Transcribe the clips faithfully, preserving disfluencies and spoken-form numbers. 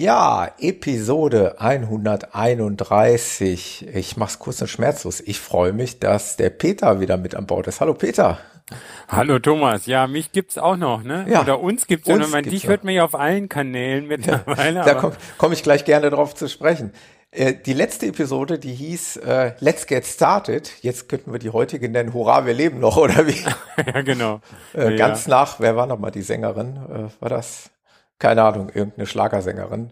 Ja, Episode hunderteinunddreißig. Ich mach's kurz und schmerzlos. Ich freue mich, dass der Peter wieder mit an Bord ist. Hallo Peter. Hallo Thomas. Ja, mich gibt's auch noch, ne? Ja, Oder uns gibt's ja uns noch. Man, gibt's dich noch. hört man ja auf allen Kanälen mittlerweile. Ja, da aber komme komm ich gleich gerne drauf zu sprechen. Äh, die letzte Episode, die hieß äh, Let's Get Started. Jetzt könnten wir die heutige nennen Hurra, wir leben noch, oder wie? ja, genau. Äh, ja. ganz nach, wer war nochmal die Sängerin? Äh, war das? Keine Ahnung, irgendeine Schlagersängerin.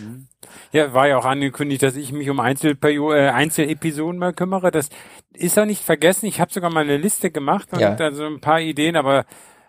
Ja, war ja auch angekündigt, dass ich mich um Einzelperio- äh, Einzelepisoden mal kümmere. Das ist auch nicht vergessen. Ich habe sogar mal eine Liste gemacht und Ja. da so ein paar Ideen, aber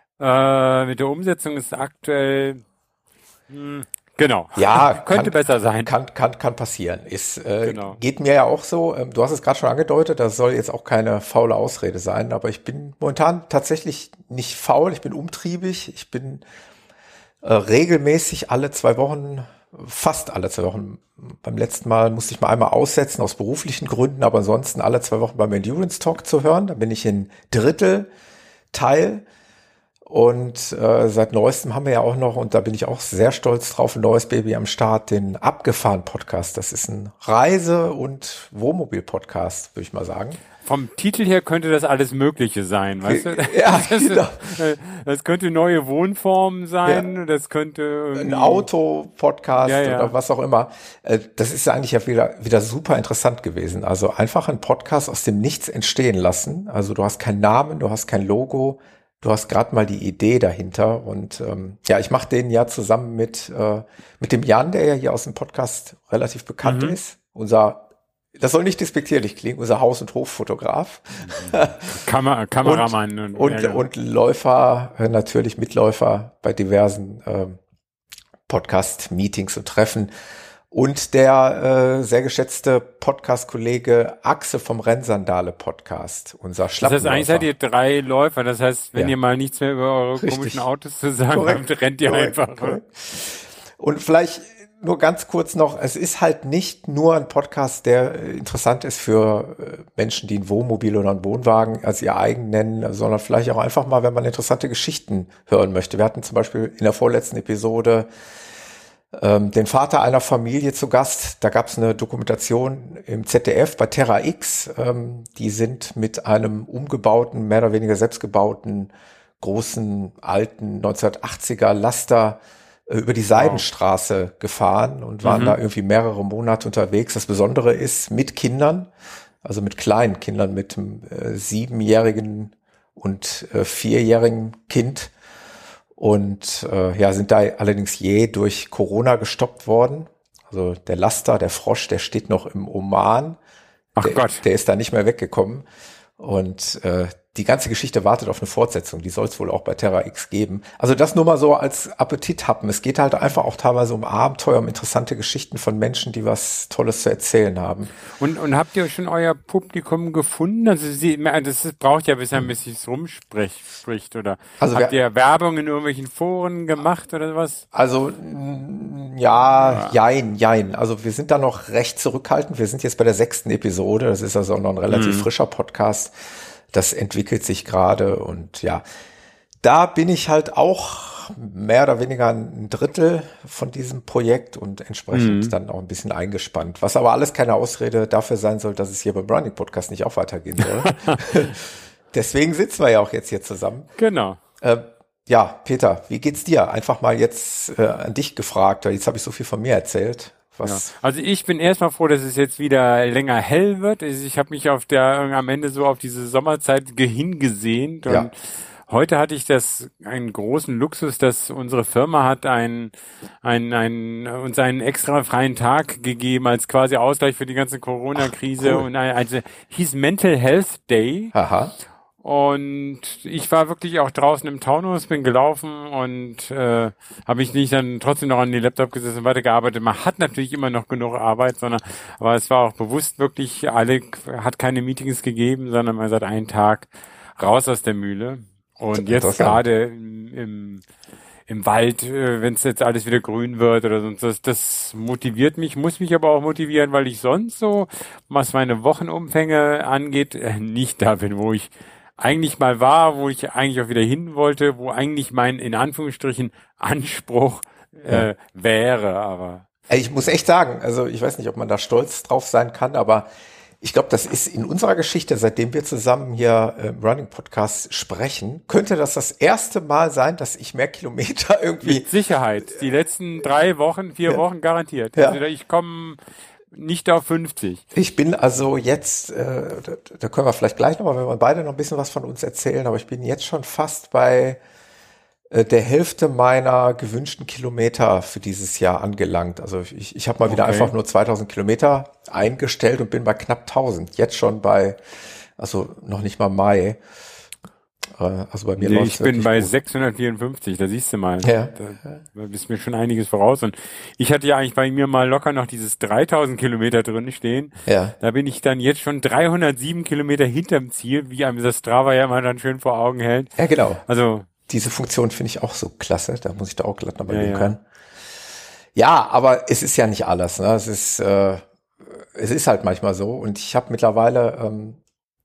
äh, mit der Umsetzung ist aktuell mh, genau. Ja, Könnte kann, besser sein. Kann, kann, kann passieren. Ist, äh, Genau. Geht mir ja auch so. Ähm, du hast es gerade schon angedeutet, das soll jetzt auch keine faule Ausrede sein, aber ich bin momentan tatsächlich nicht faul, ich bin umtriebig, ich bin äh, regelmäßig alle zwei Wochen, fast alle zwei Wochen. Beim letzten Mal musste ich mal einmal aussetzen aus beruflichen Gründen, aber ansonsten alle zwei Wochen beim Endurance Talk zu hören. Da bin ich in Drittel Teil. Und äh, seit neuestem haben wir ja auch noch, und da bin ich auch sehr stolz drauf, ein neues Baby am Start, den Abgefahren-Podcast. Das ist ein Reise- und Wohnmobil-Podcast, würde ich mal sagen. Vom Titel her könnte das alles Mögliche sein, weißt du? Ja, das, genau. das könnte neue Wohnformen sein, ja. Das könnte ein Auto-Podcast ja, ja. oder was auch immer. Äh, Das ist ja eigentlich ja wieder, wieder super interessant gewesen. Also einfach einen Podcast aus dem Nichts entstehen lassen. Also du hast keinen Namen, du hast kein Logo, du hast gerade mal die Idee dahinter. Und ähm, ja, ich mache den ja zusammen mit äh, mit dem Jan, der ja hier aus dem Podcast relativ bekannt Mhm. ist. Unser, das soll nicht despektierlich klingen, unser Haus- und Hoffotograf. Kamer- Kameramann und, und, und, ja, genau. und Läufer, äh, natürlich Mitläufer bei diversen ähm, Podcast-Meetings und Treffen. Und der äh, sehr geschätzte Podcast-Kollege Axel vom Rennsandale-Podcast, unser Das heißt, eigentlich seid Schlappenläufer. ihr drei Läufer. Das heißt, wenn Ja. ihr mal nichts mehr über eure Richtig. komischen Autos zu sagen Korrekt. habt, rennt ihr Korrekt, einfach. korrekt. Und vielleicht nur ganz kurz noch, es ist halt nicht nur ein Podcast, der äh, interessant ist für äh, Menschen, die ein Wohnmobil oder einen Wohnwagen als ihr eigen nennen, sondern vielleicht auch einfach mal, wenn man interessante Geschichten hören möchte. Wir hatten zum Beispiel in der vorletzten Episode ähm, den Vater einer Familie zu Gast. Da gab es eine Dokumentation im Z D F bei Terra X. Ähm, die sind mit einem umgebauten, mehr oder weniger selbstgebauten, großen, alten neunzehnhundertachtziger Laster äh, über die Seidenstraße gefahren und waren Mhm. da irgendwie mehrere Monate unterwegs. Das Besondere ist mit Kindern, also mit kleinen Kindern, mit einem äh, siebenjährigen und äh, vierjährigen Kind. Und äh, ja, sind da allerdings je durch Corona gestoppt worden. Also der Laster, der Frosch, der steht noch im Oman. Ach der, Gott. Der ist da nicht mehr weggekommen. Und äh, die ganze Geschichte wartet auf eine Fortsetzung. Die soll es wohl auch bei Terra X geben. Also das nur mal so als Appetithappen. Es geht halt einfach auch teilweise um Abenteuer, um interessante Geschichten von Menschen, die was Tolles zu erzählen haben. Und, und habt ihr schon euer Publikum gefunden? Also sie, das ist, braucht ja bisher ein bisschen es rumspricht, oder? Also habt wir- ihr Werbung in irgendwelchen Foren gemacht oder was? Also mm, ja, jein, jein. Also wir sind da noch recht zurückhaltend. Wir sind jetzt bei der sechsten Episode. Das ist also noch ein relativ Mhm. frischer Podcast. Das entwickelt sich gerade und ja, da bin ich halt auch mehr oder weniger ein Drittel von diesem Projekt und entsprechend Mhm. dann auch ein bisschen eingespannt. Was aber alles keine Ausrede dafür sein soll, dass es hier beim Running Podcast nicht auch weitergehen soll. Deswegen sitzen wir ja auch jetzt hier zusammen. Genau. Äh, ja, Peter, wie geht's dir? Einfach mal jetzt äh, an dich gefragt, weil jetzt habe ich so viel von mir erzählt. Ja. Was? Also ich bin erstmal froh, dass es jetzt wieder länger hell wird. Also ich habe mich auf der am Ende so auf diese Sommerzeit ge- hingesehnt und Ja. heute hatte ich das einen großen Luxus, dass unsere Firma hat einen einen einen uns einen extra freien Tag gegeben als quasi Ausgleich für die ganze Corona-Krise. Ach, cool. Und ein, also hieß Mental Health Day. Aha. Und ich war wirklich auch draußen im Taunus, bin gelaufen und äh, habe mich nicht dann trotzdem noch an den Laptop gesessen und weitergearbeitet. Man hat natürlich immer noch genug Arbeit, sondern aber es war auch bewusst wirklich, alle hat keine Meetings gegeben, sondern man sagt einen Tag raus aus der Mühle. Und jetzt Interessant. gerade im, im im Wald, äh, wenn es jetzt alles wieder grün wird oder sonst was, das motiviert mich, muss mich aber auch motivieren, weil ich sonst so, was meine Wochenumfänge angeht, äh, nicht da bin, wo ich eigentlich mal war, wo ich eigentlich auch wieder hin wollte, wo eigentlich mein, in Anführungsstrichen, Anspruch äh, Ja. wäre, aber Ich muss echt sagen, also ich weiß nicht, ob man da stolz drauf sein kann, aber ich glaube, das ist in unserer Geschichte, seitdem wir zusammen hier im Running Podcast sprechen, könnte das das erste Mal sein, dass ich mehr Kilometer irgendwie... Mit Sicherheit. Die letzten drei Wochen, vier ja. Wochen garantiert. Ja. Also ich komme nicht auf fünfzig. Ich bin also jetzt, äh, da, da können wir vielleicht gleich nochmal, wenn wir beide noch ein bisschen was von uns erzählen, aber ich bin jetzt schon fast bei äh, der Hälfte meiner gewünschten Kilometer für dieses Jahr angelangt. Also ich, ich habe mal wieder Okay. einfach nur zweitausend Kilometer eingestellt und bin bei knapp tausend. Jetzt schon bei, also noch nicht mal Mai. Äh, also bei mir Nee, läuft's ich bin wirklich bei gut. sechshundertvierundfünfzig, da siehst du mal. Ja. Da, da bist mir schon einiges voraus. Und ich hatte ja eigentlich bei mir mal locker noch dieses dreitausend Kilometer drin stehen. Ja. Da bin ich dann jetzt schon dreihundertsieben Kilometer hinterm Ziel, wie einem das Strava ja immer dann schön vor Augen hält. Ja, genau. Also Diese Funktion finde ich auch so klasse. Da muss ich da auch glatt nochmal Ja, gehen ja. können. Ja, aber es ist ja nicht alles. Ne? Es ist, äh, es ist halt manchmal so. Und ich habe mittlerweile, ähm,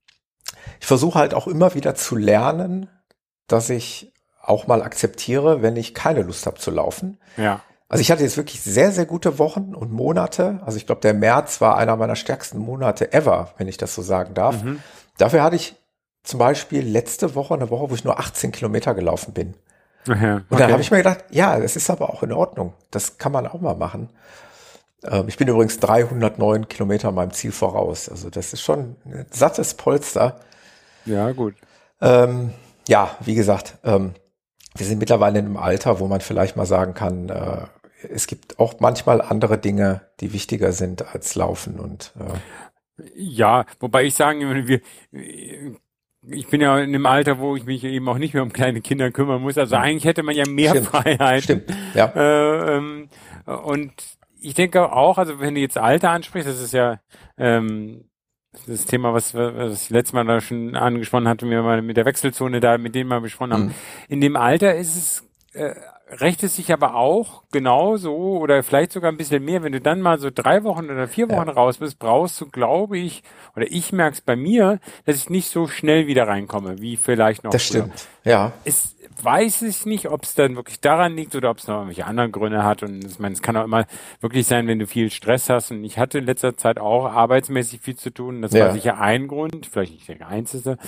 ich versuche halt auch immer wieder zu lernen, dass ich auch mal akzeptiere, wenn ich keine Lust habe zu laufen. ja. Also ich hatte jetzt wirklich sehr, sehr gute Wochen und Monate. Also ich glaube, der März war einer meiner stärksten Monate ever, wenn ich das so sagen darf. Mhm. Dafür hatte ich zum Beispiel letzte Woche eine Woche, wo ich nur achtzehn Kilometer gelaufen bin. Ja, Und dann okay. habe ich mir gedacht, ja, das ist aber auch in Ordnung. Das kann man auch mal machen. Ähm, ich bin übrigens dreihundertneun Kilometer meinem Ziel voraus. Also das ist schon ein sattes Polster. Ja, gut. Ähm, ja, wie gesagt, ähm, wir sind mittlerweile in einem Alter, wo man vielleicht mal sagen kann, äh, es gibt auch manchmal andere Dinge, die wichtiger sind als Laufen. Und äh, Ja, wobei ich sagen würde, wir, ich bin ja in einem Alter, wo ich mich eben auch nicht mehr um kleine Kinder kümmern muss. Also eigentlich hätte man ja mehr Stimmt. Freiheit. Stimmt, ja. Äh, ähm, und ich denke auch, also wenn du jetzt Alter ansprichst, das ist ja ähm, das Thema, was, was ich letztes Mal da schon angesprochen hatte, wir mal mit der Wechselzone da, mit denen wir besprochen haben. Mhm. In dem Alter ist es, äh, rächt es sich aber auch genauso oder vielleicht sogar ein bisschen mehr, wenn du dann mal so drei Wochen oder vier Wochen Ja. raus bist, brauchst du, glaube ich, oder ich merke es bei mir, dass ich nicht so schnell wieder reinkomme, wie vielleicht noch Das früher. stimmt, ja. Es weiß ich nicht, ob es dann wirklich daran liegt oder ob es noch irgendwelche anderen Gründe hat. Und ich meine, es kann auch immer wirklich sein, wenn du viel Stress hast. Und ich hatte in letzter Zeit auch arbeitsmäßig viel zu tun. Das Ja. war sicher ein Grund, vielleicht nicht der einzige.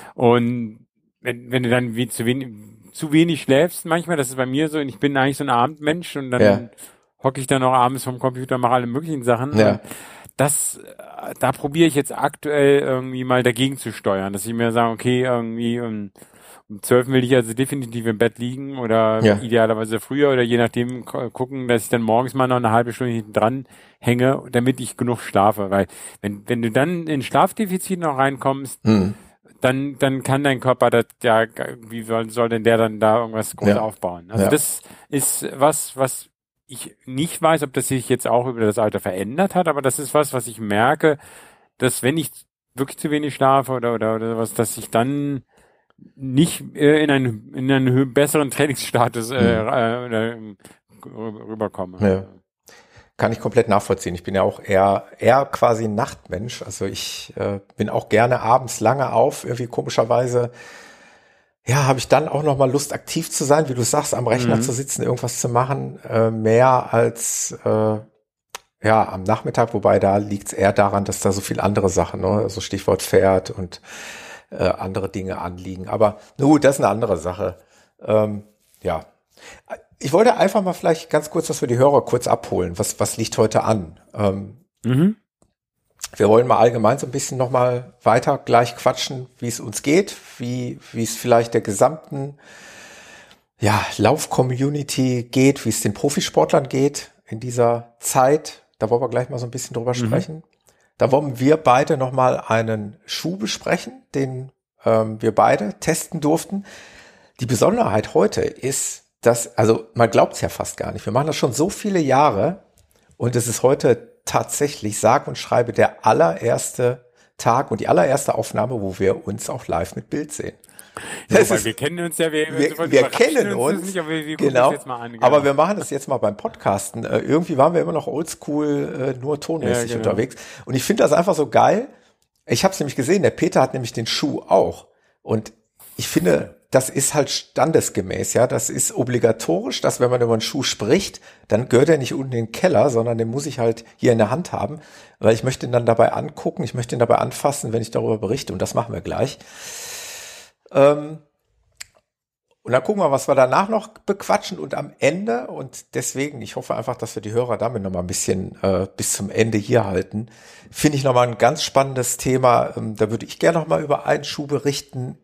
Und wenn, wenn du dann wie zu wenig, zu wenig schläfst, manchmal, das ist bei mir so, und ich bin eigentlich so ein Abendmensch und dann Ja. hocke ich dann noch abends vom Computer, mache alle möglichen Sachen. Ja. Und das, äh, da probiere ich jetzt aktuell irgendwie mal dagegen zu steuern, dass ich mir sage, okay, irgendwie um, um zwölf will ich also definitiv im Bett liegen oder Ja. idealerweise früher oder je nachdem gu- gucken, dass ich dann morgens mal noch eine halbe Stunde hinten dran hänge, damit ich genug schlafe, weil wenn, wenn du dann in Schlafdefizit noch reinkommst, Mhm. dann, dann kann dein Körper das, ja, wie soll, soll denn der dann da irgendwas groß Ja. aufbauen? Also Ja. das ist was, was ich nicht weiß, ob das sich jetzt auch über das Alter verändert hat, aber das ist was, was ich merke, dass wenn ich wirklich zu wenig schlafe oder, oder, oder was, dass ich dann nicht äh, in einen, in einen hö- besseren Trainingsstatus äh, äh, oder, ähm, rü- rüberkomme. Ja. Kann ich komplett nachvollziehen. Ich bin ja auch eher, eher quasi ein Nachtmensch. Also ich äh, bin auch gerne abends lange auf. Irgendwie komischerweise, ja, habe ich dann auch noch mal Lust, aktiv zu sein, wie du sagst, am Rechner Mhm. zu sitzen, irgendwas zu machen, äh, mehr als äh, ja am Nachmittag. Wobei da liegt es eher daran, dass da so viel andere Sachen, ne, also Stichwort Pferd und äh, andere Dinge anliegen. Aber na gut, das ist eine andere Sache. Ähm, ja. Ich wollte einfach mal vielleicht ganz kurz, dass wir die Hörer kurz abholen. Was, was liegt heute an? Ähm, Mhm. wir wollen mal allgemein so ein bisschen nochmal weiter gleich quatschen, wie es uns geht, wie, wie es vielleicht der gesamten, ja, Lauf-Community geht, wie es den Profisportlern geht in dieser Zeit. Da wollen wir gleich mal so ein bisschen drüber Mhm. sprechen. Da wollen wir beide nochmal einen Schuh besprechen, den ähm, wir beide testen durften. Die Besonderheit heute ist, dass, also man glaubt es ja fast gar nicht, wir machen das schon so viele Jahre und es ist heute tatsächlich, sag und schreibe, der allererste Tag und die allererste Aufnahme, wo wir uns auch live mit Bild sehen. Ja, Das weil ist- wir kennen uns ja, wir, wir, insofern wir überraschen kennen das uns, nicht, aber wir, wir gucken genau, das jetzt mal an. Genau. aber wir machen das jetzt mal beim Podcasten. Äh, irgendwie waren wir immer noch oldschool, äh, nur tonmäßig Ja, genau. unterwegs. Und ich finde das einfach so geil. Ich habe es nämlich gesehen, der Peter hat nämlich den Schuh auch. Und ich finde, das ist halt standesgemäß, ja. Das ist obligatorisch, dass wenn man über einen Schuh spricht, dann gehört er nicht unten in den Keller, sondern den muss ich halt hier in der Hand haben, weil ich möchte ihn dann dabei angucken, ich möchte ihn dabei anfassen, wenn ich darüber berichte, und das machen wir gleich. Ähm, und dann gucken wir, was wir danach noch bequatschen, und am Ende, und deswegen, ich hoffe einfach, dass wir die Hörer damit nochmal ein bisschen äh, bis zum Ende hier halten, finde ich nochmal ein ganz spannendes Thema. Ähm, da würde ich gerne nochmal über einen Schuh berichten.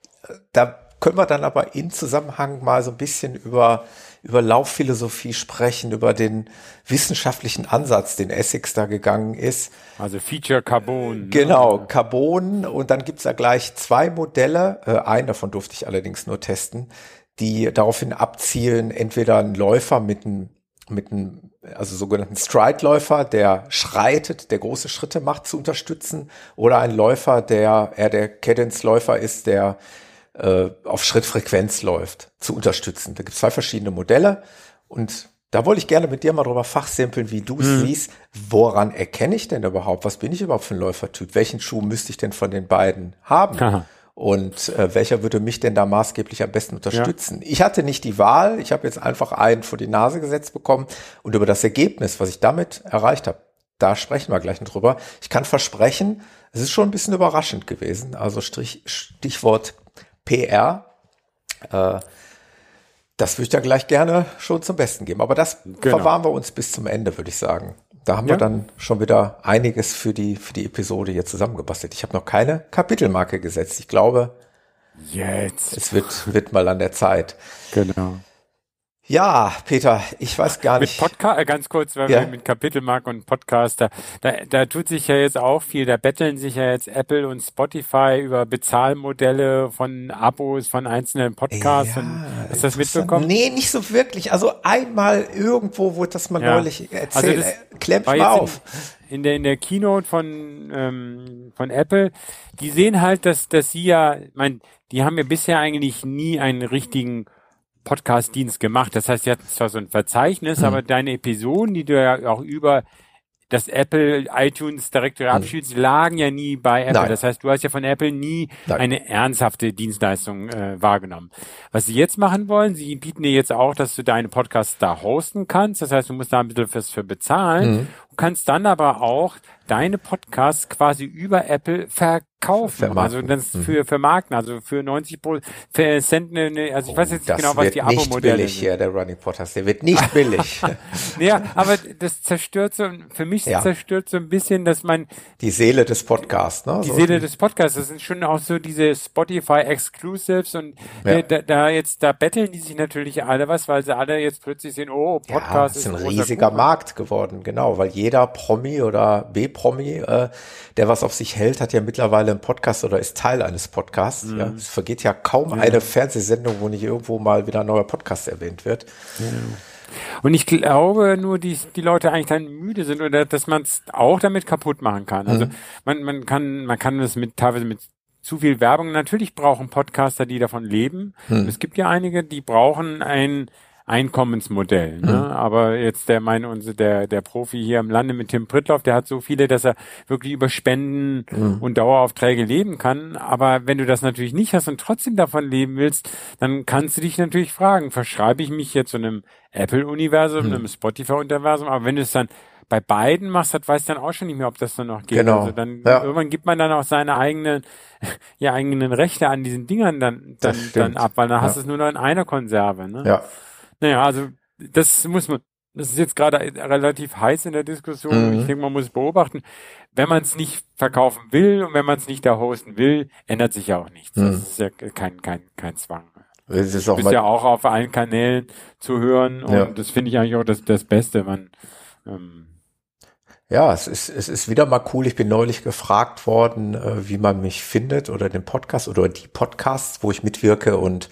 Da können wir dann aber im Zusammenhang mal so ein bisschen über, über Laufphilosophie sprechen, über den wissenschaftlichen Ansatz, den Essex da gegangen ist. Also Feature Carbon. Genau, ne? Carbon. Und dann gibt's da gleich zwei Modelle. Äh, einen davon durfte ich allerdings nur testen, die daraufhin abzielen, entweder ein Läufer mit einem, mit einem, also sogenannten Stride-Läufer, der schreitet, der große Schritte macht, zu unterstützen, oder ein Läufer, der eher der Cadence-Läufer ist, der auf Schrittfrequenz läuft, zu unterstützen. Da gibt es zwei verschiedene Modelle, und da wollte ich gerne mit dir mal drüber fachsimpeln, wie du es hm. siehst. Woran erkenne ich denn überhaupt? Was bin ich überhaupt für ein Läufertyp? Welchen Schuh müsste ich denn von den beiden haben? Aha. Und äh, welcher würde mich denn da maßgeblich am besten unterstützen? Ja. Ich hatte nicht die Wahl. Ich habe jetzt einfach einen vor die Nase gesetzt bekommen, und über das Ergebnis, was ich damit erreicht habe, da sprechen wir gleich noch drüber. Ich kann versprechen, es ist schon ein bisschen überraschend gewesen. Also Strich, Stichwort P R, äh, das würde ich da gleich gerne schon zum Besten geben. Aber das genau. verwahren wir uns bis zum Ende, würde ich sagen. Da haben ja. wir dann schon wieder einiges für die für die Episode hier zusammengebastelt. Ich habe noch keine Kapitelmarke gesetzt. Ich glaube, jetzt es wird wird mal an der Zeit. Genau. Ja, Peter, ich weiß gar nicht. Mit Podcast, ganz kurz, weil ja. wir mit Kapitelmark und Podcast, da, da, da tut sich ja jetzt auch viel, da betteln sich ja jetzt Apple und Spotify über Bezahlmodelle von Abos von einzelnen Podcasts. Ja, und, hast du das mitbekommen? Nee, nicht so wirklich. Also einmal irgendwo wurde das mal ja. neulich erzählt. Also Klemmt mal auf. In, in der in der Keynote von ähm, von Apple, die sehen halt, dass dass sie ja, mein, die haben ja bisher eigentlich nie einen richtigen Podcast-Dienst gemacht. Das heißt, sie hatten zwar so ein Verzeichnis, hm. aber deine Episoden, die du ja auch über das Apple iTunes Directory hm. abspielst, lagen ja nie bei Apple. Nein. Das heißt, du hast ja von Apple nie Nein. eine ernsthafte Dienstleistung äh, wahrgenommen. Was sie jetzt machen wollen, sie bieten dir jetzt auch, dass du deine Podcasts da hosten kannst. Das heißt, du musst da ein bisschen was für bezahlen. Hm. Du kannst dann aber auch deine Podcasts quasi über Apple verkaufen. Also das mhm. für vermarkten, also für neunzig Cent, ne, also ich weiß jetzt nicht genau, was die Abo-Modelle sind. Das wird nicht billig hier, der Running Podcast, der wird nicht billig. Ja, aber das zerstört so, für mich ja. zerstört so ein bisschen, dass man die Seele des Podcasts, ne? Die so Seele des Podcasts, das sind schon auch so diese Spotify Exclusives, und ja. da, da jetzt, da betteln die sich natürlich alle was, weil sie alle jetzt plötzlich sehen, oh, Podcast ja, das ist ein, ein riesiger Kuchen. Markt geworden, genau, weil jeder Promi oder B-Promi, äh, der was auf sich hält, hat ja mittlerweile einen Podcast oder ist Teil eines Podcasts. Mhm. Ja. Es vergeht ja kaum ja. eine Fernsehsendung, wo nicht irgendwo mal wieder ein neuer Podcast erwähnt wird. Ja. Und ich glaube nur, die, die Leute eigentlich dann müde sind, oder dass man es auch damit kaputt machen kann. Also mhm. man, man kann, man kann das mit teilweise mit zu viel Werbung. Natürlich brauchen Podcaster, die davon leben. Mhm. Und es gibt ja einige, die brauchen ein Einkommensmodell, ne? Mhm. Aber jetzt der meine unser der der Profi hier im Lande mit Tim Prittloff, der hat so viele, dass er wirklich über Spenden mhm. und Daueraufträge leben kann. Aber wenn du das natürlich nicht hast und trotzdem davon leben willst, dann kannst du dich natürlich fragen, verschreibe ich mich jetzt zu einem Apple-Universum, mhm. einem Spotify-Universum? Aber wenn du es dann bei beiden machst, das weiß dann auch schon nicht mehr, ob das dann noch geht. Genau. Also dann ja. irgendwann gibt man dann auch seine eigenen, ja, eigenen Rechte an diesen Dingern dann dann, dann ab, weil dann ja. hast du es nur noch in einer Konserve, ne? Ja. Naja, also das muss man, das ist jetzt gerade relativ heiß in der Diskussion. Mhm. Ich denke, man muss es beobachten. Wenn man es nicht verkaufen will und wenn man es nicht da hosten will, ändert sich ja auch nichts. Mhm. Das ist ja kein kein kein Zwang. Das ist auch du bist ja auch auf allen Kanälen zu hören, und ja. das finde ich eigentlich auch das das Beste. Man ähm, ja, es ist es ist wieder mal cool. Ich bin neulich gefragt worden, äh, wie man mich findet oder den Podcast oder die Podcasts, wo ich mitwirke, und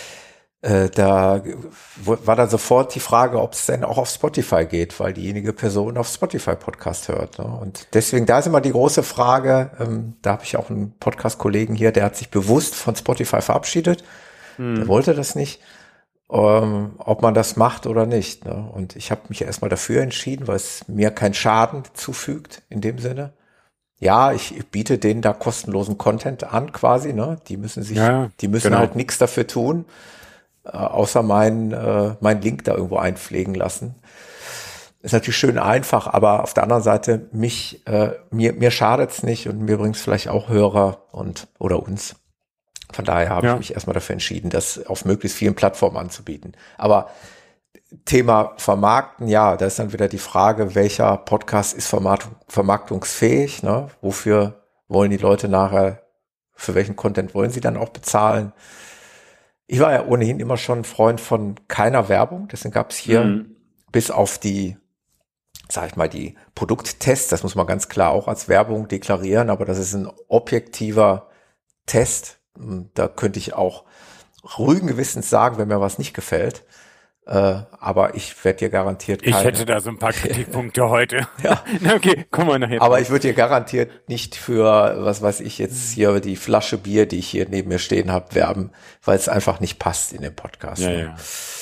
Äh, da war dann sofort die Frage, ob es denn auch auf Spotify geht, weil diejenige Person auf Spotify Podcast hört. Ne? Und deswegen, da ist immer die große Frage, ähm, da habe ich auch einen Podcast-Kollegen hier, der hat sich bewusst von Spotify verabschiedet, hm. der wollte das nicht, ähm, ob man das macht oder nicht. Ne? Und ich habe mich erstmal dafür entschieden, weil es mir keinen Schaden zufügt in dem Sinne. ja, ich, ich biete denen da kostenlosen Content an quasi, ne? Die müssen sich, ja, die müssen genau. halt nichts dafür tun, äh, außer meinen äh, meinen Link da irgendwo einpflegen lassen. Ist natürlich schön einfach, aber auf der anderen Seite, mich, äh, mir, mir schadet's nicht und mir bringt's vielleicht auch Hörer und oder uns. Von daher habe Ja. ich mich erstmal dafür entschieden, das auf möglichst vielen Plattformen anzubieten. Aber Thema Vermarkten, ja, da ist dann wieder die Frage, welcher Podcast ist vermarkt, vermarktungsfähig, ne? Wofür wollen die Leute nachher, für welchen Content wollen sie dann auch bezahlen? Ich war ja ohnehin immer schon ein Freund von keiner Werbung, deswegen gab es hier Mhm. bis auf die, sag ich mal, die Produkttests, das muss man ganz klar auch als Werbung deklarieren, aber das ist ein objektiver Test. Da könnte ich auch ruhigen Gewissens sagen, wenn mir was nicht gefällt. Äh, aber ich werde dir garantiert Ich keine, hätte da so ein paar Kritikpunkte heute. Ja. Na, okay, kommen wir nachher. aber ich würde dir garantiert nicht für, was weiß ich jetzt hier, die Flasche Bier, die ich hier neben mir stehen habe, werben, weil es einfach nicht passt in den Podcast. Ja, ne? ja.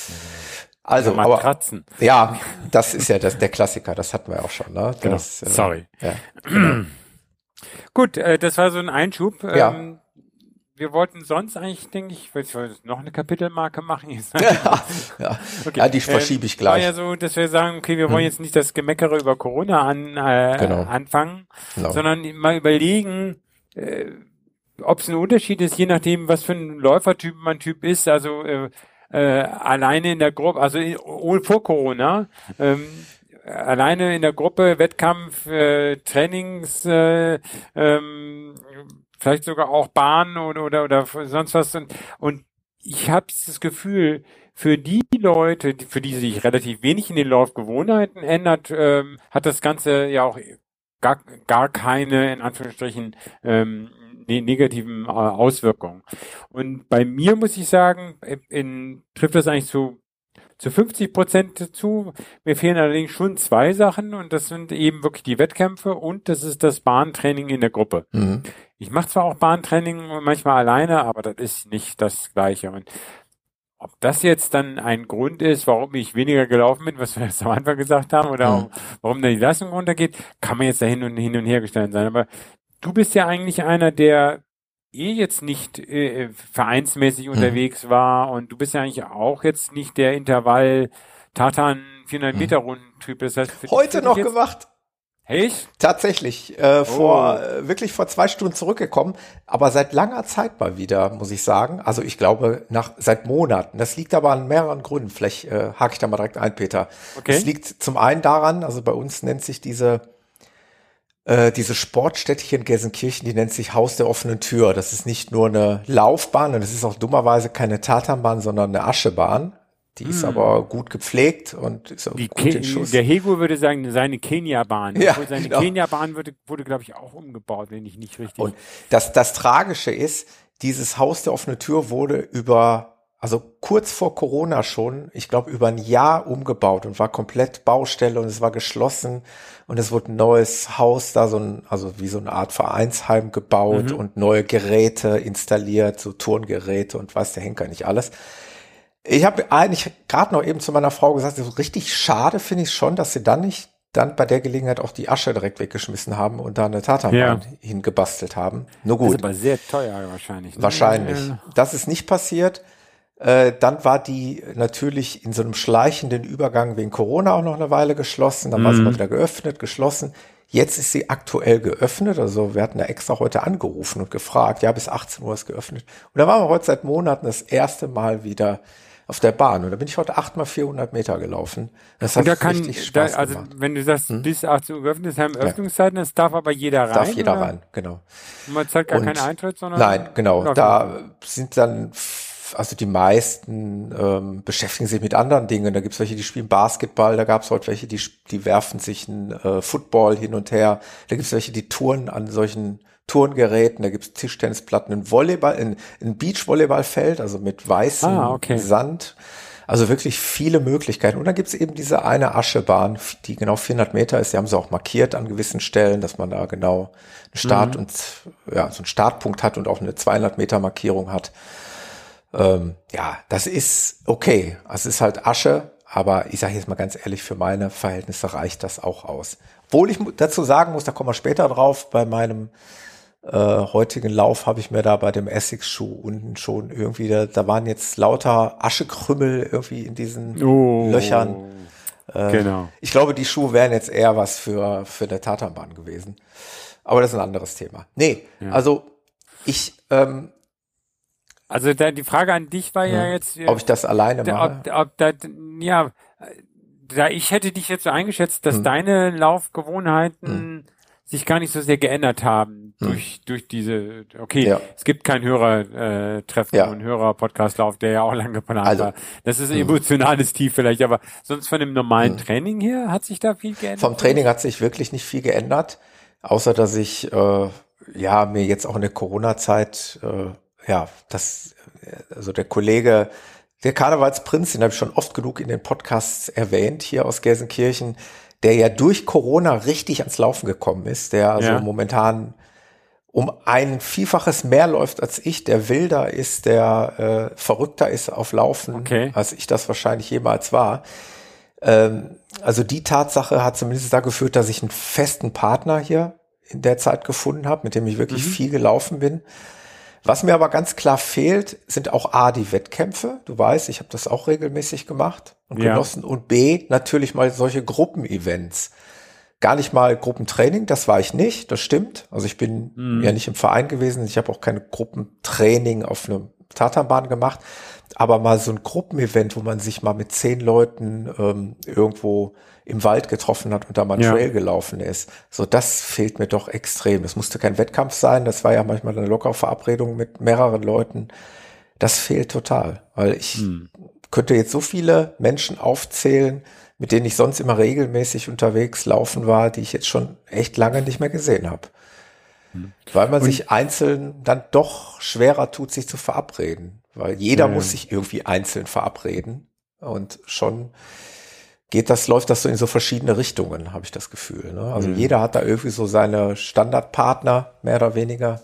Also, Also aber Matratzen. ja, das ist ja das, der Klassiker, das hatten wir auch schon. Ne? Genau. Das, äh, Sorry. Ja, genau. Gut, äh, das war so ein Einschub. Ja. Ähm, wir wollten sonst eigentlich, denke ich, ich wollte noch eine Kapitelmarke machen. Jetzt. ja, ja. Okay. ja, die verschiebe ich Ähm, war gleich. ja so, dass wir sagen, okay, wir wollen Hm. jetzt nicht das Gemeckere über Corona an, äh, Genau. anfangen, Genau. sondern mal überlegen, äh, ob es ein Unterschied ist, je nachdem, was für ein Läufertyp man Typ ist. Also äh, äh, alleine in der Gruppe, also in, oh, vor Corona, ähm, alleine in der Gruppe, Wettkampf, äh, Trainings, äh, ähm, vielleicht sogar auch Bahn oder oder oder sonst was. Und, und ich habe das Gefühl, für die Leute, die- für die sich relativ wenig in den Laufgewohnheiten ändert, ähm, hat das Ganze ja auch gar, gar keine, in Anführungsstrichen, ähm, ne- negativen äh, Auswirkungen. Und bei mir muss ich sagen, in, in, trifft das eigentlich zu zu fünfzig Prozent zu. Mir fehlen allerdings schon zwei Sachen und das sind eben wirklich die Wettkämpfe und das ist das Bahntraining in der Gruppe. Mhm. Ich mache zwar auch Bahntraining manchmal alleine, aber das ist nicht das Gleiche. Und ob das jetzt dann ein Grund ist, warum ich weniger gelaufen bin, was wir jetzt am Anfang gesagt haben, oder Mhm. warum dann die Leistung runtergeht, kann man jetzt da hin und hin und her gestellt sein. Aber du bist ja eigentlich einer, der eh jetzt nicht äh, vereinsmäßig Mhm. unterwegs war und du bist ja eigentlich auch jetzt nicht der Intervall Tatan vierhundert Meter Rundentyp. Das heißt, für, Heute für dich noch jetzt, gemacht. Echt? Tatsächlich, äh, vor, Oh. äh, wirklich vor zwei Stunden zurückgekommen, aber seit langer Zeit mal wieder, muss ich sagen. Also ich glaube, nach, seit Monaten. Das liegt aber an mehreren Gründen. Vielleicht äh, hake ich da mal direkt ein, Peter. Okay. Es liegt zum einen daran, also bei uns nennt sich diese, äh, diese Sportstätte Gelsenkirchen, die nennt sich Haus der offenen Tür. Das ist nicht nur eine Laufbahn und es ist auch dummerweise keine Tatanbahn, sondern eine Aschebahn. Die ist Hm. aber gut gepflegt und ist auch Die gut in Ke Schuss. der Hego würde sagen, seine Kenia-Bahn. Ja, Obwohl seine genau. Kenia-Bahn wurde, wurde glaube ich, auch umgebaut, wenn ich nicht richtig... Und das, das Tragische ist, dieses Haus der offenen Tür wurde über, also kurz vor Corona schon, ich glaube über ein Jahr umgebaut und war komplett Baustelle und es war geschlossen und es wurde ein neues Haus da, so ein, also wie so eine Art Vereinsheim gebaut Mhm. und neue Geräte installiert, so Turngeräte und weiß der Henker nicht alles. Ich habe eigentlich gerade noch eben zu meiner Frau gesagt, so richtig schade finde ich schon, dass sie dann nicht dann bei der Gelegenheit auch die Asche direkt weggeschmissen haben und da eine Tatanbahn Ja. hingebastelt haben. Nur Das gut. ist aber sehr teuer wahrscheinlich. ne? Wahrscheinlich. Ja. Das ist nicht passiert. Äh, dann war die natürlich in so einem schleichenden Übergang wegen Corona auch noch eine Weile geschlossen. Dann war sie Mhm. mal wieder geöffnet, geschlossen. Jetzt ist sie aktuell geöffnet. Also wir hatten da extra heute angerufen und gefragt, ja, bis achtzehn Uhr ist geöffnet. Und da waren wir heute seit Monaten das erste Mal wieder auf der Bahn. Und da bin ich heute achtmal vierhundert Meter gelaufen. Das hat Und da kann, richtig da, Spaß also gemacht. wenn du sagst, bis achtzehn Uhr geöffnet ist, haben Öffnungszeiten, das darf aber jeder rein. Darf jeder oder? rein, genau. Und man zahlt gar Und- keinen Eintritt, sondern... Nein, genau. läuft Da sind dann, f- also die meisten ähm, beschäftigen sich mit anderen Dingen. Da gibt's welche, die spielen Basketball, da gab's heute welche, die, sp- die werfen sich einen äh, Football hin und her. Da gibt's welche, die touren an solchen Turngeräten, da gibt's Tischtennisplatten, ein Volleyball, ein, ein Beachvolleyballfeld, also mit weißem Ah, okay. Sand. Also wirklich viele Möglichkeiten. Und dann gibt's eben diese eine Aschebahn, die genau vierhundert Meter ist. Die haben sie auch markiert an gewissen Stellen, dass man da genau einen Start Mhm. und ja, so einen Startpunkt hat und auch eine zweihundert Meter Markierung hat. Ähm, ja, das ist okay. Also es ist halt Asche, aber ich sage jetzt mal ganz ehrlich, für meine Verhältnisse reicht das auch aus. Ob Obwohl ich dazu sagen muss, da kommen wir später drauf, bei meinem äh, heutigen Lauf habe ich mir da bei dem Essex-Schuh unten schon irgendwie, da, da waren jetzt lauter Aschekrümmel irgendwie in diesen oh, Löchern. Äh, genau. Ich glaube, die Schuhe wären jetzt eher was für, für eine Tatanbahn gewesen. Aber das ist ein anderes Thema. Nee, ja. also ich... Ähm, also da, die Frage an dich war ja, ja jetzt... Ob ich das alleine da, mache? Ob, ob da, ja... Da ich hätte dich jetzt so eingeschätzt, dass hm. deine Laufgewohnheiten hm. sich gar nicht so sehr geändert haben hm. durch durch diese. Okay, ja. es gibt kein Hörertreffen äh, ja. und Hörer-Podcast-Lauf, der ja auch lange geplant also, war. Das ist ein hm. emotionales Tief vielleicht, aber sonst von dem normalen hm. Training her hat sich da viel geändert? Vom Training hat sich wirklich nicht viel geändert, außer dass ich äh, ja mir jetzt auch in der Corona-Zeit äh, ja das also der Kollege Der Karnevalsprinz, den habe ich schon oft genug in den Podcasts erwähnt, hier aus Gelsenkirchen, der ja durch Corona richtig ans Laufen gekommen ist, der also ja. momentan um ein Vielfaches mehr läuft als ich, der wilder ist, der äh, verrückter ist auf Laufen, okay. als ich das wahrscheinlich jemals war. Ähm, also die Tatsache hat zumindest da geführt, dass ich einen festen Partner hier in der Zeit gefunden habe, mit dem ich wirklich mhm. viel gelaufen bin. Was mir aber ganz klar fehlt, sind auch A, die Wettkämpfe. Du weißt, ich habe das auch regelmäßig gemacht und ja. genossen. Und B, natürlich mal solche Gruppenevents. Gar nicht mal Gruppentraining, das war ich nicht, das stimmt. Also ich bin mhm. ja nicht im Verein gewesen. Ich habe auch kein Gruppentraining auf einer Tatanbahn gemacht. Aber mal so ein Gruppenevent, wo man sich mal mit zehn Leuten ähm, irgendwo im Wald getroffen hat und da mal einen ja. Trail gelaufen ist. So, das fehlt mir doch extrem. Es musste kein Wettkampf sein, das war ja manchmal eine lockere Verabredung mit mehreren Leuten. Das fehlt total, weil ich hm. könnte jetzt so viele Menschen aufzählen, mit denen ich sonst immer regelmäßig unterwegs laufen war, die ich jetzt schon echt lange nicht mehr gesehen habe. Hm. Weil man und sich einzeln dann doch schwerer tut, sich zu verabreden. Weil jeder ja. muss sich irgendwie einzeln verabreden und schon geht das, läuft das so in so verschiedene Richtungen, habe ich das Gefühl. Ne? Also mhm. jeder hat da irgendwie so seine Standardpartner, mehr oder weniger.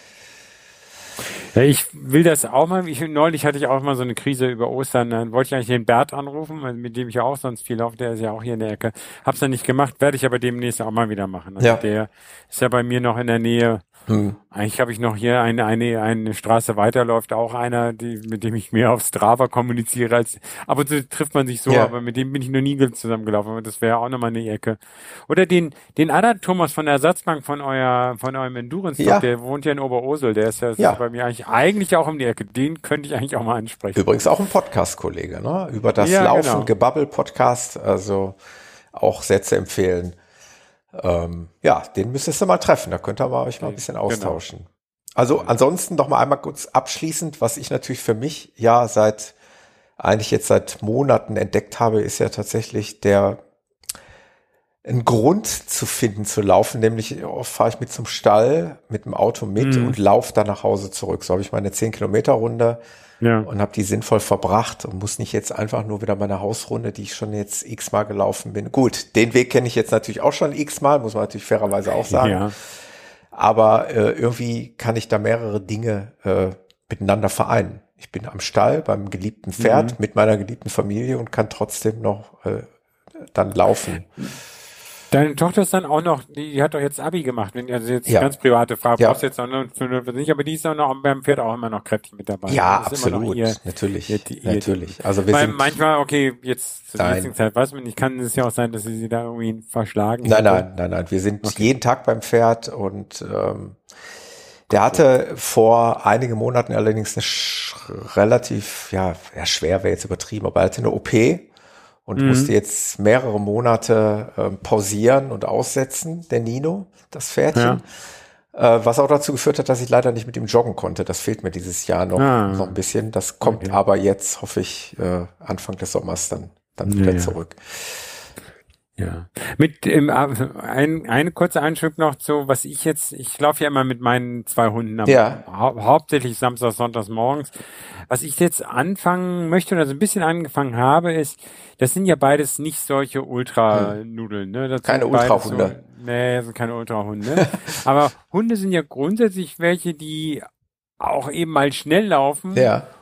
Ja, ich will das auch mal, ich, neulich hatte ich auch mal so eine Krise über Ostern, dann wollte ich eigentlich den Bert anrufen, mit dem ich ja auch sonst viel laufe, der ist ja auch hier in der Ecke. Hab's dann nicht gemacht, werde ich aber demnächst auch mal wieder machen. Also ja. der ist ja bei mir noch in der Nähe. Hm. Eigentlich habe ich noch hier eine, eine, eine Straße weiter läuft auch einer, die, mit dem ich mehr auf Strava kommuniziere als, ab und zu trifft man sich so, ja. aber mit dem bin ich noch nie zusammengelaufen, aber das wäre auch nochmal eine Ecke. Oder den, den anderen Thomas von der Ersatzbank von euer, von eurem Endurance, ja. der wohnt ja in Oberursel, der ist ja, ja. bei mir eigentlich, eigentlich auch um die Ecke, den könnte ich eigentlich auch mal ansprechen. Übrigens auch ein Podcast-Kollege, ne, über das ja, Laufen, genau. Gebabbel-Podcast, also auch sehr zu empfehlen. Ähm, ja, den müsstest du mal treffen, da könnt ihr mal euch mal ein bisschen austauschen. Genau. Also ansonsten noch mal einmal kurz abschließend, was ich natürlich für mich ja seit, eigentlich jetzt seit Monaten entdeckt habe, ist ja tatsächlich der, einen Grund zu finden zu laufen, nämlich oft fahre ich mit zum Stall, mit dem Auto mit mhm. und laufe dann nach Hause zurück. So habe ich meine zehn Kilometer Runde ja. und habe die sinnvoll verbracht und muss nicht jetzt einfach nur wieder meine Hausrunde, die ich schon jetzt x-mal gelaufen bin. Gut, den Weg kenne ich jetzt natürlich auch schon x-mal, muss man natürlich fairerweise auch sagen. Ja. Aber äh, irgendwie kann ich da mehrere Dinge äh, miteinander vereinen. Ich bin am Stall beim geliebten Pferd mhm. mit meiner geliebten Familie und kann trotzdem noch äh, dann laufen. Deine Tochter ist dann auch noch, die hat doch jetzt Abi gemacht, wenn also jetzt ja. ganz private Frage, ja. brauchst jetzt auch noch nicht, aber die ist auch noch beim Pferd auch immer noch kräftig mit dabei. Ja, absolut, ihr, natürlich, ihr, ihr, natürlich. Also wir sind manchmal, okay, jetzt zur jetzigen Zeit, weiß man nicht, kann es ja auch sein, dass sie sie da irgendwie verschlagen Nein, hätte. nein, nein, nein, wir sind okay. jeden Tag beim Pferd und ähm, der hatte vor einigen Monaten allerdings eine sch- relativ, ja, ja schwer wäre jetzt übertrieben, aber er hatte eine O P. Und mhm. musste jetzt mehrere Monate ähm, pausieren und aussetzen, der Nino, das Pferdchen. Ja. Äh, was auch dazu geführt hat, dass ich leider nicht mit ihm joggen konnte. Das fehlt mir dieses Jahr noch, ah. noch ein bisschen. Das kommt okay. aber jetzt, hoffe ich, äh, Anfang des Sommers dann, dann wieder ja. zurück. Ja. Mit ähm, ein eine kurze Einschub noch zu, was ich jetzt, ich laufe ja immer mit meinen zwei Hunden, aber ja. hau- hauptsächlich Samstag, Sonntags morgens. Was ich jetzt anfangen möchte oder so ein bisschen angefangen habe, ist, das sind ja beides nicht solche Ultranudeln, ne? Das keine Ultrahunde. So, nee, das sind keine Ultrahunde. Aber Hunde sind ja grundsätzlich welche, die auch eben mal schnell laufen. Ja.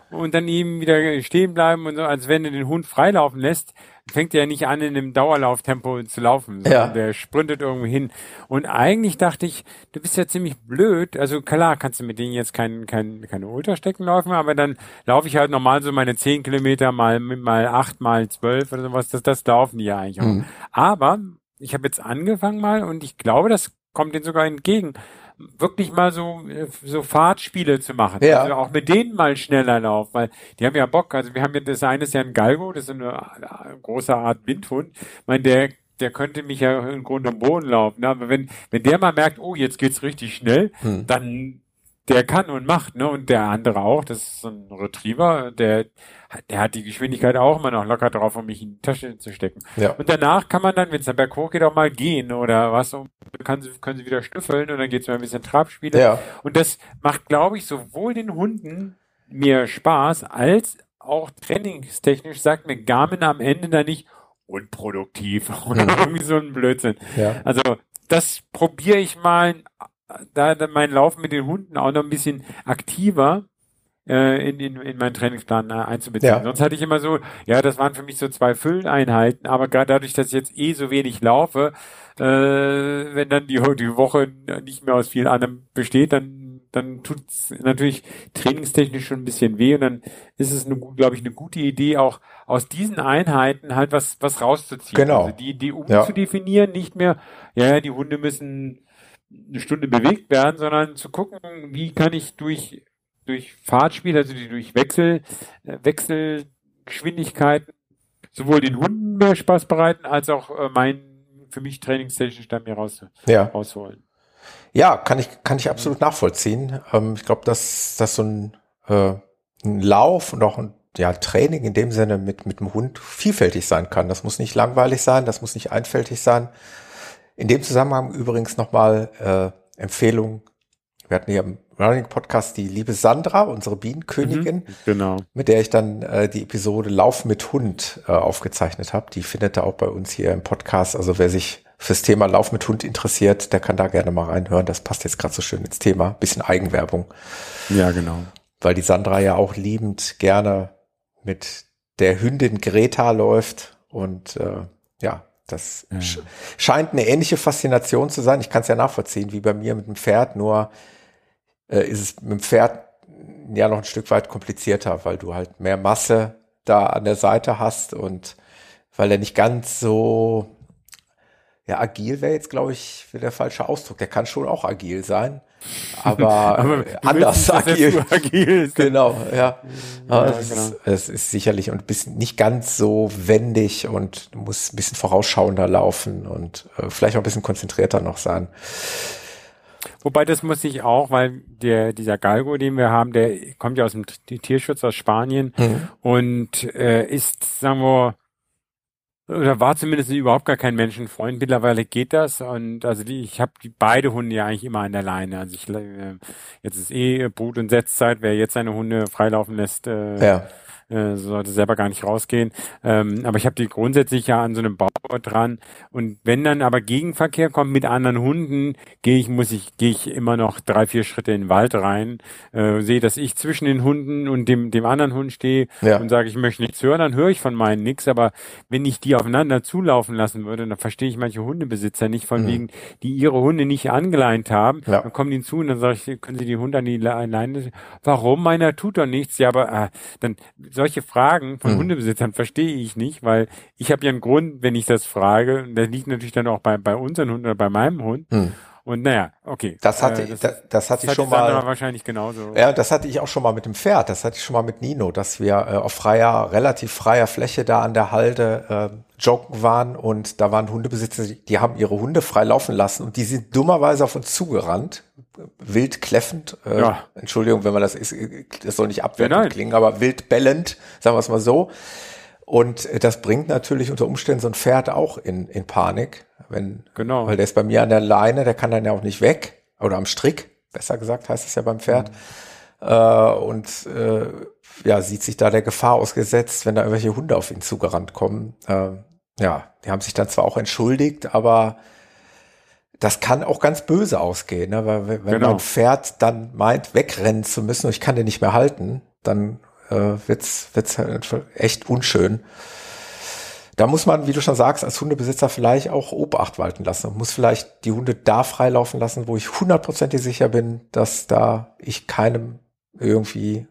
und dann eben wieder stehen bleiben und so, als wenn du den Hund freilaufen lässt, fängt er ja nicht an, in einem Dauerlauftempo zu laufen, sondern Ja. der sprintet irgendwo hin. Und eigentlich dachte ich, du bist ja ziemlich blöd, also klar kannst du mit denen jetzt kein, kein, keine Ultrastrecken laufen, aber dann laufe ich halt normal so meine zehn Kilometer mal, mal acht, mal zwölf oder sowas, das, das laufen die ja eigentlich auch. Mhm. Aber ich habe jetzt angefangen mal und ich glaube, das kommt denen sogar entgegen, wirklich mal so so Fahrtspiele zu machen. Ja. Also auch mit denen mal schneller laufen, weil die haben ja Bock. Also wir haben ja, das eine ist ja ein Galgo, das ist eine, eine große Art Windhund. Ich meine, der der könnte mich ja im Grunde am Boden laufen. Ne? Aber wenn wenn der mal merkt, oh, jetzt geht's richtig schnell, Hm. dann der kann und macht, ne? Und der andere auch, das ist so ein Retriever, der der hat die Geschwindigkeit auch immer noch locker drauf, um mich in die Tasche zu stecken. Ja. Und danach kann man dann, wenn es dann berghoch geht, auch mal gehen oder was, und kann sie, können sie wieder schnüffeln und dann geht's mal ein bisschen Trabspiele. Ja. Und das macht, glaube ich, sowohl den Hunden mir Spaß, als auch trainingstechnisch sagt mir Garmin am Ende dann nicht unproduktiv oder irgendwie so ein Blödsinn. Ja. Also das probiere ich mal, da, da mein Laufen mit den Hunden auch noch ein bisschen aktiver äh, in, in, in meinen Trainingsplan äh, einzubeziehen. Ja. Sonst hatte ich immer so, ja, das waren für mich so zwei Fülleneinheiten, aber gerade dadurch, dass ich jetzt eh so wenig laufe, äh, wenn dann die, die Woche nicht mehr aus viel anderem besteht, dann, dann tut's natürlich trainingstechnisch schon ein bisschen weh und dann ist es, glaube ich, eine gute Idee, auch aus diesen Einheiten halt was, was rauszuziehen. Genau. Also die, die Ja. umzudefinieren, nicht mehr, ja, die Hunde müssen eine Stunde bewegt werden, sondern zu gucken, wie kann ich durch durch Fahrtspiel, also die durch Wechsel äh, Wechselgeschwindigkeiten sowohl den Hunden mehr Spaß bereiten, als auch äh, mein für mich trainingstechnisch dann mehr raus, Ja. rausholen. Ja, kann ich, kann ich absolut nachvollziehen. Ähm, ich glaube, dass, dass so ein, äh, ein Lauf und auch ein ja, Training in dem Sinne mit, mit dem Hund vielfältig sein kann. Das muss nicht langweilig sein, das muss nicht einfältig sein. In dem Zusammenhang übrigens nochmal äh, Empfehlung. Wir hatten hier im Running Podcast die liebe Sandra, unsere Bienenkönigin, Mhm, genau. mit der ich dann äh, die Episode Lauf mit Hund äh, aufgezeichnet habe. Die findet ihr auch bei uns hier im Podcast. Also wer sich fürs Thema Lauf mit Hund interessiert, der kann da gerne mal reinhören. Das passt jetzt gerade so schön ins Thema. Bisschen Eigenwerbung. Ja, genau. Weil die Sandra ja auch liebend gerne mit der Hündin Greta läuft. Und äh, ja, das Ja. sch- scheint eine ähnliche Faszination zu sein. Ich kann es ja nachvollziehen, wie bei mir mit dem Pferd, nur äh, ist es mit dem Pferd ja noch ein Stück weit komplizierter, weil du halt mehr Masse da an der Seite hast und weil er nicht ganz so, ja, agil wäre jetzt, glaube ich, der falsche Ausdruck. Der kann schon auch agil sein, aber, Aber äh, du anders willst nicht, dass er agil. zu agil ist. Genau, ja. Aber Ja, es, genau. ist, es ist sicherlich und bisschen nicht ganz so wendig und du musst ein bisschen vorausschauender laufen und äh, vielleicht auch ein bisschen konzentrierter noch sein. Wobei das muss ich auch, weil der dieser Galgo, den wir haben, der kommt ja aus dem T- Tierschutz aus Spanien Mhm. und äh, ist, sagen wir, oder war zumindest überhaupt gar kein Menschenfreund. Mittlerweile geht das und also die, ich habe die beide Hunde ja eigentlich immer an der Leine. Also ich äh, jetzt ist eh Brut- und Setzzeit, wer jetzt seine Hunde freilaufen lässt, äh, Ja, äh, sollte selber gar nicht rausgehen. Ähm, aber ich habe die grundsätzlich ja an so einem Bau dran. Und wenn dann aber Gegenverkehr kommt mit anderen Hunden, gehe ich, muss ich, gehe ich immer noch drei, vier Schritte in den Wald rein, äh, sehe, dass ich zwischen den Hunden und dem, dem anderen Hund stehe Ja. und sage, ich möchte nichts hören, dann höre ich von meinen nichts. Aber wenn ich die aufeinander zulaufen lassen würde, dann verstehe ich manche Hundebesitzer nicht, von Mhm. wegen, die ihre Hunde nicht angeleint haben. Ja. Dann kommen die zu und dann sage ich, können Sie die Hunde an die Le- Leine? Warum? Meiner tut doch nichts. Ja, aber äh, dann solche Fragen von Mhm. Hundebesitzern verstehe ich nicht, weil ich habe ja einen Grund, wenn ich das frage. Und das liegt natürlich dann auch bei bei unseren Hunden oder bei meinem Hund. Mhm. Und naja, okay. Das hatte, Äh, das, das hatte ich hat schon die Sandra mal. wahrscheinlich genauso. Ja, das hatte ich auch schon mal mit dem Pferd. Das hatte ich schon mal mit Nino, dass wir äh, auf freier, relativ freier Fläche da an der Halde äh, joggen waren und da waren Hundebesitzer, die, die haben ihre Hunde frei laufen lassen und die sind dummerweise auf uns zugerannt, wild kläffend. Äh, Ja. Entschuldigung, wenn man das ist, das soll nicht abwertend Ja, nein. klingen, aber wild bellend, sagen wir es mal so. Und äh, das bringt natürlich unter Umständen so ein Pferd auch in, in Panik, wenn, Genau. weil der ist bei mir an der Leine, der kann dann ja auch nicht weg oder am Strick, besser gesagt heißt es ja beim Pferd. Mhm. Äh, und äh, ja, sieht sich da der Gefahr ausgesetzt, wenn da irgendwelche Hunde auf ihn zugerannt kommen. Äh, ja, die haben sich dann zwar auch entschuldigt, aber das kann auch ganz böse ausgehen, ne? Weil wenn Genau. mein Pferd dann meint, wegrennen zu müssen und ich kann den nicht mehr halten, dann äh, wird's, wird's halt echt unschön. Da muss man, wie du schon sagst, als Hundebesitzer vielleicht auch Obacht walten lassen. Man muss vielleicht die Hunde da freilaufen lassen, wo ich hundertprozentig sicher bin, dass da ich keinem irgendwie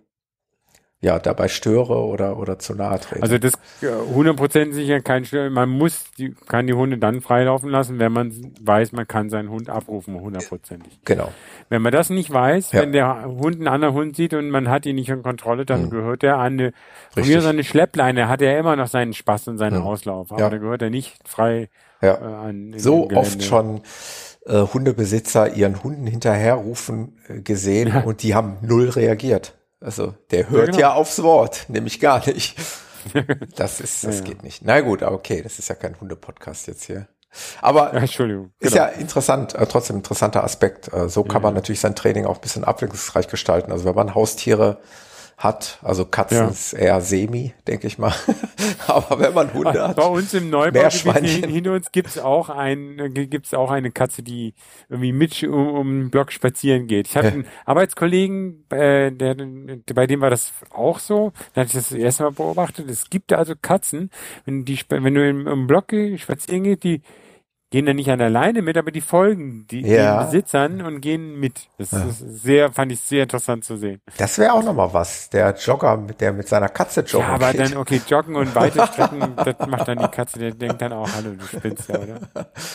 ja dabei störe oder oder zu nahe trete. Also das hundertprozentig sicher kein Stör. Man muss die, kann die Hunde dann freilaufen lassen, wenn man weiß, man kann seinen Hund abrufen, hundertprozentig. Genau. Wenn man das nicht weiß, Ja. wenn der Hund einen anderen Hund sieht und man hat ihn nicht in Kontrolle, dann Mhm. gehört er an eine, von Richtig. mir so eine Schleppleine, hat er immer noch seinen Spaß und seinen Mhm. Auslauf, aber Ja. da gehört er nicht frei Ja. äh, an. in So dem oft Gelände. schon äh, Hundebesitzer ihren Hunden hinterherrufen äh, gesehen Ja. und die haben null reagiert. Also der hört genau. ja aufs Wort, nämlich gar nicht. Das ist, das Ja, ja. geht nicht. Na gut, aber okay, das ist ja kein Hunde-Podcast jetzt hier. Aber Ja, Entschuldigung. ist Genau. ja interessant, äh, trotzdem ein interessanter Aspekt. Äh, so kann Ja. man natürlich sein Training auch ein bisschen abwechslungsreich gestalten. Also wenn man Haustiere hat, also Katzen Ja. ist eher semi, denke ich mal. Aber wenn man Hunde hat, Bei uns im Neubaugebiet Meerschweinchen. hin- hinter uns gibt's auch ein, äh, gibt's auch eine Katze, die irgendwie mit um, um den Block spazieren geht. Ich hatte Ja. einen Arbeitskollegen, äh, der, der, bei dem war das auch so. Da hatte ich das, das erste Mal beobachtet. Es gibt also Katzen, wenn die, sp- wenn du im, im Block geh- spazieren geht, die gehen dann nicht an der Leine mit, aber die folgen die, Ja. den Besitzern und gehen mit. Das Ja. ist sehr, fand ich sehr interessant zu sehen. das wäre auch nochmal was. Der Jogger, mit der mit seiner Katze joggen Ja, aber geht. dann, okay, joggen und weite Strecken, das macht dann die Katze, der denkt dann auch, hallo, du spinnst ja, oder?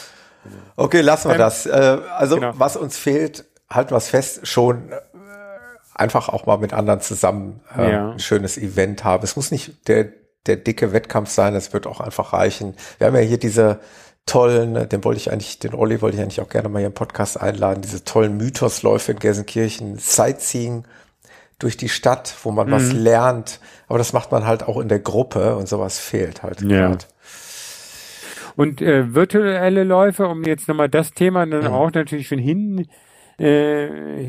Okay, lassen wir Ähm, das. Äh, also genau. was uns fehlt, halten wir es fest, schon äh, einfach auch mal mit anderen zusammen äh, Ja. ein schönes Event haben. Es muss nicht der, der dicke Wettkampf sein, es wird auch einfach reichen. Wir haben ja hier diese tollen, den wollte ich eigentlich, den Olli wollte ich eigentlich auch gerne mal hier im Podcast einladen, diese tollen Mythosläufe in Gelsenkirchen, Sightseeing durch die Stadt, wo man was lernt. Aber das macht man halt auch in der Gruppe und sowas fehlt halt. Ja. gerade. Und äh, virtuelle Läufe, um jetzt nochmal das Thema dann Mhm. auch natürlich von hin, äh,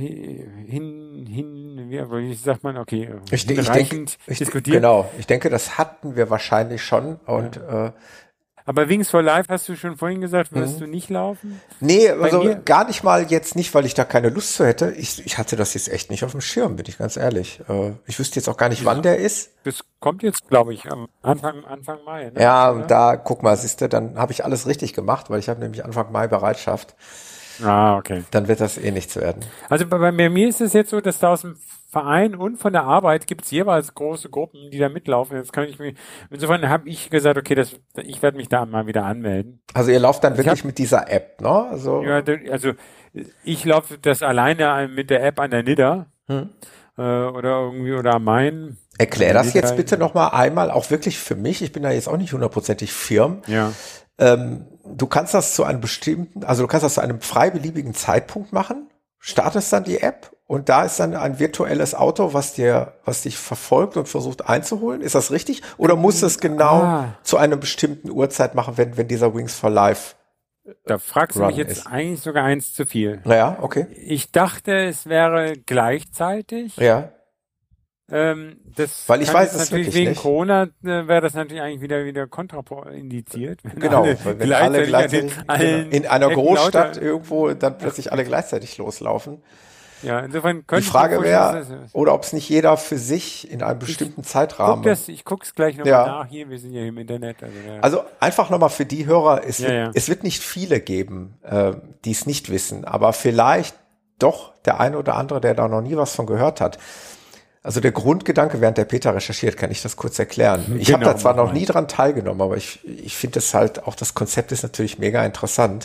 hin, hin, wie, wie sagt man, okay, Ich, de- ich hinreichend denke, ich, diskutiert. genau, ich denke, das hatten wir wahrscheinlich schon und äh, Aber Wings for Life hast du schon vorhin gesagt, wirst Mhm. du nicht laufen? nee, also mir- gar nicht mal jetzt nicht, weil ich da keine Lust zu hätte. Ich, ich hatte das jetzt echt nicht auf dem Schirm, bin ich ganz ehrlich. Äh, ich wüsste jetzt auch gar nicht, wann der ist. Das kommt jetzt, glaube ich, am Anfang, Anfang Mai. Ne? Ja, Oder? und da, guck mal, siehst du, dann habe ich alles richtig gemacht, weil ich habe nämlich Anfang Mai Bereitschaft. Ah, okay. Dann wird das eh nichts werden. Also bei, bei mir ist es jetzt so, dass da aus dem Verein und von der Arbeit gibt es jeweils große Gruppen, die da mitlaufen. Jetzt kann ich mir, insofern habe ich gesagt, okay, das, ich werde mich da mal wieder anmelden. Also ihr lauft dann Ich wirklich hab- mit dieser App, ne? Also, Ja, da- also ich laufe das alleine mit der App an der Nidda Hm. äh, oder irgendwie oder am Main. erklär das jetzt Nidda- bitte noch mal einmal, auch wirklich für mich. Ich bin da jetzt auch nicht hundertprozentig firm. Ja. Ähm, du kannst das zu einem bestimmten, also du kannst das zu einem frei beliebigen Zeitpunkt machen, startest dann die App und da ist dann ein virtuelles Auto, was dir, was dich verfolgt und versucht einzuholen. Ist das richtig? Oder musst du es genau Ah. zu einer bestimmten Uhrzeit machen, wenn, wenn dieser Wings for Life? Da fragst du Run mich jetzt ist. eigentlich sogar eins zu viel. Naja, okay. Ich dachte, es wäre gleichzeitig. Ja. Ähm, das Weil ich kann weiß jetzt es natürlich wirklich wegen nicht. Corona äh, wäre das natürlich eigentlich wieder wieder kontraindiziert. Wenn Genau, alle weil wenn alle gleichzeitig an den- allen in einer Ecken Großstadt lauter- irgendwo dann plötzlich alle gleichzeitig loslaufen. Ja, insofern Die könnte Frage ich mir wäre, vorstellen, dass- oder ob es nicht jeder für sich in einem bestimmten Zeitrahmen. guck das, ich guck's gleich nochmal Ja. nach. Hier, wir sind ja im Internet. Also, ja. Also einfach nochmal für die Hörer, es, Ja, wird, ja. es wird nicht viele geben, äh, die es nicht wissen, aber vielleicht doch der eine oder andere, der da noch nie was von gehört hat. Also der Grundgedanke, während der Peter recherchiert, kann ich das kurz erklären. Ich habe Genau, da zwar mach noch mal. nie dran teilgenommen, aber ich, ich finde es halt, auch das Konzept ist natürlich mega interessant.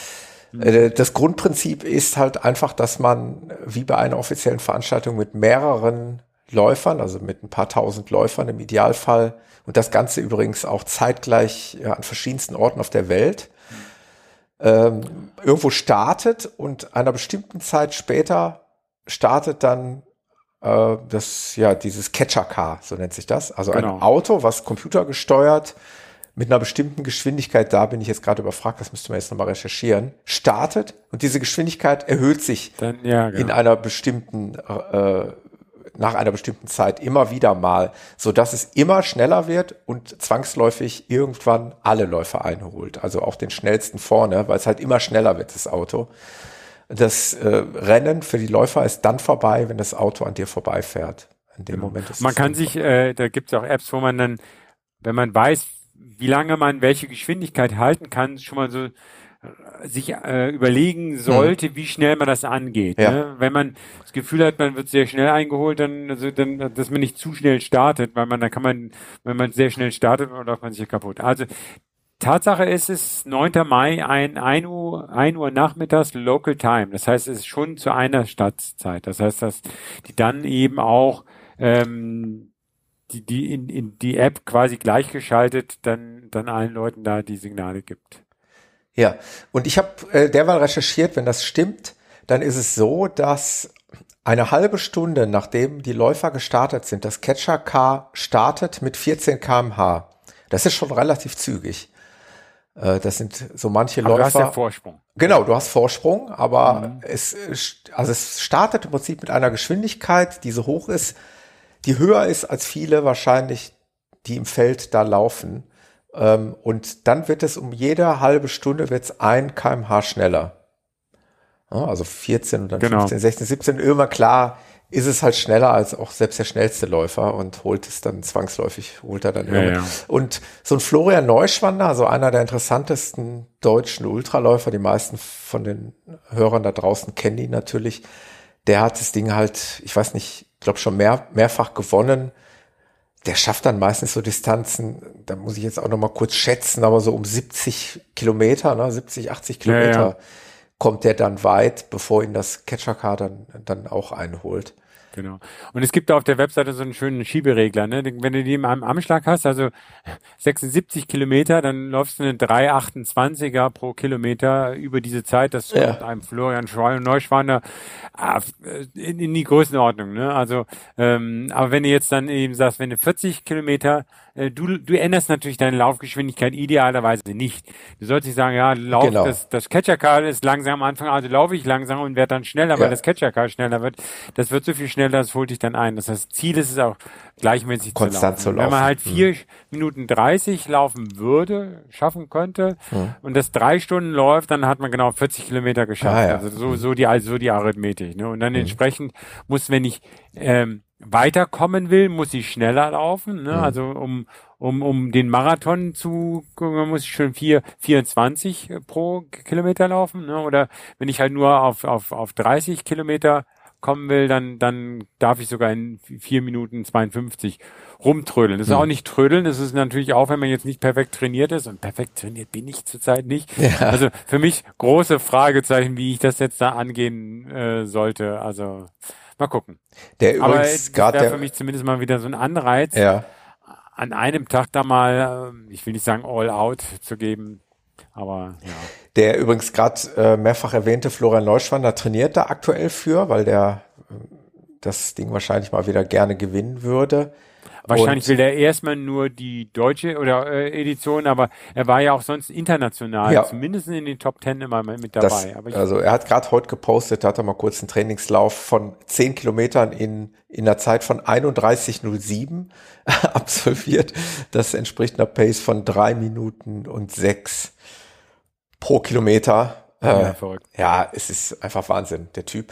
Äh, Das Grundprinzip ist halt einfach, dass man wie bei einer offiziellen Veranstaltung mit mehreren Läufern, also mit ein paar tausend Läufern im Idealfall, und das Ganze übrigens auch zeitgleich ja, an verschiedensten Orten auf der Welt, ähm, irgendwo startet und einer bestimmten Zeit später startet dann äh, das, ja, dieses Catcher-Car, so nennt sich das. Also Genau. ein Auto, was computergesteuert mit einer bestimmten Geschwindigkeit, da bin ich jetzt gerade überfragt, das müsste man jetzt nochmal recherchieren, startet und diese Geschwindigkeit erhöht sich Dann, ja, genau. in einer bestimmten, äh, nach einer bestimmten Zeit immer wieder mal, so dass es immer schneller wird und zwangsläufig irgendwann alle Läufer einholt. Also auch den schnellsten vorne, weil es halt immer schneller wird, das Auto. Das äh, Rennen für die Läufer ist dann vorbei, wenn das Auto an dir vorbeifährt. In dem genau. Moment ist man es kann sich, äh, da gibt es auch Apps, wo man dann, wenn man weiß, wie lange man welche Geschwindigkeit halten kann, schon mal so sich äh, überlegen sollte, hm. wie schnell man das angeht. Ja. Ne? Wenn man das Gefühl hat, man wird sehr schnell eingeholt, dann, also dann, dass man nicht zu schnell startet, weil man, dann kann man, wenn man sehr schnell startet, dann läuft man sich kaputt. Also Tatsache ist es neunter Mai, ein, ein Uhr, ein Uhr nachmittags Local Time. Das heißt, es ist schon zu einer Stadtzeit. Das heißt, dass die dann eben auch ähm, die, die in, in die App quasi gleichgeschaltet dann, dann allen Leuten da die Signale gibt. Ja, und ich habe äh, derweil recherchiert, wenn das stimmt, dann ist es so, dass eine halbe Stunde nachdem die Läufer gestartet sind, das Catcher Car startet mit vierzehn Kilometer pro Stunde. Das ist schon relativ zügig. Äh, das sind so manche aber Läufer. Du hast ja Vorsprung. Genau, du hast Vorsprung, aber mhm. es, also es startet im Prinzip mit einer Geschwindigkeit, die so hoch ist, die höher ist als viele wahrscheinlich, die im Feld da laufen. Und dann wird es um jede halbe Stunde wird's ein Kilometer pro Stunde schneller. Also vierzehn und dann genau. fünfzehn, sechzehn, siebzehn. Immer klar ist es halt schneller als auch selbst der schnellste Läufer und holt es dann zwangsläufig, holt er dann ja, irgendwann. Ja. Und so ein Florian Neuschwander, also einer der interessantesten deutschen Ultraläufer, die meisten von den Hörern da draußen kennen ihn natürlich, der hat das Ding halt, ich weiß nicht, ich glaube schon mehr, mehrfach gewonnen. Der schafft dann meistens so Distanzen, da muss ich jetzt auch noch mal kurz schätzen, aber so um siebzig Kilometer, ne, siebzig, achtzig Kilometer ja, ja. kommt der dann weit, bevor ihn das Catcher Car dann, dann auch einholt. Genau. Und es gibt da auf der Webseite so einen schönen Schieberegler, ne? Wenn du die im Anschlag hast, also sechsundsiebzig Kilometer, dann läufst du eine drei Komma achtundzwanziger pro Kilometer über diese Zeit. Das ja. kommt einem Florian Neuschwander in, in die Größenordnung, ne? Also, ähm, aber wenn du jetzt dann eben sagst, wenn du vierzig Kilometer, äh, du, du änderst natürlich deine Laufgeschwindigkeit idealerweise nicht. Du sollst nicht sagen, ja, lauf, genau. das, das Catcher Car ist langsam am Anfang, also laufe ich langsam und werde dann schneller, ja. weil das Catcher Car schneller wird. Das wird so viel schneller, das holt dich dann ein. Das heißt, Ziel ist es auch, gleichmäßig konstant zu laufen. zu laufen. Wenn man halt vier hm. Minuten dreißig laufen würde, schaffen könnte hm. und das drei Stunden läuft, dann hat man genau vierzig Kilometer geschafft. Ah, ja. Also so, so die, also so die Arithmetik, ne? Und dann hm. entsprechend muss, wenn ich, ähm, weiterkommen will, muss ich schneller laufen, ne? Mhm. Also um um um den Marathon zu muss ich schon vier vierundzwanzig pro Kilometer laufen, ne? Oder wenn ich halt nur auf auf auf dreißig Kilometer kommen will, dann dann darf ich sogar in vier Minuten zweiundfünfzig rumtrödeln. Das ist mhm. auch nicht trödeln, das ist natürlich auch, wenn man jetzt nicht perfekt trainiert ist, und perfekt trainiert bin ich zurzeit nicht. Ja. Also für mich große Fragezeichen, wie ich das jetzt da angehen äh, sollte. Also mal gucken. Der Aber übrigens das wäre der, für mich zumindest mal wieder so ein Anreiz, ja. an einem Tag da mal, ich will nicht sagen all out zu geben, aber ja. Der übrigens gerade äh, mehrfach erwähnte Florian Neuschwander trainiert da aktuell für, weil der äh, das Ding wahrscheinlich mal wieder gerne gewinnen würde. Wahrscheinlich und, will er erstmal nur die deutsche oder äh, Edition, aber er war ja auch sonst international, ja, zumindest in den Top Ten immer mit dabei. Das, aber ich, also er hat gerade heute gepostet, da hat er mal kurz einen Trainingslauf von zehn Kilometern in in der Zeit von einunddreißig null sieben absolviert. Das entspricht einer Pace von drei Minuten und sechs pro Kilometer. Ja, äh, verrückt. Ja, es ist einfach Wahnsinn, der Typ.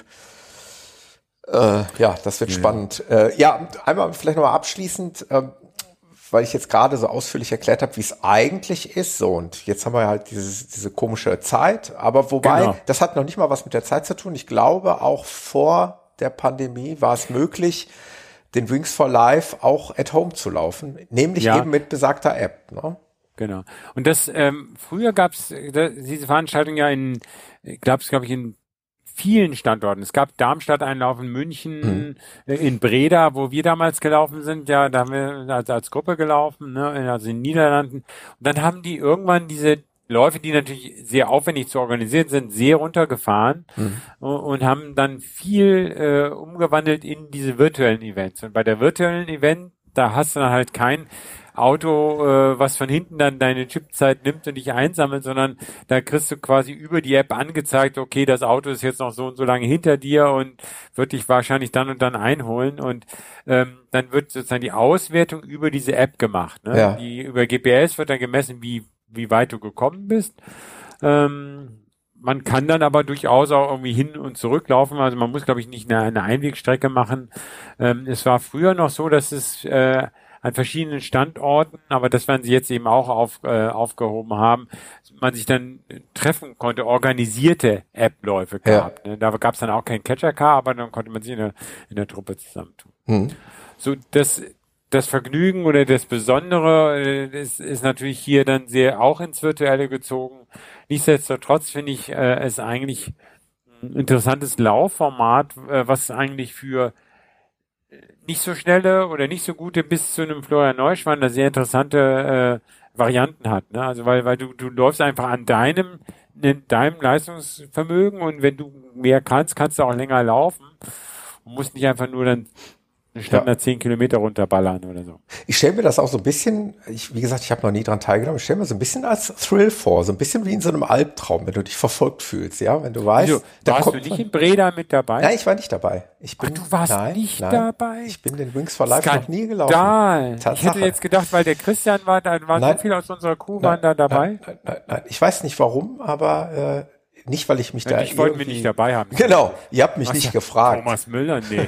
Äh, ja, das wird ja. spannend. Äh, ja, einmal vielleicht nochmal abschließend, äh, weil ich jetzt gerade so ausführlich erklärt habe, wie es eigentlich ist. So, und jetzt haben wir halt dieses, diese komische Zeit. Aber wobei, genau. das hat noch nicht mal was mit der Zeit zu tun. Ich glaube, auch vor der Pandemie war es möglich, den Wings for Life auch at home zu laufen. Nämlich ja. eben mit besagter App. Ne? Genau. Und das, ähm, früher gab es diese Veranstaltung ja in, gab es, glaube ich, in vielen Standorten. Es gab Darmstadt-Einlauf in München, mhm. in Breda, wo wir damals gelaufen sind, ja, da haben wir als, als Gruppe gelaufen, ne, also in den Niederlanden. Und dann haben die irgendwann diese Läufe, die natürlich sehr aufwendig zu organisieren sind, sehr runtergefahren mhm. und, und haben dann viel äh, umgewandelt in diese virtuellen Events. Und bei der virtuellen Event, da hast du dann halt kein Auto, äh, was von hinten dann deine Chipzeit nimmt und dich einsammelt, sondern da kriegst du quasi über die App angezeigt, okay, das Auto ist jetzt noch so und so lange hinter dir und wird dich wahrscheinlich dann und dann einholen, und ähm, dann wird sozusagen die Auswertung über diese App gemacht. Ne? Ja. Die über G P S wird dann gemessen, wie wie weit du gekommen bist. Ähm, man kann dann aber durchaus auch irgendwie hin und zurück laufen. Also man muss, glaube ich, nicht eine, eine Einwegstrecke machen. Ähm, es war früher noch so, dass es äh, an verschiedenen Standorten, aber das werden sie jetzt eben auch auf, äh, aufgehoben haben, man sich dann treffen konnte, organisierte App-Läufe gab. Ja. Ne? Da gab es dann auch kein Catcher-Car, aber dann konnte man sich in der, in der Truppe zusammentun. Hm. So, das Das Vergnügen oder das Besondere äh, ist, ist natürlich hier dann sehr auch ins Virtuelle gezogen. Nichtsdestotrotz finde ich äh, es eigentlich ein interessantes Laufformat, äh, was eigentlich für nicht so schnelle oder nicht so gute bis zu einem Florian Neuschwander sehr interessante äh, Varianten hat. Ne? Also weil weil du du läufst einfach an deinem in deinem Leistungsvermögen und wenn du mehr kannst, kannst du auch länger laufen und musst nicht einfach nur dann eine Standard ja. zehn Kilometer runterballern oder so. Ich stelle mir das auch so ein bisschen, ich, wie gesagt, ich habe noch nie dran teilgenommen, ich stelle mir so ein bisschen als Thrill vor, so ein bisschen wie in so einem Albtraum, wenn du dich verfolgt fühlst, ja, wenn du weißt. Also, da warst du nicht in Breda mit dabei? Nein, ich war nicht dabei. Ich bin, Ach, du warst nein, nicht nein, dabei? Ich bin den Wings for Life Skandal. noch nie gelaufen. Tatsache. Ich hätte jetzt gedacht, weil der Christian war, da waren nein, so viele aus unserer Crew nein, waren da dabei. Nein, nein, nein, nein, ich weiß nicht warum, aber äh, nicht, weil ich mich ja, da ich wollte mich nicht dabei haben. Genau, ihr habt mich Ach, nicht gefragt. Thomas Müller, nee.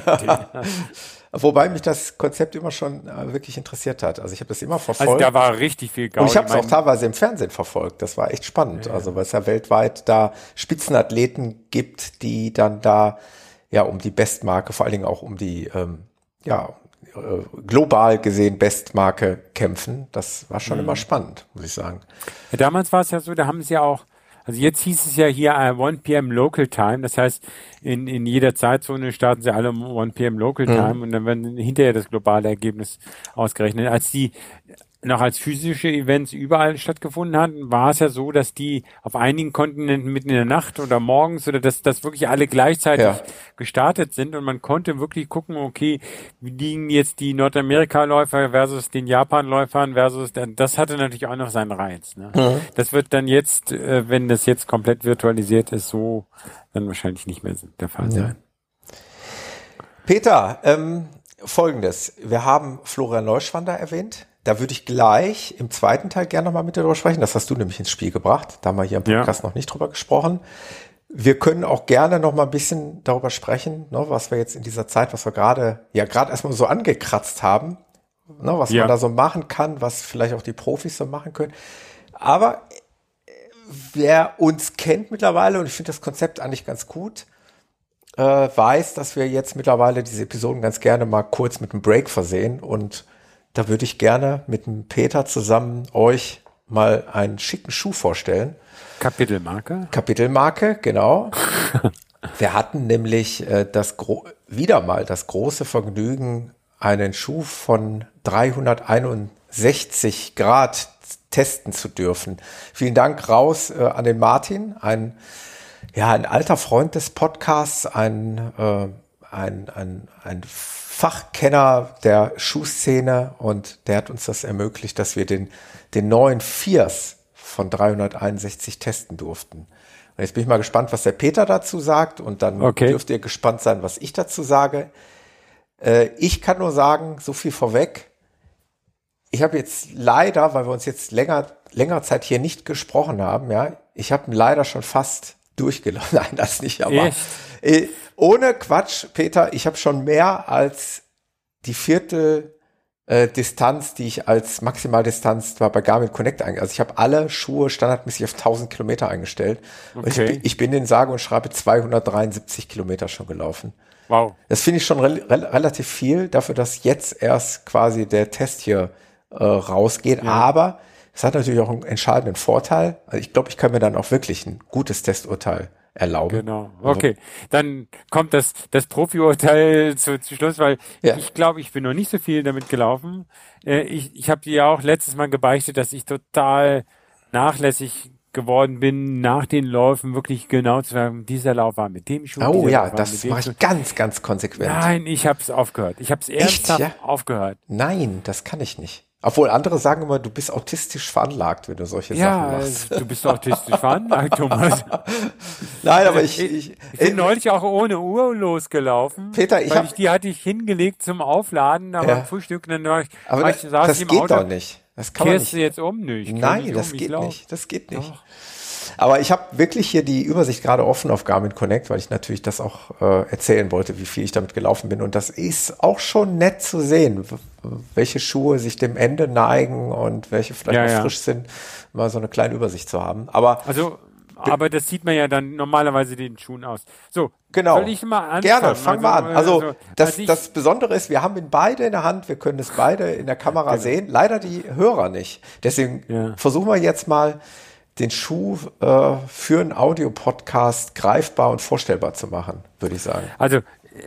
Wobei mich das Konzept immer schon äh, wirklich interessiert hat. Also ich habe das immer verfolgt. Also da war richtig viel Gaudi. Und ich habe es auch teilweise im Fernsehen verfolgt. Das war echt spannend. Ja. Also weil es ja weltweit da Spitzenathleten gibt, die dann da ja um die Bestmarke, vor allen Dingen auch um die ähm, ja äh, global gesehen Bestmarke kämpfen. Das war schon mhm. immer spannend, muss ich sagen. Ja, damals war es ja so, da haben sie ja auch Also jetzt hieß es ja hier uh, one p m Local Time, das heißt, in, in jeder Zeitzone starten sie alle um one p m Local Time mhm. und dann werden hinterher das globale Ergebnis ausgerechnet. Als die noch als physische Events überall stattgefunden hatten, war es ja so, dass die auf einigen Kontinenten mitten in der Nacht oder morgens oder dass, dass wirklich alle gleichzeitig ja. gestartet sind und man konnte wirklich gucken, okay, wie liegen jetzt die Nordamerika-Läufer versus den Japan-Läufern versus, das hatte natürlich auch noch seinen Reiz. Ne? Mhm. Das wird dann jetzt, wenn das jetzt komplett virtualisiert ist, so dann wahrscheinlich nicht mehr der Fall sein. Ja. Peter, ähm, Folgendes. Wir haben Florian Neuschwander erwähnt. Da würde ich gleich im zweiten Teil gerne nochmal mit dir drüber sprechen. Das hast du nämlich ins Spiel gebracht. Da haben wir hier im Podcast ja. noch nicht drüber gesprochen. Wir können auch gerne noch mal ein bisschen darüber sprechen, ne, was wir jetzt in dieser Zeit, was wir gerade, ja gerade erstmal so angekratzt haben, ne, was ja. man da so machen kann, was vielleicht auch die Profis so machen können. Aber wer uns kennt mittlerweile, und ich finde das Konzept eigentlich ganz gut, äh, weiß, dass wir jetzt mittlerweile diese Episoden ganz gerne mal kurz mit einem Break versehen und da würde ich gerne mit dem Peter zusammen euch mal einen schicken Schuh vorstellen. Kapitelmarke? Kapitelmarke, genau. Wir hatten nämlich äh, das gro- wieder mal das große Vergnügen, einen Schuh von dreihunderteinundsechzig Grad testen zu dürfen. Vielen Dank raus äh, an den Martin, ein, ja, ein alter Freund des Podcasts, ein, äh, ein, ein, ein Fachkenner der Schuhszene und der hat uns das ermöglicht, dass wir den, den neuen Fierce von dreihunderteinundsechzig testen durften. Und jetzt bin ich mal gespannt, was der Peter dazu sagt und dann okay. dürft ihr gespannt sein, was ich dazu sage. Äh, ich kann nur sagen, so viel vorweg. Ich habe jetzt leider, weil wir uns jetzt länger, länger Zeit hier nicht gesprochen haben, ja, ich habe ihn leider schon fast durchgelaufen. Nein, das nicht, aber äh, ohne Quatsch, Peter, ich habe schon mehr als die Viertel äh, Distanz, die ich als Maximaldistanz war bei Garmin Connect eingestellt. Also ich habe alle Schuhe standardmäßig auf tausend Kilometer eingestellt. Okay. Und ich, bin, ich bin den sage und schreibe zweihundertdreiundsiebzig Kilometer schon gelaufen. Wow. Das finde ich schon re- re- relativ viel dafür, dass jetzt erst quasi der Test hier äh, rausgeht. Ja. Aber es hat natürlich auch einen entscheidenden Vorteil. Also ich glaube, ich kann mir dann auch wirklich ein gutes Testurteil erlauben. Genau, okay. Dann kommt das das Profi-Urteil zu, zu Schluss, weil ja. ich glaube, ich bin noch nicht so viel damit gelaufen. Äh, ich ich habe dir auch letztes Mal gebeichtet, dass ich total nachlässig geworden bin, nach den Läufen wirklich genau zu sagen, dieser Lauf war mit dem Schuh. Oh ja, das mache ich ganz, ganz konsequent. Nein, ich habe es aufgehört. Ich habe es ernsthaft ja? aufgehört. Nein, das kann ich nicht. Obwohl andere sagen immer, du bist autistisch veranlagt, wenn du solche ja, Sachen machst. Ja, du bist autistisch veranlagt, Thomas. Nein, aber ich... Ich, ich bin äh, neulich auch ohne Uhr losgelaufen. Peter, ich habe... Die hatte ich hingelegt zum Aufladen, aber ja. Frühstück, dann war ich, aber war das, ich saß das im geht Auto. doch nicht. Das kann man nicht. Du jetzt um? Nö, ich Nein, nicht das um, geht lauf. nicht. Das geht nicht. Doch. Aber ich habe wirklich hier die Übersicht gerade offen auf Garmin Connect, weil ich natürlich das auch äh, erzählen wollte, wie viel ich damit gelaufen bin. Und das ist auch schon nett zu sehen, welche Schuhe sich dem Ende neigen und welche vielleicht Ja, noch ja. frisch sind, mal so eine kleine Übersicht zu haben. Aber Also, aber das sieht man ja dann normalerweise den Schuhen aus. So, genau. soll ich mal anfangen? Gerne, fangen wir an. Also, also das, als ich- das Besondere ist, wir haben ihn beide in der Hand, wir können es beide in der Kamera Genau. sehen, leider die Hörer nicht. Deswegen Ja. versuchen wir jetzt mal, den Schuh äh, für einen Audiopodcast greifbar und vorstellbar zu machen, würde ich sagen. Also, äh,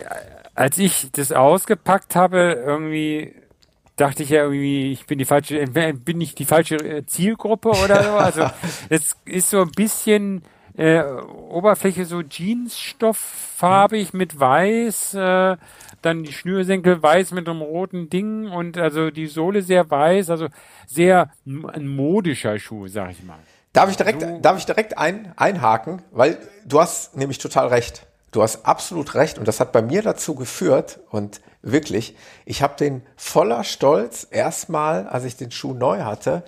als ich das ausgepackt habe, irgendwie dachte ich ja irgendwie, ich bin die falsche, äh, bin ich die falsche äh, Zielgruppe oder so. Also, es ist so ein bisschen äh, Oberfläche so Jeansstofffarbig mit weiß, äh, dann die Schnürsenkel weiß mit einem roten Ding und also die Sohle sehr weiß, also sehr m- ein modischer Schuh, sag ich mal. Darf ich direkt, So- darf ich direkt ein, einhaken? Weil du hast nämlich total recht. Du hast absolut recht und das hat bei mir dazu geführt und wirklich, ich habe den voller Stolz erstmal, als ich den Schuh neu hatte,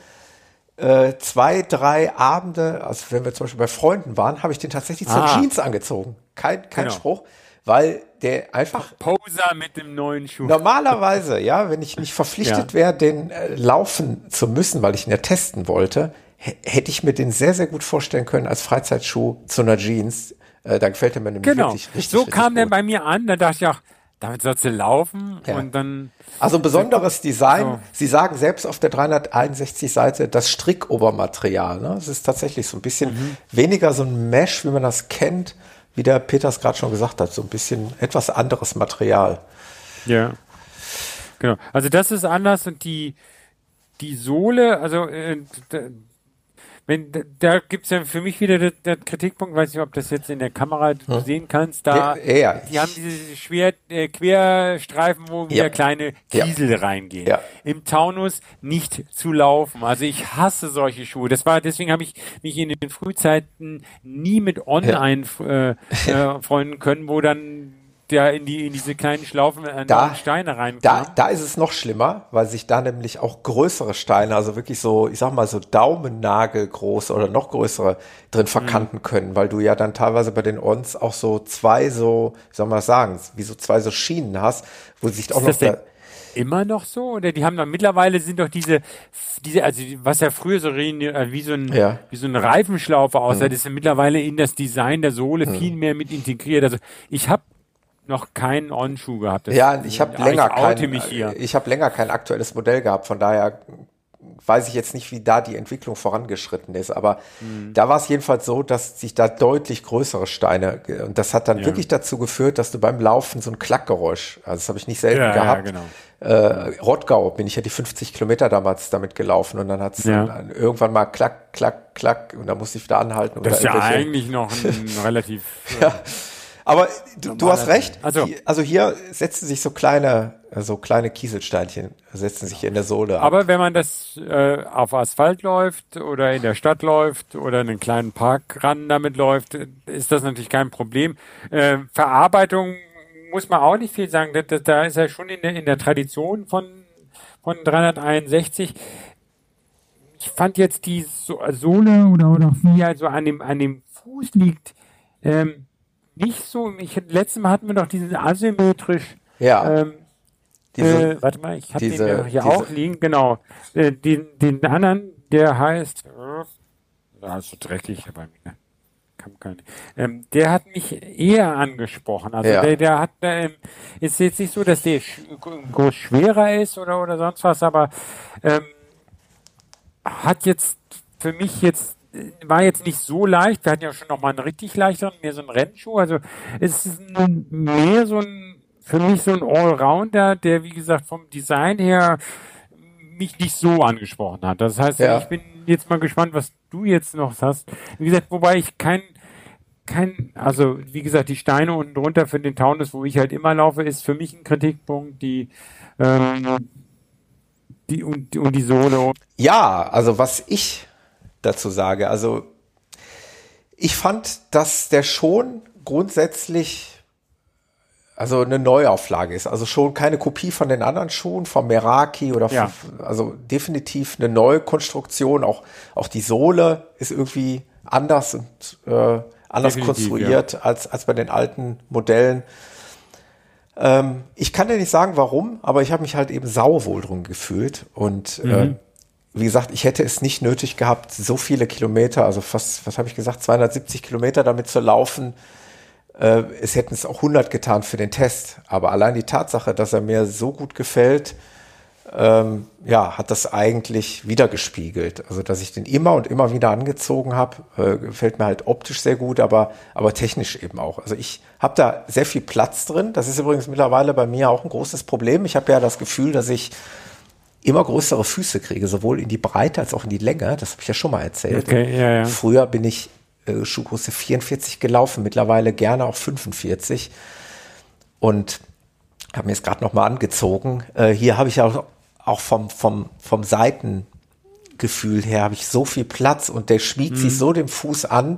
äh, zwei, drei Abende, also wenn wir zum Beispiel bei Freunden waren, habe ich den tatsächlich zur Ah. Jeans angezogen. Kein, kein Genau. Spruch, weil der einfach Poser mit dem neuen Schuh. normalerweise, ja, wenn ich nicht verpflichtet Ja. wäre, den äh, laufen zu müssen, weil ich ihn ja testen wollte, h- hätte ich mir den sehr, sehr gut vorstellen können als Freizeitschuh zu einer Jeans. Äh, da gefällt er mir nämlich Genau. wirklich richtig, so richtig kam der gut. bei mir an, da dachte ich auch, damit sollst du laufen Ja. und dann Also besonderes Design. So. Sie sagen selbst auf der dreihunderteinundsechzig Seite das Strickobermaterial. Ne? Es ist tatsächlich so ein bisschen Mhm. weniger so ein Mesh, wie man das kennt, wie der Peters gerade schon gesagt hat. So ein bisschen etwas anderes Material. ja. Genau. Also das ist anders und die die Sohle, also äh, d- wenn da, da gibt's ja für mich wieder den, den Kritikpunkt, weiß nicht, ob das jetzt in der Kamera du sehen kannst, da Ja, ja, die haben diese schwer äh, Querstreifen, wo wieder Ja. kleine Ja. Kiesel reingehen. Ja. Im Taunus nicht zu laufen. Also ich hasse solche Schuhe. Das war deswegen habe ich mich in den Frühzeiten nie mit On Ja. einfreunden können, wo dann der in die in diese kleinen Schlaufen an Da- die Steine reinkam. Da, da ist es noch schlimmer, weil sich da nämlich auch größere Steine, also wirklich so, ich sag mal so Daumennagel große oder noch größere drin verkanten können, weil du ja dann teilweise bei den Ons auch so zwei so, wie soll man das sagen, wie so zwei so Schienen hast, wo sich auch Ist noch das denn da, immer noch so? Oder die haben dann mittlerweile sind doch diese, diese, also was ja früher so re- äh, wie so ein, Ja. wie so ein Reifenschlaufe aussah, das ist ja mittlerweile in das Design der Sohle viel mehr mit integriert. Also ich habe noch keinen On-Schuh gehabt. Das- ja, ich habe länger ich oute kein, mich hier. ich habe länger kein aktuelles Modell gehabt, von daher weiß ich jetzt nicht, wie da die Entwicklung vorangeschritten ist, aber Mhm. da war es jedenfalls so, dass sich da deutlich größere Steine, und das hat dann Ja. wirklich dazu geführt, dass du beim Laufen so ein Klackgeräusch, also das habe ich nicht selten Ja, ja, gehabt. genau. Äh, Rottgau bin ich ja die fünfzig Kilometer damals damit gelaufen und dann hat es Ja. dann irgendwann mal klack, klack, klack und dann musste ich wieder anhalten. Das ist ja irgendwelche- eigentlich noch ein relativ ja. Aber du, du hast recht. Also- Hier, also hier setzen sich so kleine, so kleine Kieselsteinchen, setzen sich hier in der Sohle ab. Aber wenn man das äh, auf Asphalt läuft oder in der Stadt läuft oder in einen kleinen Parkrand damit läuft, äh, ist das natürlich kein Problem. Äh, Verarbeitung muss man auch nicht viel sagen. Da, da, da ist er schon in der, in der Tradition von, von dreihunderteinundsechzig. Ich fand jetzt die so Sohle oder, oder wie halt so an dem, an dem Fuß liegt, ähm, nicht so. Ich, letztes Mal hatten wir doch diesen asymmetrisch. Ja, Ähm, diese, äh, warte mal, ich habe diese- den ja hier diese- auch liegen, genau. Äh, den, den anderen, der heißt, äh, ja, ist so dreckig bei mir. Kam gar nicht. Ähm, der hat mich eher angesprochen. Also Ja. der, der hat, ähm, ist jetzt nicht so, dass der sch groß schwerer ist oder oder sonst was, aber ähm, hat jetzt für mich jetzt äh, war jetzt nicht so leicht. Wir hatten ja schon noch mal einen richtig leichteren, mehr so einen Rennschuh. Also es ist ein, mehr so ein für mich so ein Allrounder, der wie gesagt vom Design her mich nicht so angesprochen hat. Das heißt, Ja. ich bin jetzt mal gespannt, was du jetzt noch hast. Wie gesagt, wobei ich kein kein, also wie gesagt, die Steine unten drunter für den Taunus, wo ich halt immer laufe, ist für mich ein Kritikpunkt, die ähm, die und, und die Sohle. ja, also was ich dazu sage, also ich fand, dass der schon grundsätzlich also eine Neuauflage ist, also schon keine Kopie von den anderen Schuhen, vom Meraki oder Ja. von, also definitiv eine neue Konstruktion, auch, auch die Sohle ist irgendwie anders und äh, anders Definitiv, konstruiert ja. als, als bei den alten Modellen. Ähm, ich kann dir nicht sagen, warum, aber ich habe mich halt eben sauwohl drum gefühlt und mhm. äh, wie gesagt, ich hätte es nicht nötig gehabt, so viele Kilometer, also fast, was habe ich gesagt, zweihundertsiebzig Kilometer damit zu laufen. Äh, es hätten es auch hundert getan für den Test. Aber allein die Tatsache, dass er mir so gut gefällt, ähm, ja, hat das eigentlich wiedergespiegelt. Also, dass ich den immer und immer wieder angezogen habe, äh, gefällt mir halt optisch sehr gut, aber, aber technisch eben auch. Also ich habe da sehr viel Platz drin. Das ist übrigens mittlerweile bei mir auch ein großes Problem. Ich habe ja das Gefühl, dass ich immer größere Füße kriege, sowohl in die Breite als auch in die Länge. Das habe ich ja schon mal erzählt. Okay, ja, ja. Früher bin ich äh, Schuhgröße vierundvierzig gelaufen, mittlerweile gerne auch fünfundvierzig. Und habe mir jetzt gerade noch mal angezogen. Äh, hier habe ich auch, auch vom, vom, vom Seitengefühl her habe ich so viel Platz und der schmiegt mhm. sich so dem Fuß an.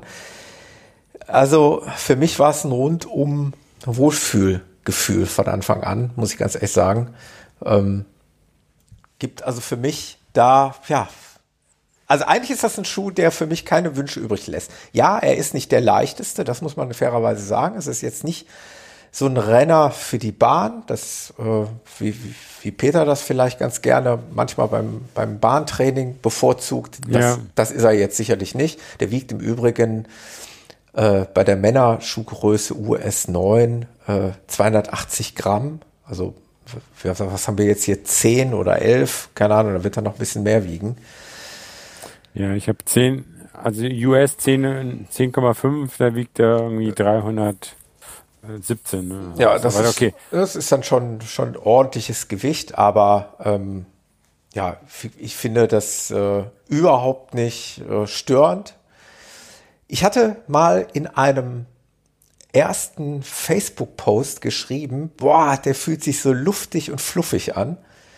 Also für mich war es ein rundum Wohlfühlgefühl von Anfang an, muss ich ganz ehrlich sagen. Ähm, Gibt also für mich da, ja, also eigentlich ist das ein Schuh, der für mich keine Wünsche übrig lässt. Ja, er ist nicht der leichteste, das muss man fairerweise sagen. Es ist jetzt nicht so ein Renner für die Bahn, das, äh, wie, wie, wie Peter das vielleicht ganz gerne manchmal beim, beim Bahntraining bevorzugt. Das, ja. das ist er jetzt sicherlich nicht. Der wiegt im Übrigen äh, bei der Männerschuhgröße U S neun äh, zweihundertachtzig Gramm, also was haben wir jetzt hier, zehn oder elf? Keine Ahnung, da wird er noch ein bisschen mehr wiegen. Ja, ich habe zehn, also U S zehn Komma fünf, da wiegt er irgendwie dreihundertsiebzehn. Ne? Ja, das, ist, okay. das ist dann schon, schon ordentliches Gewicht, aber ähm, ja, ich finde das äh, überhaupt nicht äh, störend. Ich hatte mal in einem ersten Facebook-Post geschrieben, boah, der fühlt sich so luftig und fluffig an.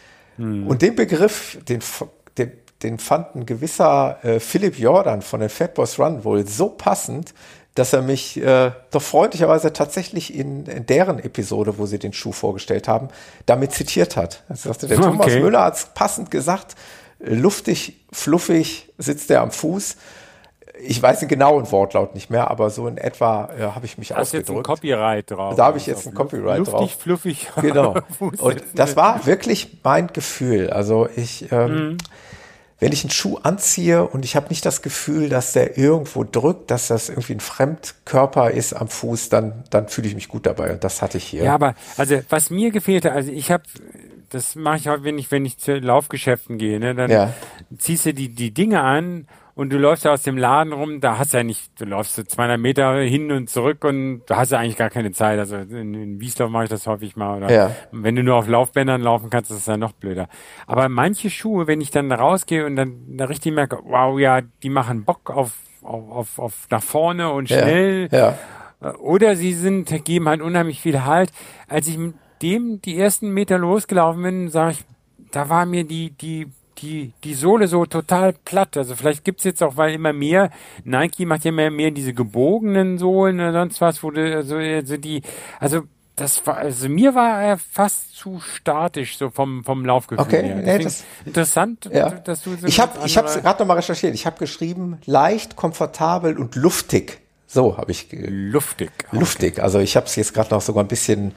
Hm. Und den Begriff, den, den, den fand ein gewisser äh, Philipp Jordan von den Fat Boys Run wohl so passend, dass er mich äh, doch freundlicherweise tatsächlich in, in deren Episode, wo sie den Schuh vorgestellt haben, damit zitiert hat. Er sagte, der okay. Thomas Müller hat es passend gesagt, luftig, fluffig sitzt er am Fuß. Ich weiß den genauen Wortlaut nicht mehr, aber so in etwa äh, habe ich mich da ausgedrückt. Da ist jetzt ein Copyright drauf. Da habe ich jetzt ein Copyright luftig, drauf. Luftig, fluffig. Genau. Und das war wirklich mein Gefühl. Also ich, ähm, mhm. wenn ich einen Schuh anziehe und ich habe nicht das Gefühl, dass der irgendwo drückt, dass das irgendwie ein Fremdkörper ist am Fuß, dann, dann fühle ich mich gut dabei. Und das hatte ich hier. Ja, aber also was mir gefehlt hat, also ich habe, das mache ich auch, wenn ich, wenn ich zu Laufgeschäften gehe, ne, dann ja. ziehst du die, die Dinge an. Und du läufst ja aus dem Laden rum, da hast du ja nicht, du läufst so zweihundert Meter hin und zurück und da hast du eigentlich gar keine Zeit. Also in, in Wiesloch mache ich das häufig mal. Oder ja. wenn du nur auf Laufbändern laufen kannst, ist das ja noch blöder. Aber manche Schuhe, wenn ich dann rausgehe und dann da richtig merke, wow, ja, die machen Bock auf, auf, auf, auf nach vorne und schnell. Ja. Ja. Oder sie sind, geben halt unheimlich viel Halt. Als ich mit dem die ersten Meter losgelaufen bin, sage ich, da war mir die, die, die die Sohle so total platt. Also vielleicht gibt's jetzt auch, weil immer mehr, Nike macht ja mehr mehr diese gebogenen Sohlen oder sonst was, wo du, also, also die, also das war, also mir war er fast zu statisch, so vom vom Laufgefühl okay, her. Nee, das, interessant, ja. dass du so Ich habe ich habe gerade noch mal recherchiert. Ich habe geschrieben, leicht, komfortabel und luftig. So habe ich luftig. Okay. Luftig. Also ich habe es jetzt gerade noch sogar ein bisschen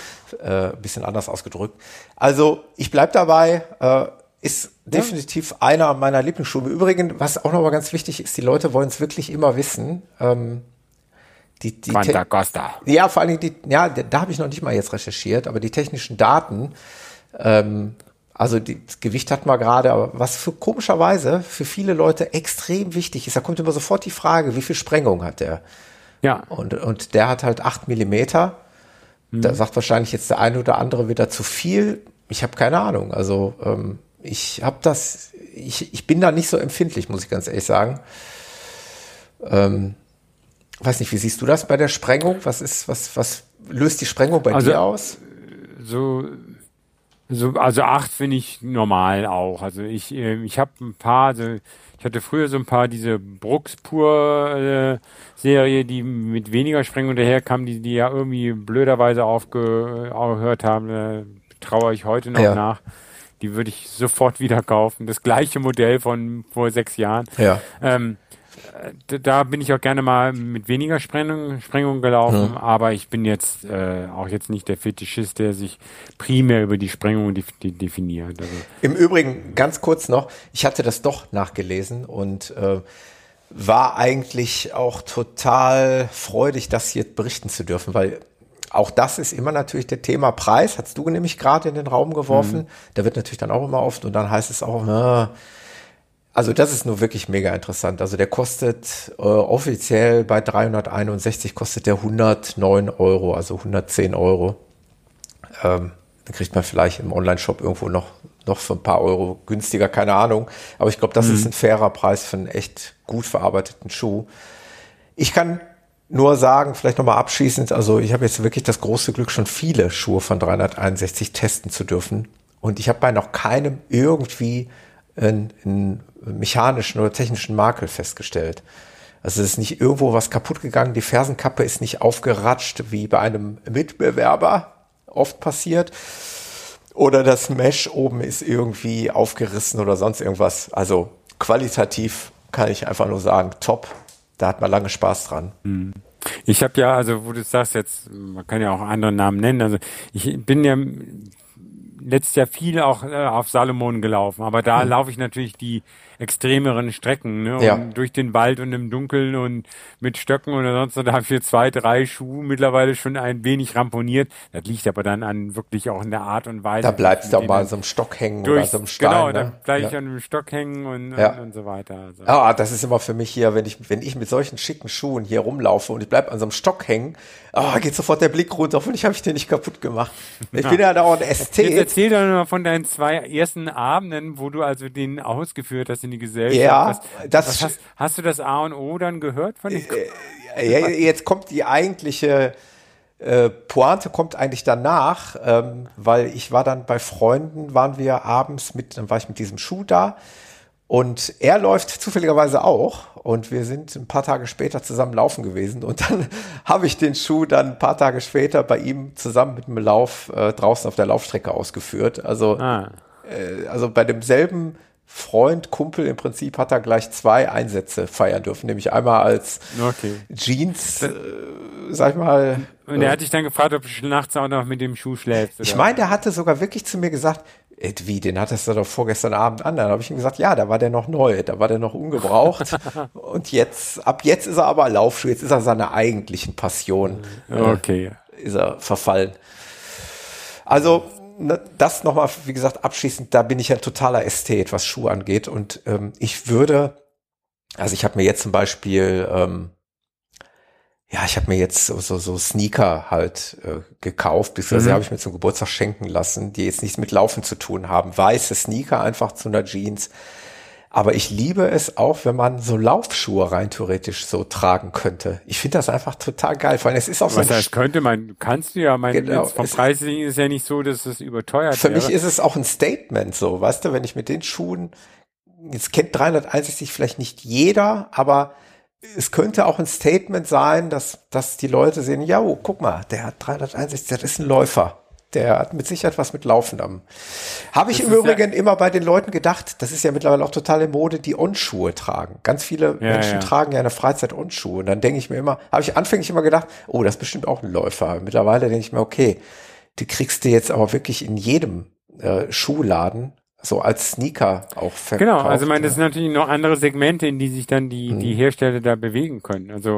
äh, ein bisschen anders ausgedrückt. Also ich bleib dabei. Äh, Ist definitiv ja. einer meiner Lieblingsschuhe. Im Übrigen, was auch nochmal ganz wichtig ist, die Leute wollen es wirklich immer wissen. Ähm, die, die Quanta Costa. Ja, vor allen Dingen, die, ja, da, da habe ich noch nicht mal jetzt recherchiert, aber die technischen Daten, ähm, also die, das Gewicht hat man gerade, aber was für komischerweise für viele Leute extrem wichtig ist, da kommt immer sofort die Frage, wie viel Sprengung hat der? Ja. Und, und der hat halt acht Millimeter. Mhm. Da sagt wahrscheinlich jetzt der eine oder andere wieder zu viel. Ich habe keine Ahnung. Also, ähm, Ich habe das, ich, ich bin da nicht so empfindlich, muss ich ganz ehrlich sagen. Ähm, weiß nicht, wie siehst du das bei der Sprengung? Was ist, was, was löst die Sprengung bei also, dir aus? So, so, also acht finde ich normal auch. Also ich, äh, ich habe ein paar, also ich hatte früher so ein paar diese Brooks Pur äh, Serie, die mit weniger Sprengung daherkamen, die, die ja irgendwie blöderweise aufgehört haben. Äh, traue ich heute noch ja. nach. Die würde ich sofort wieder kaufen. Das gleiche Modell von vor sechs Jahren. Ja. Ähm, äh, da bin ich auch gerne mal mit weniger Sprengung, Sprengung gelaufen, hm. aber ich bin jetzt äh, auch jetzt nicht der Fetischist, der sich primär über die Sprengung die, die definiert. Also. Im Übrigen, ganz kurz noch, ich hatte das doch nachgelesen und äh, war eigentlich auch total freudig, das hier berichten zu dürfen, weil auch das ist immer natürlich der Thema Preis, hast du nämlich gerade in den Raum geworfen, mhm. da wird natürlich dann auch immer oft und dann heißt es auch, na, also das ist nur wirklich mega interessant, also der kostet äh, offiziell bei dreihunderteinundsechzig kostet der hundertneun Euro, also hundertzehn Euro, ähm, dann kriegt man vielleicht im Online-Shop irgendwo noch noch für ein paar Euro günstiger, keine Ahnung. Aber ich glaube, das mhm. ist ein fairer Preis für einen echt gut verarbeiteten Schuh. Ich kann nur sagen, vielleicht nochmal abschließend, also ich habe jetzt wirklich das große Glück, schon viele Schuhe von dreihunderteinundsechzig testen zu dürfen. Und ich habe bei noch keinem irgendwie einen, einen mechanischen oder technischen Makel festgestellt. Also es ist nicht irgendwo was kaputt gegangen, die Fersenkappe ist nicht aufgeratscht, wie bei einem Mitbewerber oft passiert. Oder das Mesh oben ist irgendwie aufgerissen oder sonst irgendwas. Also qualitativ kann ich einfach nur sagen, top. Da hat man lange Spaß dran. Ich habe ja, also wo du sagst jetzt, man kann ja auch andere Namen nennen. Also ich bin ja letztes Jahr viel auch äh, auf Salomon gelaufen, aber da hm. laufe ich natürlich die extremeren Strecken, ne? Ja. Und durch den Wald und im Dunkeln und mit Stöcken oder sonst, da habe ich für zwei, drei Schuhe mittlerweile schon ein wenig ramponiert. Das liegt aber dann an wirklich auch in der Art und Weise. Da bleibst du auch mal an so einem Stock hängen oder so einem Stein. Genau, ne? da bleib ja. ich an einem Stock hängen und, ja. und, und so weiter. Also. Ah, das ist immer für mich hier, wenn ich, wenn ich mit solchen schicken Schuhen hier rumlaufe und ich bleib an so einem Stock hängen, ah, geht sofort der Blick runter, hoffentlich habe ich den nicht kaputt gemacht. Ich ja. bin ja da auch ein Ästhet. Jetzt erzähl doch mal von deinen zwei ersten Abenden, wo du also den ausgeführt hast in die Gesellschaft. Ja, was, das was hast, hast du das A und O dann gehört von dem? Äh, jetzt kommt die eigentliche äh, Pointe kommt eigentlich danach, ähm, weil ich war dann bei Freunden, waren wir abends mit, dann war ich mit diesem Schuh da und er läuft zufälligerweise auch und wir sind ein paar Tage später zusammen laufen gewesen und dann habe ich den Schuh dann ein paar Tage später bei ihm zusammen mit dem Lauf äh, draußen auf der Laufstrecke ausgeführt. Also, ah. äh, also bei demselben Freund, Kumpel im Prinzip hat er gleich zwei Einsätze feiern dürfen, nämlich einmal als okay. Jeans, äh, sag ich mal. Und er äh, hat dich dann gefragt, ob du nachts auch noch mit dem Schuh schläfst. Oder? Ich meine, der hatte sogar wirklich zu mir gesagt, ey, wie, den hattest du doch vorgestern Abend an. Dann habe ich ihm gesagt, ja, da war der noch neu, da war der noch ungebraucht. Und jetzt, ab jetzt ist er aber Laufschuh, jetzt ist er seiner eigentlichen Passion. Okay. Äh, ist er verfallen. Also, das nochmal, wie gesagt, abschließend, da bin ich ein totaler Ästhet, was Schuhe angeht. Und ähm, ich würde, also ich habe mir jetzt zum Beispiel, ähm, ja, ich habe mir jetzt so, so, so Sneaker halt äh, gekauft, beziehungsweise mhm. habe ich mir zum Geburtstag schenken lassen, die jetzt nichts mit Laufen zu tun haben. Weiße Sneaker einfach zu einer Jeans. Aber ich liebe es auch, wenn man so Laufschuhe rein theoretisch so tragen könnte. Ich finde das einfach total geil. Vor allem, es ist auch so. Was heißt könnte man, kannst du ja, mein, genau, jetzt vom Preis ist es ja nicht so, dass es überteuert Für wäre. mich ist es auch ein Statement so, weißt du, wenn ich mit den Schuhen, jetzt kennt dreihunderteinundsechzig vielleicht nicht jeder, aber es könnte auch ein Statement sein, dass, dass die Leute sehen, ja, oh, guck mal, der hat dreihunderteinundsechzig, das ist ein Läufer. Der hat mit Sicherheit was mit Laufen am. Habe ich das im Übrigen ja immer bei den Leuten gedacht, das ist ja mittlerweile auch total in Mode, die On-Schuhe tragen. Ganz viele ja, Menschen ja. tragen ja in der Freizeit On-Schuhe. Und dann denke ich mir immer, habe ich anfänglich immer gedacht, oh, das ist bestimmt auch ein Läufer. Mittlerweile denke ich mir, okay, die kriegst du jetzt aber wirklich in jedem äh, Schuhladen so als Sneaker auch verkauft. Genau, also ich meine, das sind natürlich noch andere Segmente, in die sich dann die, mhm. die Hersteller da bewegen können. Also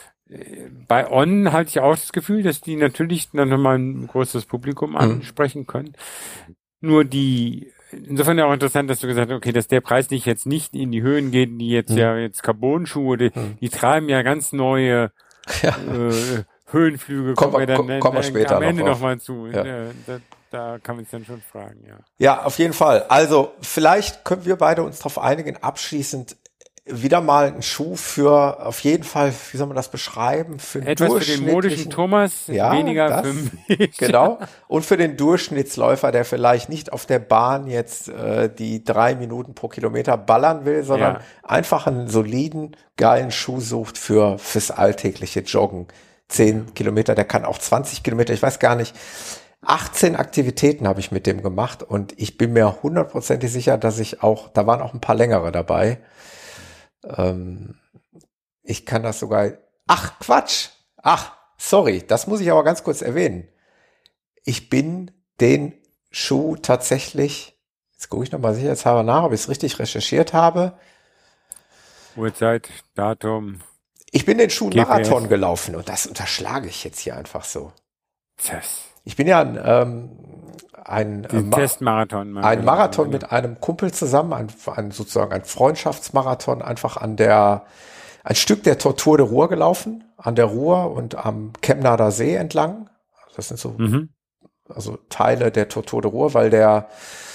bei On hatte ich auch das Gefühl, dass die natürlich dann nochmal ein größeres Publikum ansprechen können. Nur die, insofern ja auch interessant, dass du gesagt hast, okay, dass der Preis nicht jetzt nicht in die Höhen geht, die jetzt mhm. ja jetzt Carbon-Schuhe, die, mhm. die treiben ja ganz neue ja. Äh, Höhenflüge. Kommen wir dann komm wir später am Ende noch nochmal zu. Ja. Ja, da, da kann man sich dann schon fragen, ja. Ja, auf jeden Fall. Also vielleicht können wir beide uns darauf einigen, abschließend wieder mal ein Schuh für, auf jeden Fall, wie soll man das beschreiben? Für etwas für den modischen Thomas, ja, weniger das, für mich. Genau. Und für den Durchschnittsläufer, der vielleicht nicht auf der Bahn jetzt äh, die drei Minuten pro Kilometer ballern will, sondern ja. einfach einen soliden, geilen Schuh sucht für fürs alltägliche Joggen. Zehn Kilometer, der kann auch zwanzig Kilometer, ich weiß gar nicht. achtzehn Aktivitäten habe ich mit dem gemacht und ich bin mir hundertprozentig sicher, dass ich auch, da waren auch ein paar längere dabei. Ähm, Ich kann das sogar. Ach, Quatsch. Ach, sorry. Das muss ich aber ganz kurz erwähnen. Ich bin den Schuh tatsächlich, jetzt gucke ich nochmal sicherheitshalber nach, ob ich es richtig recherchiert habe. Uhrzeit, Datum. Ich bin den Schuh G P S. Marathon gelaufen und das unterschlage ich jetzt hier einfach so. Tess. Ich bin ja ein, ähm, ein, Den Ma- Testmarathon. ein Marathon mit einem Kumpel zusammen, ein, ein sozusagen ein Freundschaftsmarathon, einfach an der, ein Stück der Tour de Ruhr gelaufen, an der Ruhr und am Chemnader See entlang. Das sind so, Mhm. also Teile der Tour de Ruhr, weil der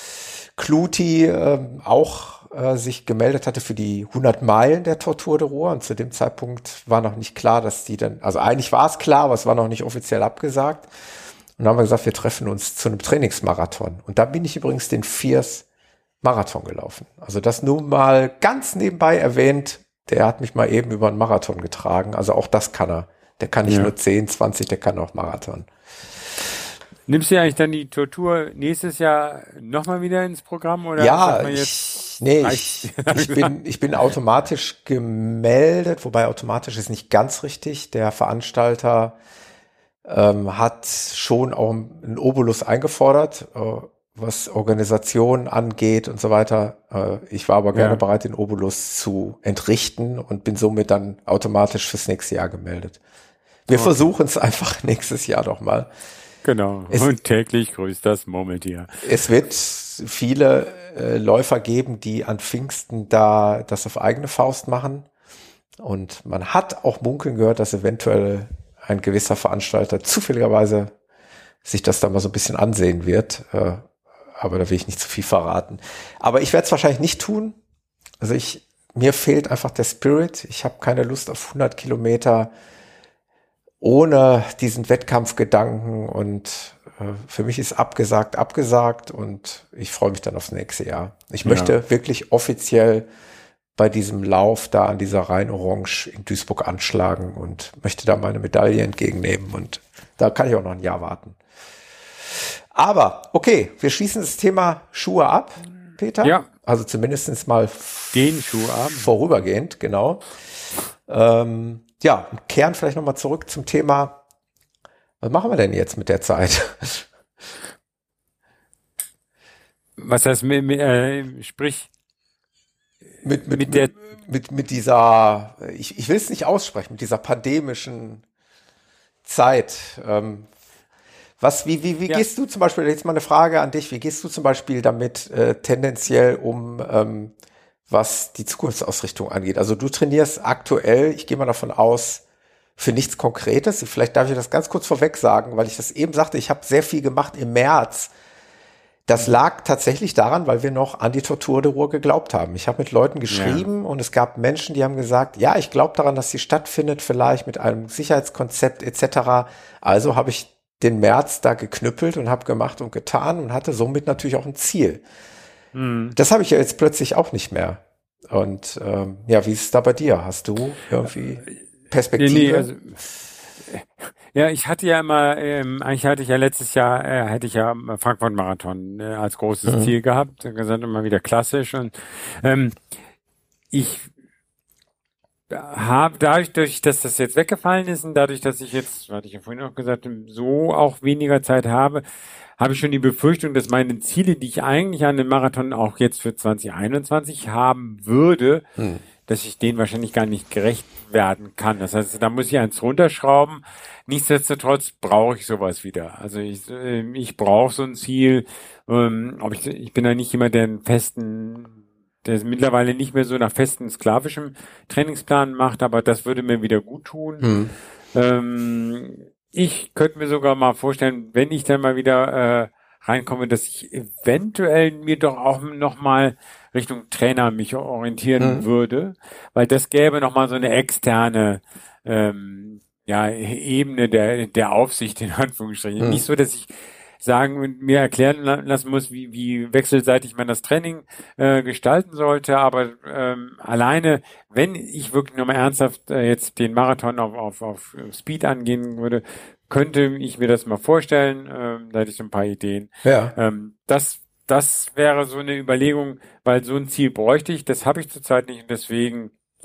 Cluti ähm, auch äh, sich gemeldet hatte für die hundert Meilen der Tour de Ruhr und zu dem Zeitpunkt war noch nicht klar, dass die dann, also eigentlich war es klar, aber es war noch nicht offiziell abgesagt. Und dann haben wir gesagt, wir treffen uns zu einem Trainingsmarathon. Und da bin ich übrigens den Fierce Marathon gelaufen. Also das nur mal ganz nebenbei erwähnt, der hat mich mal eben über einen Marathon getragen. Also auch das kann er. Der kann nicht Ja. nur zehn, zwanzig, der kann auch Marathon. Nimmst du eigentlich dann die Tortur nächstes Jahr nochmal wieder ins Programm? Oder Ja, sagt man jetzt, ich, nee, reicht's ich, dir? ich bin, ich bin automatisch gemeldet, wobei automatisch ist nicht ganz richtig. Der Veranstalter ähm, hat schon auch einen Obolus eingefordert, äh, was Organisation angeht und so weiter. Äh, ich war aber gerne Ja. bereit, den Obolus zu entrichten und bin somit dann automatisch fürs nächste Jahr gemeldet. Wir Okay. versuchen es einfach nächstes Jahr doch mal. Genau. Es- Und täglich grüßt das Murmeltier. Es wird viele äh, Läufer geben, die an Pfingsten da das auf eigene Faust machen. Und man hat auch munkeln gehört, dass eventuell ein gewisser Veranstalter zufälligerweise sich das dann mal so ein bisschen ansehen wird. Äh, aber da will ich nicht zu viel verraten. Aber ich werde es wahrscheinlich nicht tun. Also ich, mir fehlt einfach der Spirit. Ich habe keine Lust auf hundert Kilometer ohne diesen Wettkampfgedanken und äh, für mich ist abgesagt, abgesagt und ich freue mich dann aufs nächste Jahr. Ich Ja. möchte wirklich offiziell bei diesem Lauf da an dieser Rhein-Orange in Duisburg anschlagen und möchte da meine Medaille entgegennehmen und da kann ich auch noch ein Jahr warten. Aber okay, wir schließen das Thema Schuhe ab, Peter. Ja. Also zumindestens mal Den Schuh ab. vorübergehend, genau. Ähm, ja, und kehren vielleicht nochmal zurück zum Thema, was machen wir denn jetzt mit der Zeit? Was heißt, mi- mi- äh, sprich, mit, mit, Mit der- mit, mit dieser, ich, ich will es nicht aussprechen, mit dieser pandemischen Zeit. Ähm, was, wie, wie, wie Ja. gehst du zum Beispiel, jetzt mal eine Frage an dich, wie gehst du zum Beispiel damit äh, tendenziell um, ähm, was die Zukunftsausrichtung angeht? Also du trainierst aktuell, ich gehe mal davon aus, für nichts Konkretes. Vielleicht darf ich das ganz kurz vorweg sagen, weil ich das eben sagte, ich habe sehr viel gemacht im März. Das lag tatsächlich daran, weil wir noch an die Tour de Ruhr geglaubt haben. Ich habe mit Leuten geschrieben und es gab Menschen, die haben gesagt, ja, ich glaube daran, dass sie stattfindet, vielleicht mit einem Sicherheitskonzept et cetera. Also habe ich den März da geknüppelt und habe gemacht und getan und hatte somit natürlich auch ein Ziel. Hm. Das habe ich ja jetzt plötzlich auch nicht mehr. Und ähm, ja, wie ist es da bei dir? Hast du irgendwie Perspektive? Nee, nee, also, ja, ich hatte ja immer, ähm, eigentlich hatte ich ja letztes Jahr, äh, hätte ich ja Frankfurt-Marathon äh, als großes Mhm. Ziel gehabt, gesagt immer wieder klassisch und ähm, ich habe dadurch, dadurch, dass das jetzt weggefallen ist und dadurch, dass ich jetzt, hatte ich ja vorhin auch gesagt, so auch weniger Zeit habe, habe ich schon die Befürchtung, dass meine Ziele, die ich eigentlich an dem Marathon auch jetzt für zwanzig einundzwanzig haben würde, Hm. dass ich denen wahrscheinlich gar nicht gerecht werden kann. Das heißt, da muss ich eins runterschrauben. Nichtsdestotrotz brauche ich sowas wieder. Also ich, äh, ich brauche so ein Ziel. Ähm, ob ich, ich bin da nicht jemand, der einen festen, der es mittlerweile nicht mehr so nach festen sklavischem Trainingsplan macht, aber das würde mir wieder gut tun. Hm. Ähm, ich könnte mir sogar mal vorstellen, wenn ich dann mal wieder äh, reinkomme, dass ich eventuell mir doch auch noch mal Richtung Trainer mich orientieren Mhm. würde, weil das gäbe noch mal so eine externe ähm, ja, Ebene der der Aufsicht in Anführungsstrichen. Mhm. Nicht so, dass ich sagen und mir erklären la- lassen muss, wie, wie wechselseitig man das Training äh, gestalten sollte, aber ähm, alleine, wenn ich wirklich nochmal ernsthaft äh, jetzt den Marathon auf, auf, auf Speed angehen würde, könnte ich mir das mal vorstellen, ähm, da hätte ich so ein paar Ideen. Ja. Ähm, das, das wäre so eine Überlegung, weil so ein Ziel bräuchte ich, das habe ich zurzeit nicht und deswegen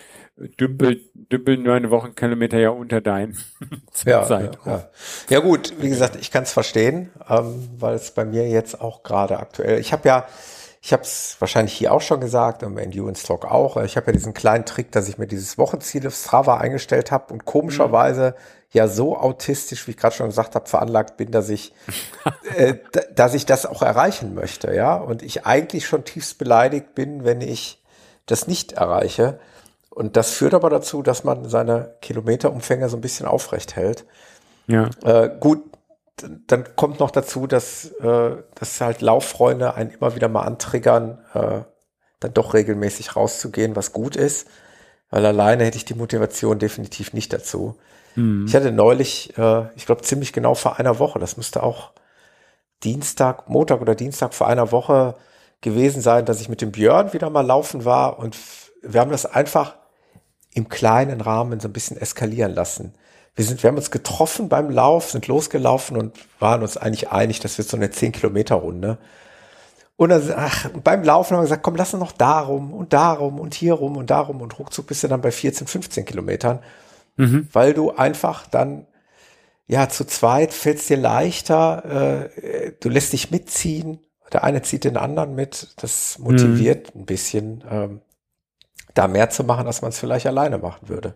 dümpelt, dümpeln neun Wochenkilometer ja unter dein ja, Zeit. Ja, ja. ja gut, wie gesagt, ich kann es verstehen, ähm, weil es bei mir jetzt auch gerade aktuell, ich habe ja, ich habe es wahrscheinlich hier auch schon gesagt, im Endurance Talk auch, ich habe ja diesen kleinen Trick, dass ich mir dieses Wochenziel auf Strava eingestellt habe und komischerweise mhm. ja so autistisch, wie ich gerade schon gesagt habe, veranlagt bin, dass ich, äh, d- dass ich das auch erreichen möchte, ja, und ich eigentlich schon tiefst beleidigt bin, wenn ich das nicht erreiche. Und das führt aber dazu, dass man seine Kilometerumfänge so ein bisschen aufrecht hält. Ja. Äh, gut, dann kommt noch dazu, dass, äh, dass halt Lauffreunde einen immer wieder mal antriggern, äh, dann doch regelmäßig rauszugehen, was gut ist. Weil alleine hätte ich die Motivation definitiv nicht dazu. Mhm. Ich hatte neulich, äh, ich glaube ziemlich genau vor einer Woche, das müsste auch Dienstag, Montag oder Dienstag vor einer Woche gewesen sein, dass ich mit dem Björn wieder mal laufen war und wir haben das einfach im kleinen Rahmen so ein bisschen eskalieren lassen. Wir sind, wir haben uns getroffen beim Lauf, sind losgelaufen und waren uns eigentlich einig, das wird so eine zehn Kilometer Runde. Und dann, ach, beim Laufen haben wir gesagt, komm, lass uns noch darum und darum und hier rum und darum und ruckzuck bist du dann bei vierzehn, fünfzehn Kilometern, mhm. weil du einfach dann, ja, zu zweit fällt es dir leichter, äh, du lässt dich mitziehen, der eine zieht den anderen mit, das motiviert mhm. ein bisschen, ähm, da mehr zu machen, als man es vielleicht alleine machen würde.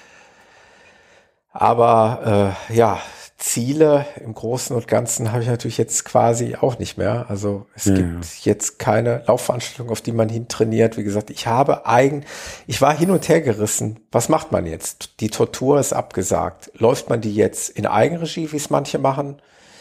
Aber äh, ja, Ziele im Großen und Ganzen habe ich natürlich jetzt quasi auch nicht mehr. Also es ja. gibt jetzt keine Laufveranstaltung, auf die man hin trainiert. Wie gesagt, ich habe eigen, ich war hin und her gerissen. Was macht man jetzt? Die Tortur ist abgesagt. Läuft man die jetzt in Eigenregie, wie es manche machen?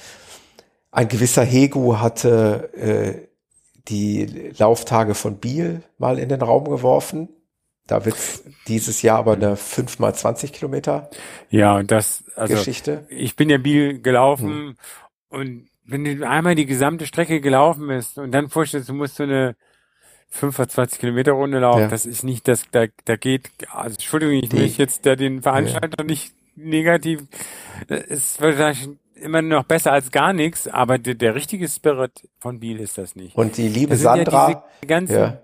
Ein gewisser Hegu hatte äh, die Lauftage von Biel mal in den Raum geworfen. Da wird dieses Jahr aber eine fünf mal zwanzig Kilometer ja, und das, also Geschichte. Ich bin ja Biel gelaufen hm. und wenn du einmal die gesamte Strecke gelaufen bist und dann vorstellst, du musst so eine fünfundzwanzig Kilometer Runde laufen, ja. das ist nicht das, da, da geht, also Entschuldigung, ich die, möchte jetzt da den Veranstalter ja. nicht negativ, es wird wahrscheinlich immer noch besser als gar nichts, aber der, der richtige Spirit von Biel ist das nicht. Und die liebe Sandra, ja diese ganzen ja.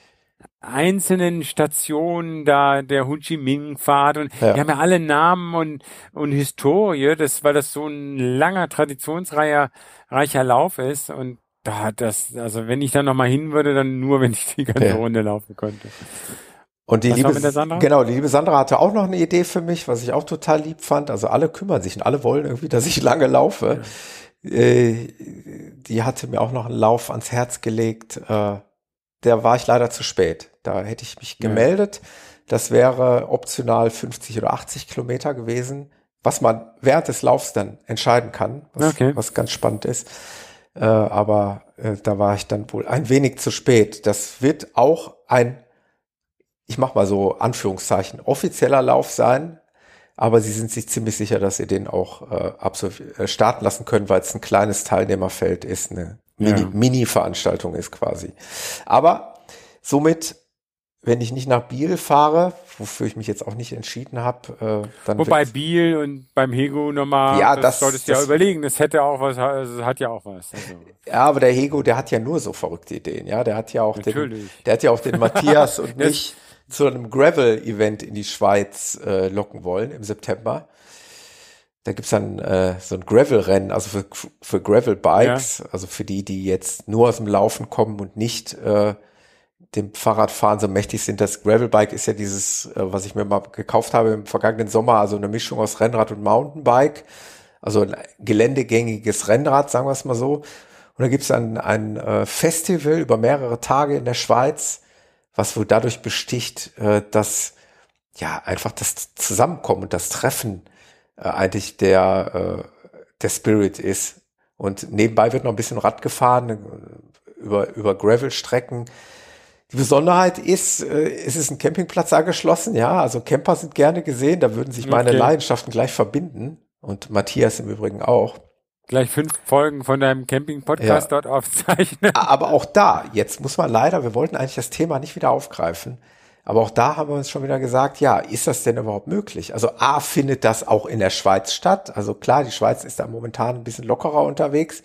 einzelnen Stationen da, der Ho Chi Minh Pfad und ja. die haben ja alle Namen und, und Historie, das, weil das so ein langer, traditionsreicher, reicher Lauf ist und da hat das, also wenn ich da nochmal hin würde, dann nur, wenn ich die ganze ja. Runde laufen könnte. Und die liebe, genau, die liebe Sandra hatte auch noch eine Idee für mich, was ich auch total lieb fand. Also alle kümmern sich und alle wollen irgendwie, dass ich lange laufe. Ja. Äh, die hatte mir auch noch einen Lauf ans Herz gelegt. Äh, der war ich leider zu spät. Da hätte ich mich gemeldet. Ja. Das wäre optional fünfzig oder achtzig Kilometer gewesen, was man während des Laufs dann entscheiden kann, was, okay. was ganz spannend ist. Äh, aber äh, da war ich dann wohl ein wenig zu spät. Das wird auch ein, ich mach mal so Anführungszeichen, offizieller Lauf sein, aber sie sind sich ziemlich sicher, dass sie den auch äh, absolut äh, starten lassen können, weil es ein kleines Teilnehmerfeld ist, eine Mini, ja. Mini-Veranstaltung ist quasi. Aber somit, wenn ich nicht nach Biel fahre, wofür ich mich jetzt auch nicht entschieden habe, äh, dann wobei Biel und beim Hego nochmal, ja, das, das solltest du ja überlegen, das hätte auch was, also hat ja auch was. Also. Ja, aber der Hego, der hat ja nur so verrückte Ideen, ja, der hat ja auch Natürlich. den, der hat ja auch den Matthias und mich zu einem Gravel-Event in die Schweiz äh, locken wollen im September. Da gibt's dann äh, so ein Gravel-Rennen, also für, für Gravel-Bikes, ja. also für die, die jetzt nur aus dem Laufen kommen und nicht äh, dem Fahrradfahren so mächtig sind. Das Gravel-Bike ist ja dieses, äh, was ich mir mal gekauft habe im vergangenen Sommer, also eine Mischung aus Rennrad und Mountainbike, also ein geländegängiges Rennrad, sagen wir es mal so. Und da gibt's dann ein äh, Festival über mehrere Tage in der Schweiz, was wohl dadurch besticht, äh, dass ja einfach das Zusammenkommen und das Treffen äh, eigentlich der äh, der Spirit ist. Und nebenbei wird noch ein bisschen Rad gefahren äh, über über Gravel-Strecken. Die Besonderheit ist, äh, es ist ein Campingplatz angeschlossen, ja, also Camper sind gerne gesehen, da würden sich meine okay. Leidenschaften gleich verbinden und Matthias im Übrigen auch. Gleich fünf Folgen von deinem Camping-Podcast ja. dort aufzeichnen. Aber auch da, jetzt muss man leider, wir wollten eigentlich das Thema nicht wieder aufgreifen, aber auch da haben wir uns schon wieder gesagt, ja, ist das denn überhaupt möglich? Also A, findet das auch in der Schweiz statt? Also klar, die Schweiz ist da momentan ein bisschen lockerer unterwegs.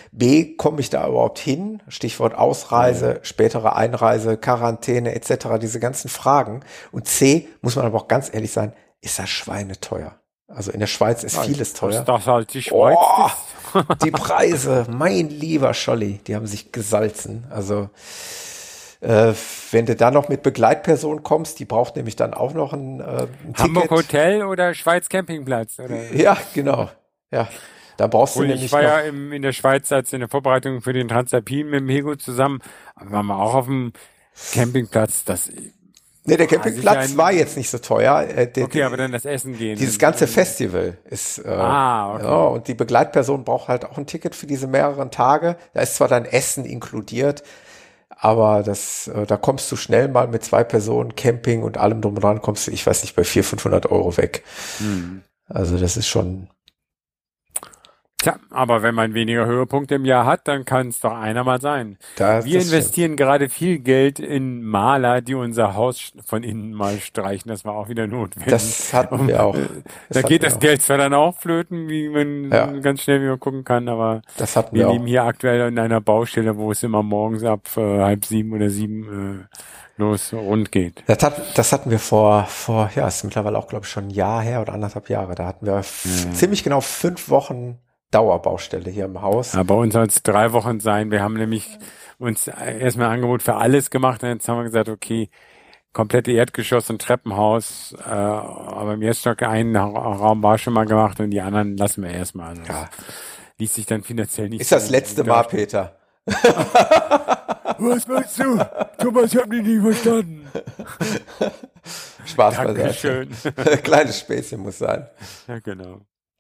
B, komme ich da überhaupt hin? Stichwort Ausreise, ja. spätere Einreise, Quarantäne et cetera, diese ganzen Fragen. Und C, muss man aber auch ganz ehrlich sein, ist das schweineteuer. Also in der Schweiz ist ja, vieles teuer. Ist das halt die Schweiz? Oh, die Preise, mein lieber Scholli, die haben sich gesalzen. Also Äh, wenn du da noch mit Begleitperson kommst, die braucht nämlich dann auch noch ein, äh, ein Hamburg Ticket. Hotel oder Schweiz Campingplatz? Oder? Ja, genau. Ja, da brauchst Obwohl, du nämlich ich war noch. ja im, in der Schweiz als in der Vorbereitung für den Transalpin mit dem Hego zusammen, waren wir auch auf dem Campingplatz. Das Nee, der Campingplatz ein, war jetzt nicht so teuer. Äh, der, okay, aber dann das Essen gehen. Dieses ganze Festival ist, äh, ah, okay. ja, und die Begleitperson braucht halt auch ein Ticket für diese mehreren Tage. Da ist zwar dann Essen inkludiert, aber das, äh, da kommst du schnell mal mit zwei Personen, Camping und allem drum und dran, kommst du, ich weiß nicht, bei vierhundert, fünfhundert Euro weg. Hm. Also das ist schon... Tja, aber wenn man weniger Höhepunkte im Jahr hat, dann kann es doch einer mal sein. Das, Wir das investieren stimmt. gerade viel Geld in Maler, die unser Haus von innen mal streichen. Das war auch wieder notwendig. Das hatten wir auch. Das da geht das auch. Geld zwar dann auch flöten, wie man ja. ganz schnell wie man gucken kann, aber das hatten wir wir leben auch. Hier aktuell in einer Baustelle, wo es immer morgens ab äh, halb sieben oder sieben äh, los rund geht. Das, hat, das hatten wir vor, vor, ja, ist mittlerweile auch, glaube ich, schon ein Jahr her oder anderthalb Jahre. Da hatten wir f- ja. ziemlich genau fünf Wochen Dauerbaustelle hier im Haus. Ja, bei uns soll es drei Wochen sein. Wir haben nämlich uns erstmal ein Angebot für alles gemacht und jetzt haben wir gesagt, okay, komplette Erdgeschoss und Treppenhaus, äh, aber im Erststock einen Raum war schon mal gemacht und die anderen lassen wir erstmal. Also ja. Ließ sich dann finanziell nicht. Ist das letzte Mal, Peter? Was meinst du? Thomas, ich hab dich nicht verstanden. Spaß beiseite. Kleines Späßchen muss sein. Ja, genau.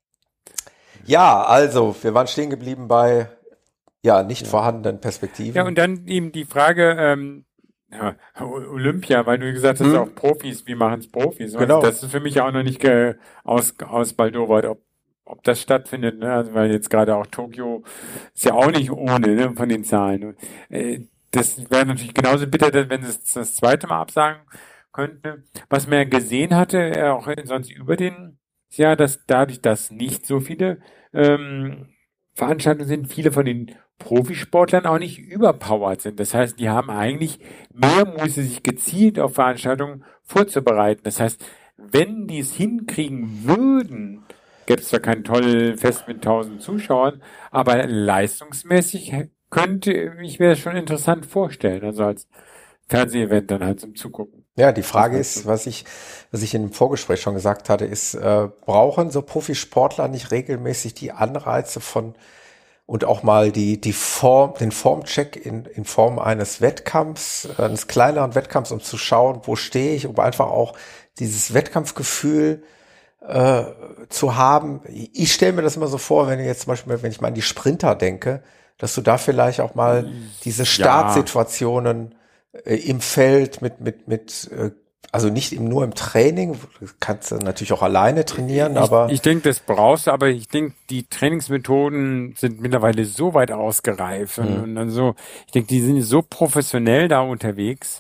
Ja, also, wir waren stehen geblieben bei, ja, nicht ja. vorhandenen Perspektiven. Ja, und dann eben die Frage, ähm, ja, Olympia, weil du gesagt hast, hm. auch Profis, wie machen es Profis? Und genau. Das ist für mich auch noch nicht ge- aus, ausbaldowert, ob, ob das stattfindet, ne? Also, weil jetzt gerade auch Tokio ist ja auch nicht ohne, ne, von den Zahlen. Und, äh, das wäre natürlich genauso bitter, wenn es das zweite Mal absagen könnte. Was man ja gesehen hatte, auch sonst über den Jahr, dass dadurch, dass nicht so viele ähm, Veranstaltungen sind, viele von den Profisportlern auch nicht überpowered sind. Das heißt, die haben eigentlich mehr Muße, sich gezielt auf Veranstaltungen vorzubereiten. Das heißt, wenn die es hinkriegen würden, gäbe es zwar kein tolles Fest mit tausend Zuschauern, aber leistungsmäßig könnte ich mir das schon interessant vorstellen. Also als Fernsehevent dann halt zum Zugucken. Ja, die Frage ist, was ich, was ich in dem Vorgespräch schon gesagt hatte, ist, äh, brauchen so Profisportler nicht regelmäßig die Anreize von und auch mal die, die Form, den Formcheck in, in Form eines Wettkampfs, eines kleineren Wettkampfs, um zu schauen, wo stehe ich, um einfach auch dieses Wettkampfgefühl äh, zu haben. Ich stelle mir das immer so vor, wenn ich jetzt zum Beispiel, wenn ich mal an die Sprinter denke, dass du da vielleicht auch mal diese Startsituationen im Feld mit, mit, mit, also nicht im, nur im Training, kannst du natürlich auch alleine trainieren, ich, aber. Ich denke, das brauchst du, aber ich denke, die Trainingsmethoden sind mittlerweile so weit ausgereift mhm. und dann so, ich denke, die sind so professionell da unterwegs.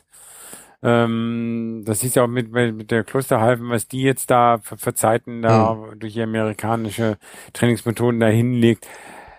Ähm, das ist ja auch mit, mit der Klosterhalfen, was die jetzt da für, für Zeiten da mhm. durch die amerikanische Trainingsmethoden da hinlegt,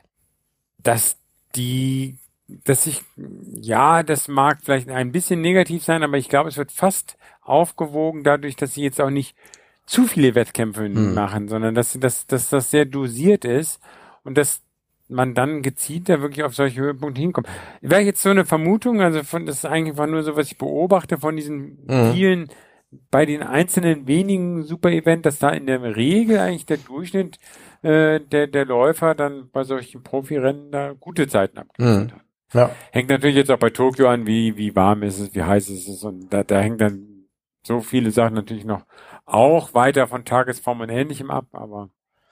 dass die dass ich, ja, das mag vielleicht ein bisschen negativ sein, aber ich glaube, es wird fast aufgewogen dadurch, dass sie jetzt auch nicht zu viele Wettkämpfe hm. machen, sondern dass, dass, dass das sehr dosiert ist und dass man dann gezielt da wirklich auf solche Höhepunkte hinkommt. Wäre jetzt so eine Vermutung, also von, das ist eigentlich einfach nur so, was ich beobachte von diesen mhm. vielen, bei den einzelnen wenigen Super-Event, dass da in der Regel eigentlich der Durchschnitt äh, der, der Läufer dann bei solchen Profirennen da gute Zeiten abgeliefert hat. Ja. Hängt natürlich jetzt auch bei Tokio an, wie, wie warm ist es, wie heiß ist es und da, da hängt dann so viele Sachen natürlich noch auch weiter von Tagesform und Ähnlichem ab, aber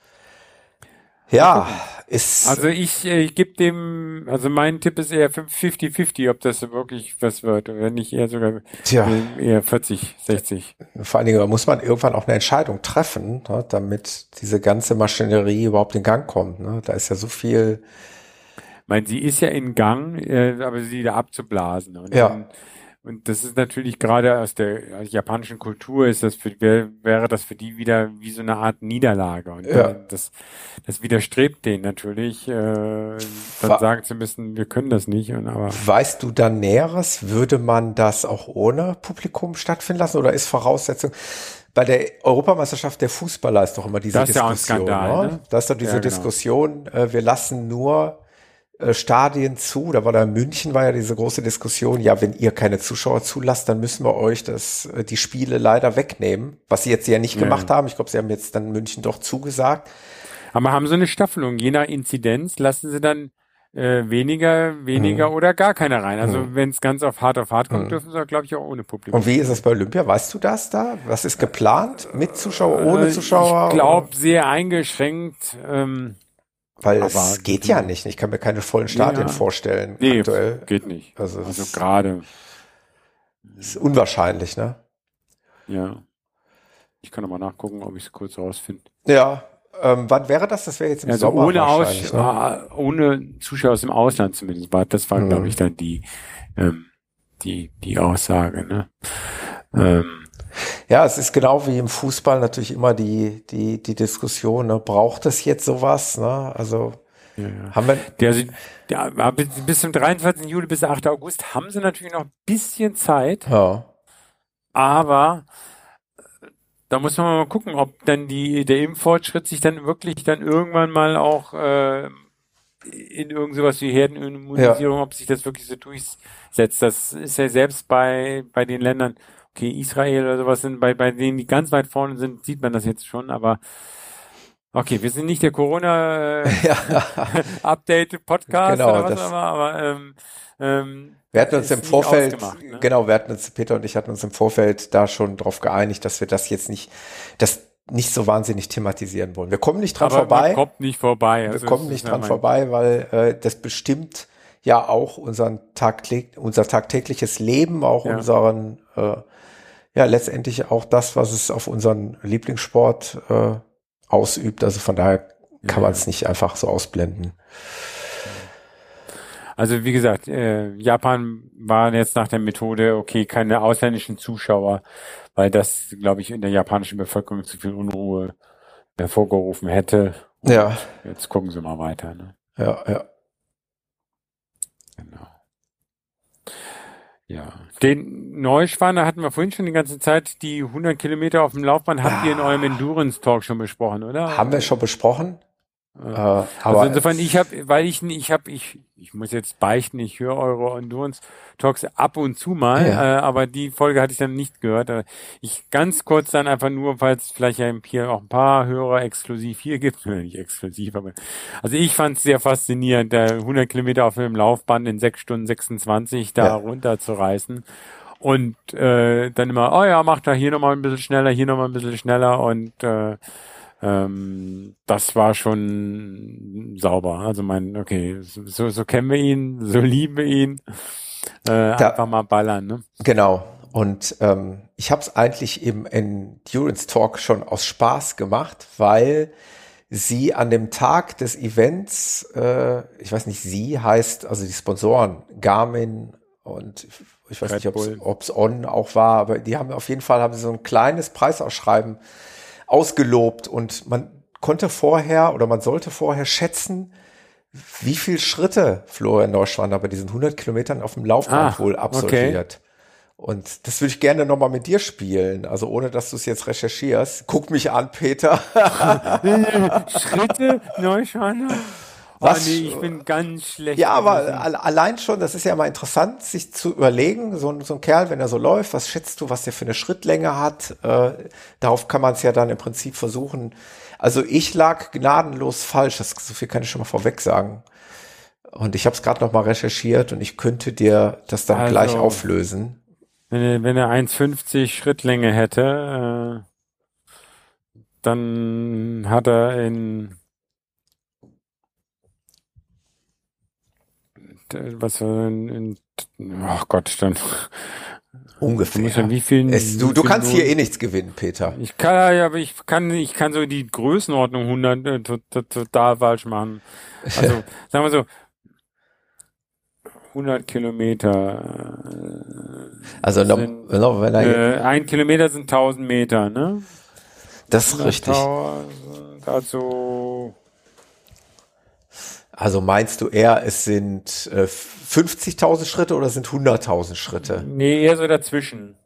ja, ist also ich, ich gebe dem, also mein Tipp ist eher fünfzig fünfzig, ob das wirklich was wird, wenn nicht eher sogar Tja. eher vierzig, sechzig. Vor allen Dingen muss man irgendwann auch eine Entscheidung treffen, ne, damit diese ganze Maschinerie überhaupt in Gang kommt. Ne? Da ist ja so viel. Ich meine, sie ist ja in Gang, äh, aber sie da abzublasen. Und ja. dann Und das ist natürlich gerade aus der japanischen Kultur ist das für, wär, wäre das für die wieder wie so eine Art Niederlage. Und Ja. äh, das, das widerstrebt denen natürlich, äh, dann Wa- sagen zu müssen, wir können das nicht. Und aber Weißt du da Näheres? Würde man das auch ohne Publikum stattfinden lassen oder ist Voraussetzung? Bei der Europameisterschaft der Fußballer ist doch immer diese Das ist ja auch ein Diskussion. Skandal, Ne? ne? Da ist doch diese Ja, genau. Diskussion, äh, wir lassen nur äh, Stadien zu. Da war da in München, war ja diese große Diskussion, ja, wenn ihr keine Zuschauer zulasst, dann müssen wir euch das, äh, die Spiele leider wegnehmen. Was sie jetzt ja nicht Ja. gemacht haben. Ich glaube, sie haben jetzt dann München doch zugesagt. Aber haben so eine Staffelung, je nach Inzidenz lassen sie dann äh, weniger, weniger Hm. oder gar keine rein. Also Hm. wenn es ganz auf hart auf hart kommt, Hm. dürfen sie, glaube ich, auch ohne Publikum. Und wie ist es bei Olympia? Weißt du das da? Was ist geplant? Mit Zuschauer, ohne Äh, Zuschauer? Ich glaube, sehr eingeschränkt. Ähm, Weil aber es geht ja nicht. Ich kann mir keine vollen Stadien Ja. vorstellen nee, aktuell. geht nicht. Also, Also es gerade, ist unwahrscheinlich, ne? ja. Ich kann aber nachgucken, ob ich es kurz rausfinde. Ja. Ähm, wann wäre das? Das wäre jetzt im Also Sommer ohne Aus, wahrscheinlich, ne? äh, ohne Zuschauer aus dem Ausland zumindest war. Das war, Mhm. glaube ich, dann die, ähm, die, die Aussage. Ne? Ähm, Ja, es ist genau wie im Fußball natürlich immer die, die, die Diskussion, ne? Braucht es jetzt sowas? Ne? Also ja, ja. haben wir, Der, also, der, bis, bis zum dreiundzwanzigsten Juli bis achten August haben sie natürlich noch ein bisschen Zeit, ja, aber da muss man mal gucken, ob dann die, der Impffortschritt sich dann wirklich dann irgendwann mal auch äh, in irgend sowas wie Herdenimmunisierung, ob sich das wirklich so durchsetzt. Das ist ja selbst bei, bei den Ländern, okay, Israel oder sowas sind, bei, bei denen, die ganz weit vorne sind, sieht man das jetzt schon, aber okay, wir sind nicht der Corona-Update-Podcast Genau, oder was das- auch immer, aber ähm, ähm, wir hatten uns ist im nicht Vorfeld, ausgemacht, ne? genau, wir hatten uns, Peter und ich hatten uns im Vorfeld da schon drauf geeinigt, dass wir das jetzt nicht, das nicht so wahnsinnig thematisieren wollen. Wir kommen nicht dran aber vorbei. man kommt nicht vorbei. Wir Also kommen es nicht ist dran ja mein- vorbei, weil äh, das bestimmt ja auch unseren tagtäglich, unser tagtägliches Leben, auch Ja. unseren, äh, ja letztendlich auch das, was es auf unseren Lieblingssport äh, ausübt. Also von daher kann Ja, man es nicht einfach so ausblenden. Also wie gesagt, äh, Japan war jetzt nach der Methode, okay, keine ausländischen Zuschauer, weil das, glaube ich, in der japanischen Bevölkerung zu viel Unruhe hervorgerufen hätte. Und Ja, jetzt gucken sie mal weiter. Ne? ja, ja. Genau. Ja. Den Neuschwan, da hatten wir vorhin schon die ganze Zeit, die hundert Kilometer auf dem Laufband, habt ihr in eurem Endurance-Talk schon besprochen, oder? Haben wir schon besprochen. Äh, Also aber insofern, ich habe, weil ich, ich habe, ich, ich muss jetzt beichten, ich höre eure Endurance-Talks ab und zu mal, Ja. äh, aber die Folge hatte ich dann nicht gehört. Äh, Ich ganz kurz dann einfach nur, falls vielleicht ja hier auch ein paar Hörer exklusiv hier gibt, oder nicht exklusiv, aber also ich fand es sehr faszinierend, da hundert Kilometer auf dem Laufband in sechs Stunden sechsundzwanzig da Ja. runterzureißen. Und äh, dann immer, oh ja, mach da hier nochmal ein bisschen schneller, hier nochmal ein bisschen schneller und äh, ähm, das war schon sauber. Also mein, okay, so, so kennen wir ihn, so lieben wir ihn. Äh, Da- einfach mal ballern, ne? Genau. Und ähm, ich habe es eigentlich im Endurance Talk schon aus Spaß gemacht, weil sie an dem Tag des Events, äh, ich weiß nicht, sie heißt, also die Sponsoren, Garmin und ich weiß Red nicht, Bull. ob es On auch war, aber die haben auf jeden Fall haben sie so ein kleines Preisausschreiben ausgelobt und man konnte vorher oder man sollte vorher schätzen, wie viel Schritte Florian Neuschwander bei diesen hundert Kilometern auf dem Laufband Ah, wohl absolviert. Und das würde ich gerne nochmal mit dir spielen, also ohne, dass du es jetzt recherchierst. Guck mich an, Peter. Schritte, Neuschwander? Oh Was? nee, ich bin ganz schlecht. Ja, aber gewesen. al- allein schon, das ist ja mal interessant, sich zu überlegen, so, ein- so ein Kerl, wenn er so läuft, was schätzt du, was der für eine Schrittlänge hat? Äh, darauf kann man es ja dann im Prinzip versuchen. Also ich lag gnadenlos falsch, das, so viel kann ich schon mal vorweg sagen. Und ich habe es gerade noch mal recherchiert und ich könnte dir das dann Also, gleich auflösen. Wenn er, wenn er eins fünfzig Schrittlänge hätte, äh, dann hat er in was war in, in ach Gott, dann Ungefähr. muss ja wie viel, Es, du wie du viel kannst hier Not- eh nichts gewinnen, Peter. Ich kann ja, aber ich kann, ich kann so die Größenordnung hundert äh, to- to- total falsch machen. Also, sagen wir so, hundert Kilometer. Also noch, sind, noch, wenn er äh, ein Kilometer sind tausend Meter, ne? Das ist richtig. Also Also meinst du eher, es sind äh, fünfzigtausend Schritte oder sind hunderttausend Schritte? Nee, eher so dazwischen.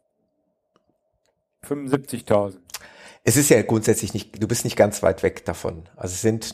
fünfundsiebzigtausend. Es ist ja grundsätzlich nicht, du bist nicht ganz weit weg davon. Also es sind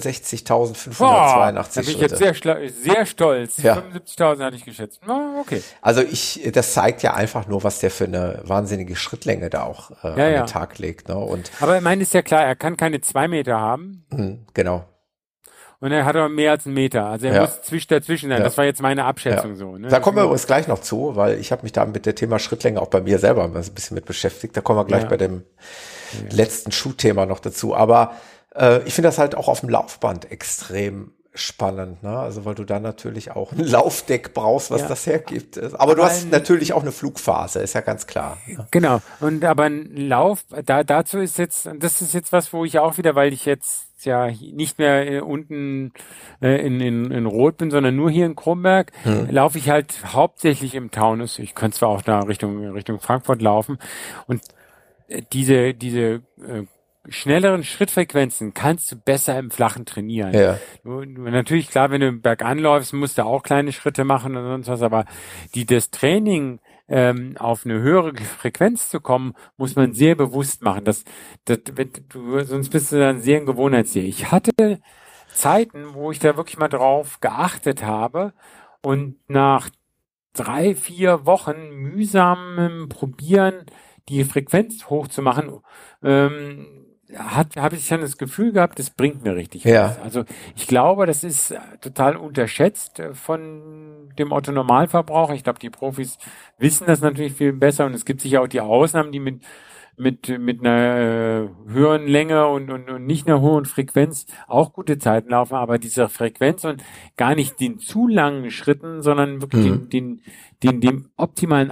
neunundsechzigtausendfünfhundertzweiundachtzig Schritte. Da bin ich Schritte. jetzt sehr, sehr stolz. Ja. fünfundsiebzigtausend hatte ich geschätzt. Oh, okay. Also ich, das zeigt ja einfach nur, was der für eine wahnsinnige Schrittlänge da auch äh, ja, an ja. den Tag legt. Ne? Und aber ich meine, ist ja klar, er kann keine zwei Meter haben. mh, genau. Und er hat aber mehr als einen Meter. Also er Ja. muss zwisch dazwischen sein. Ja. Das war jetzt meine Abschätzung Ja. so. Ne? Da kommen wir übrigens gleich noch zu, weil ich habe mich da mit dem Thema Schrittlänge auch bei mir selber ein bisschen mit beschäftigt. Da kommen wir gleich Ja. bei dem ja. letzten Schuhthema noch dazu. Aber äh, ich finde das halt auch auf dem Laufband extrem spannend, ne? Also weil du da natürlich auch ein Laufdeck brauchst, was Ja. das hergibt. Aber du Aber hast ein- natürlich auch eine Flugphase, ist ja ganz klar. Ne? Genau. Und aber ein Lauf, da dazu ist jetzt, das ist jetzt was, wo ich auch wieder, weil ich jetzt ja nicht mehr äh, unten äh, in, in, in Rot bin, sondern nur hier in Kronberg, Hm. laufe ich halt hauptsächlich im Taunus. Ich könnte zwar auch da Richtung Richtung Frankfurt laufen und äh, diese diese äh, schnelleren Schrittfrequenzen kannst du besser im Flachen trainieren. Ja. Du, du, natürlich, klar, wenn du bergan läufst, musst du auch kleine Schritte machen und sonst was, aber die, das Training ähm, auf eine höhere Frequenz zu kommen, muss man sehr bewusst machen. Das, das, wenn du, sonst bist du dann sehr ein Gewohnheitstier. Ich hatte Zeiten, wo ich da wirklich mal drauf geachtet habe und nach drei, vier Wochen mühsamem Probieren, die Frequenz hochzumachen, ähm, hat, habe ich dann das Gefühl gehabt, das bringt mir richtig Ja. was. Also ich glaube, das ist äh, total unterschätzt äh, von dem Otto Normalverbraucher. Ich glaube, die Profis wissen das natürlich viel besser und es gibt sicher auch die Ausnahmen, die mit mit mit einer äh, höheren Länge und, und und nicht einer hohen Frequenz auch gute Zeiten laufen, aber diese Frequenz und gar nicht den zu langen Schritten, sondern wirklich Mhm. den den den dem optimalen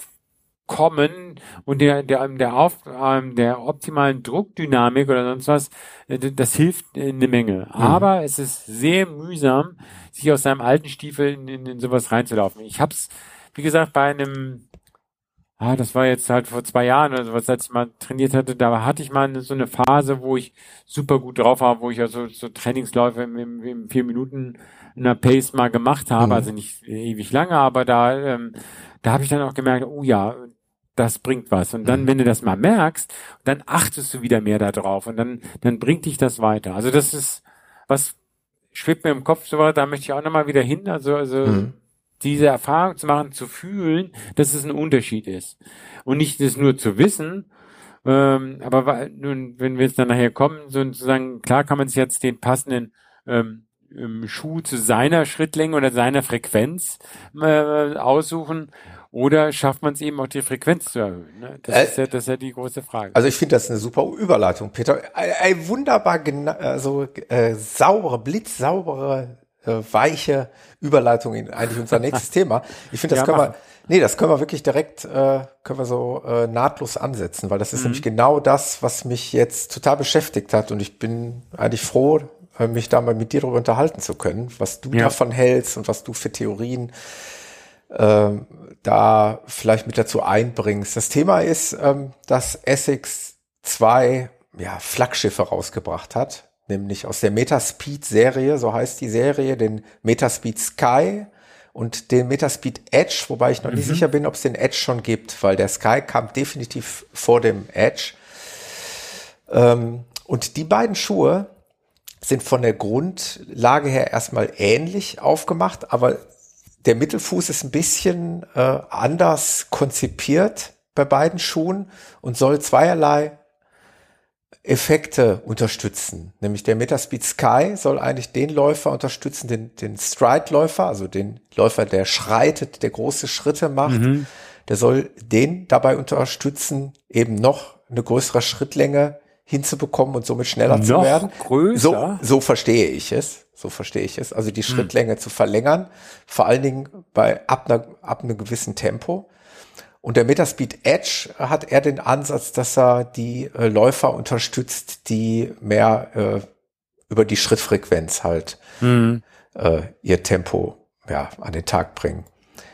Aufkommen und der der der auf ähm, der optimalen Druckdynamik oder sonst was, äh, d- das hilft äh, eine Menge. Aber es ist sehr mühsam, sich aus seinem alten Stiefel in, in, in sowas reinzulaufen. Ich hab's, wie gesagt, bei einem Ah, das war jetzt halt vor zwei Jahren oder sowas, als ich mal trainiert hatte, da hatte ich mal eine, so eine Phase, wo ich super gut drauf war, wo ich ja so, so Trainingsläufe im, im, im vier Minuten in der Pace mal gemacht habe, Mhm. also nicht ewig lange, aber da, ähm, da habe ich dann auch gemerkt, oh ja, das bringt was. Und dann, Mhm. wenn du das mal merkst, dann achtest du wieder mehr da drauf und dann, dann bringt dich das weiter. Also das ist, was schwebt mir im Kopf so war, da möchte ich auch nochmal wieder hin, also, also, Mhm. diese Erfahrung zu machen, zu fühlen, dass es ein Unterschied ist. Und nicht das nur zu wissen, ähm, aber wa- nun, wenn wir jetzt dann nachher kommen, sozusagen, klar kann man sich jetzt den passenden ähm, ähm, Schuh zu seiner Schrittlänge oder seiner Frequenz äh, aussuchen, oder schafft man es eben auch die Frequenz zu erhöhen? Ne? Das, Äh, ist ja, das ist ja die große Frage. Also ich finde das eine super Überleitung, Peter. Ein, ein wunderbar, gena- also äh, saubere, blitzsaubere, äh, weiche Überleitung in eigentlich unser nächstes Thema. Ich finde, das Ja, können wir, machen. nee, das können wir wirklich direkt, äh, können wir so äh, nahtlos ansetzen, weil das ist Mhm. nämlich genau das, was mich jetzt total beschäftigt hat und ich bin eigentlich froh, äh, mich da mal mit dir darüber unterhalten zu können, was du Ja. davon hältst und was du für Theorien ähm, da vielleicht mit dazu einbringst. Das Thema ist, ähm, dass Essex zwei ja, Flaggschiffe rausgebracht hat, nämlich aus der Metaspeed-Serie, so heißt die Serie, den Metaspeed Sky und den Metaspeed Edge, wobei ich noch Mhm. nicht sicher bin, ob es den Edge schon gibt, weil der Sky kam definitiv vor dem Edge. Ähm, und die beiden Schuhe sind von der Grundlage her erstmal ähnlich aufgemacht, aber der Mittelfuß ist ein bisschen äh, anders konzipiert bei beiden Schuhen und soll zweierlei Effekte unterstützen. Nämlich der Metaspeed Sky soll eigentlich den Läufer unterstützen, den, den Stride-Läufer, also den Läufer, der schreitet, der große Schritte macht. Mhm. Der soll den dabei unterstützen, eben noch eine größere Schrittlänge hinzubekommen und somit schneller zu Noch werden. größer? So, so verstehe ich es. So verstehe ich es. Also die Schrittlänge zu verlängern, vor allen Dingen bei ab, einer, ab einem gewissen Tempo. Und der Metaspeed Edge hat eher den Ansatz, dass er die äh, Läufer unterstützt, die mehr äh, über die Schrittfrequenz halt Mhm. äh, ihr Tempo ja, an den Tag bringen.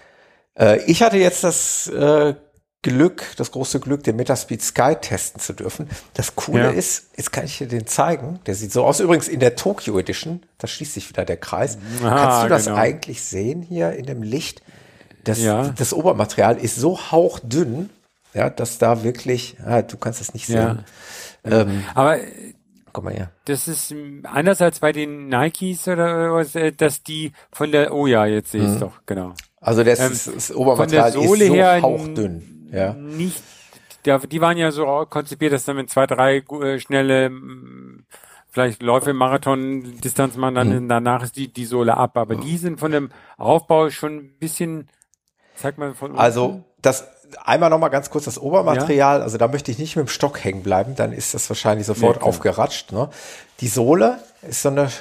Äh, ich hatte jetzt das äh, Glück, das große Glück, den Metaspeed Sky testen zu dürfen. Das Coole ja. ist, jetzt kann ich dir den zeigen, der sieht so aus, übrigens in der Tokyo Edition, da schließt sich wieder der Kreis. Aha, kannst du das genau. eigentlich sehen hier in dem Licht? Das, ja. das Obermaterial ist so hauchdünn, ja, dass da wirklich, ah, du kannst es nicht sehen. Ja. Ähm, Aber guck mal her. Das ist anders als bei den Nikes oder was, dass die von der, oh ja, jetzt sehe ich es mhm. doch, genau. Also das, ähm, ist, das Obermaterial ist so her hauchdünn. Ja. Nicht, der, die waren ja so konzipiert, dass dann mit zwei, drei äh, schnelle, vielleicht Läufe, Marathon-Distanz man dann hm. danach ist die, die Sohle ab. Aber hm. die sind von dem Aufbau schon ein bisschen, sag mal von unten. Also das, einmal nochmal ganz kurz das Obermaterial, ja? Also da möchte ich nicht mit dem Stock hängen bleiben, dann ist das wahrscheinlich sofort nee, aufgeratscht. Ne? Die Sohle ist so eine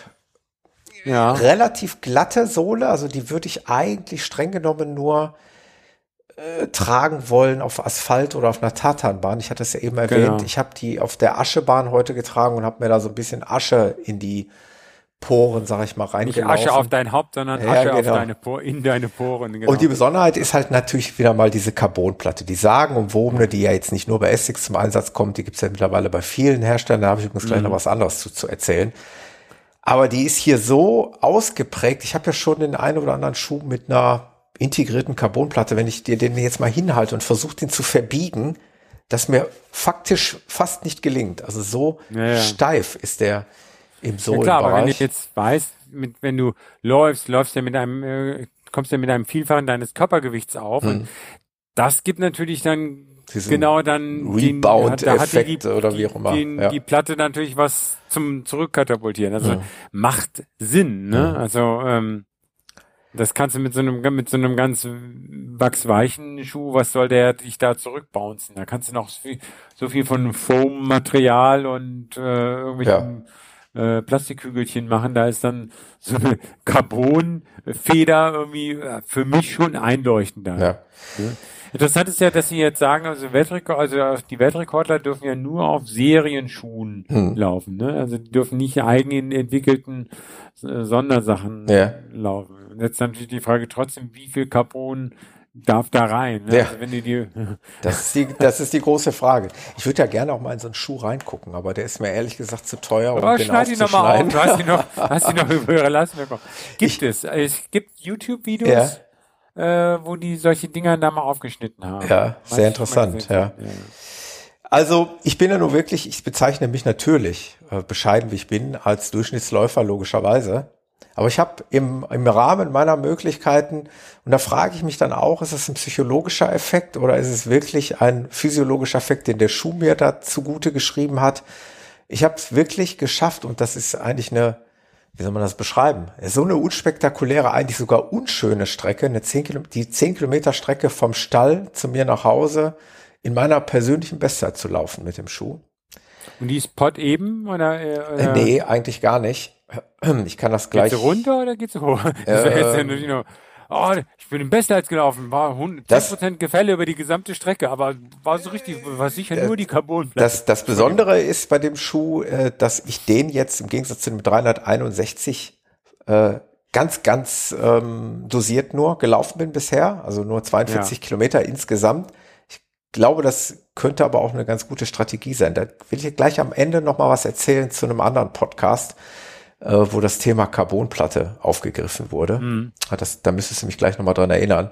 ja. relativ glatte Sohle, also die würde ich eigentlich streng genommen nur Äh, tragen wollen auf Asphalt oder auf einer Tatanbahn. Ich hatte es ja eben erwähnt. Genau. Ich habe die auf der Aschebahn heute getragen und habe mir da so ein bisschen Asche in die Poren, sag ich mal, reingelaufen. Nicht Asche auf dein Haupt, sondern ja, Asche genau. auf deine Por- in deine Poren. Genau. Und die Besonderheit ist halt natürlich wieder mal diese Carbonplatte. Die sagenumwobene, die ja jetzt nicht nur bei Essex zum Einsatz kommt, die gibt's ja mittlerweile bei vielen Herstellern. Da habe ich übrigens gleich mhm. noch was anderes zu, zu erzählen. Aber die ist hier so ausgeprägt. Ich habe ja schon den einen oder anderen Schuh mit einer integrierten Carbonplatte, wenn ich dir den jetzt mal hinhalte und versuche, den zu verbiegen, das mir faktisch fast nicht gelingt. Also so ja, ja. steif ist der im Sohlenbereich. Ja, klar, aber wenn du jetzt weißt, mit, wenn du läufst, läufst ja mit einem, äh, kommst ja mit einem Vielfachen deines Körpergewichts auf hm. und das gibt natürlich dann diesen genau dann Rebound-Effekt oder wie auch immer. Die, ja. die Platte natürlich was zum Zurückkatapultieren. Also ja. macht Sinn, ne? Ja. Also ähm, das kannst du mit so einem mit so einem ganz wachsweichen Schuh, was soll der dich da zurückbouncen? Da kannst du noch so viel, so viel von Foam-Material und äh, irgendwelchen ja. äh, Plastikkügelchen machen. Da ist dann so eine Carbon-Feder irgendwie äh, für mich schon einleuchtender. Ja. Ja. Interessant ist ja, dass sie jetzt sagen, also Weltrekord, also die Weltrekordler dürfen ja nur auf Serienschuhen hm. laufen, ne? Also die dürfen nicht eigen entwickelten äh, Sondersachen ja. laufen. Und jetzt natürlich die Frage trotzdem, wie viel Carbon darf da rein? Ne? Ja. Also wenn die, die das ist die, das ist die große Frage. Ich würde ja gerne auch mal in so einen Schuh reingucken, aber der ist mir ehrlich gesagt zu teuer, um oh, den schneid ihn nochmal auf. Du hast ihn noch, hast ihn noch über ihre Leistung bekommen. Gibt ich, es? Es gibt YouTube-Videos. Ja. Äh, wo die solche Dinger da mal aufgeschnitten haben. Ja, sehr Weiß interessant, ja. ja. Also ich bin ja nur wirklich, ich bezeichne mich natürlich, äh, bescheiden wie ich bin, als Durchschnittsläufer logischerweise. Aber ich habe im, im Rahmen meiner Möglichkeiten, und da frage ich mich dann auch, ist es ein psychologischer Effekt oder ist es wirklich ein physiologischer Effekt, den der Schuh mir da zugute geschrieben hat? Ich habe es wirklich geschafft und das ist eigentlich eine, wie soll man das beschreiben? So eine unspektakuläre, eigentlich sogar unschöne Strecke, eine zehn Kilometer, die zehn Kilometer Strecke vom Stall zu mir nach Hause in meiner persönlichen Bestzeit zu laufen mit dem Schuh. Und die ist Pott eben? Oder, oder? Äh, nee, eigentlich gar nicht. Ich kann das gleich. Geht sie runter oder geht sie hoch? Das äh, jetzt ja nur, oh, ich bin im Bestzeit gelaufen, war zehn Prozent Gefälle über die gesamte Strecke, aber war so richtig, war sicher äh, nur die Carbonplatte. Das, das Besondere ist bei dem Schuh, äh, dass ich den jetzt im Gegensatz zu dem dreihunderteinundsechzig äh, ganz, ganz ähm, dosiert nur gelaufen bin bisher, also nur zweiundvierzig ja. Kilometer insgesamt. Ich glaube, das könnte aber auch eine ganz gute Strategie sein. Da will ich gleich am Ende noch mal was erzählen zu einem anderen Podcast, äh, wo das Thema Carbonplatte aufgegriffen wurde. Mhm. Das, da müsstest du mich gleich noch mal dran erinnern.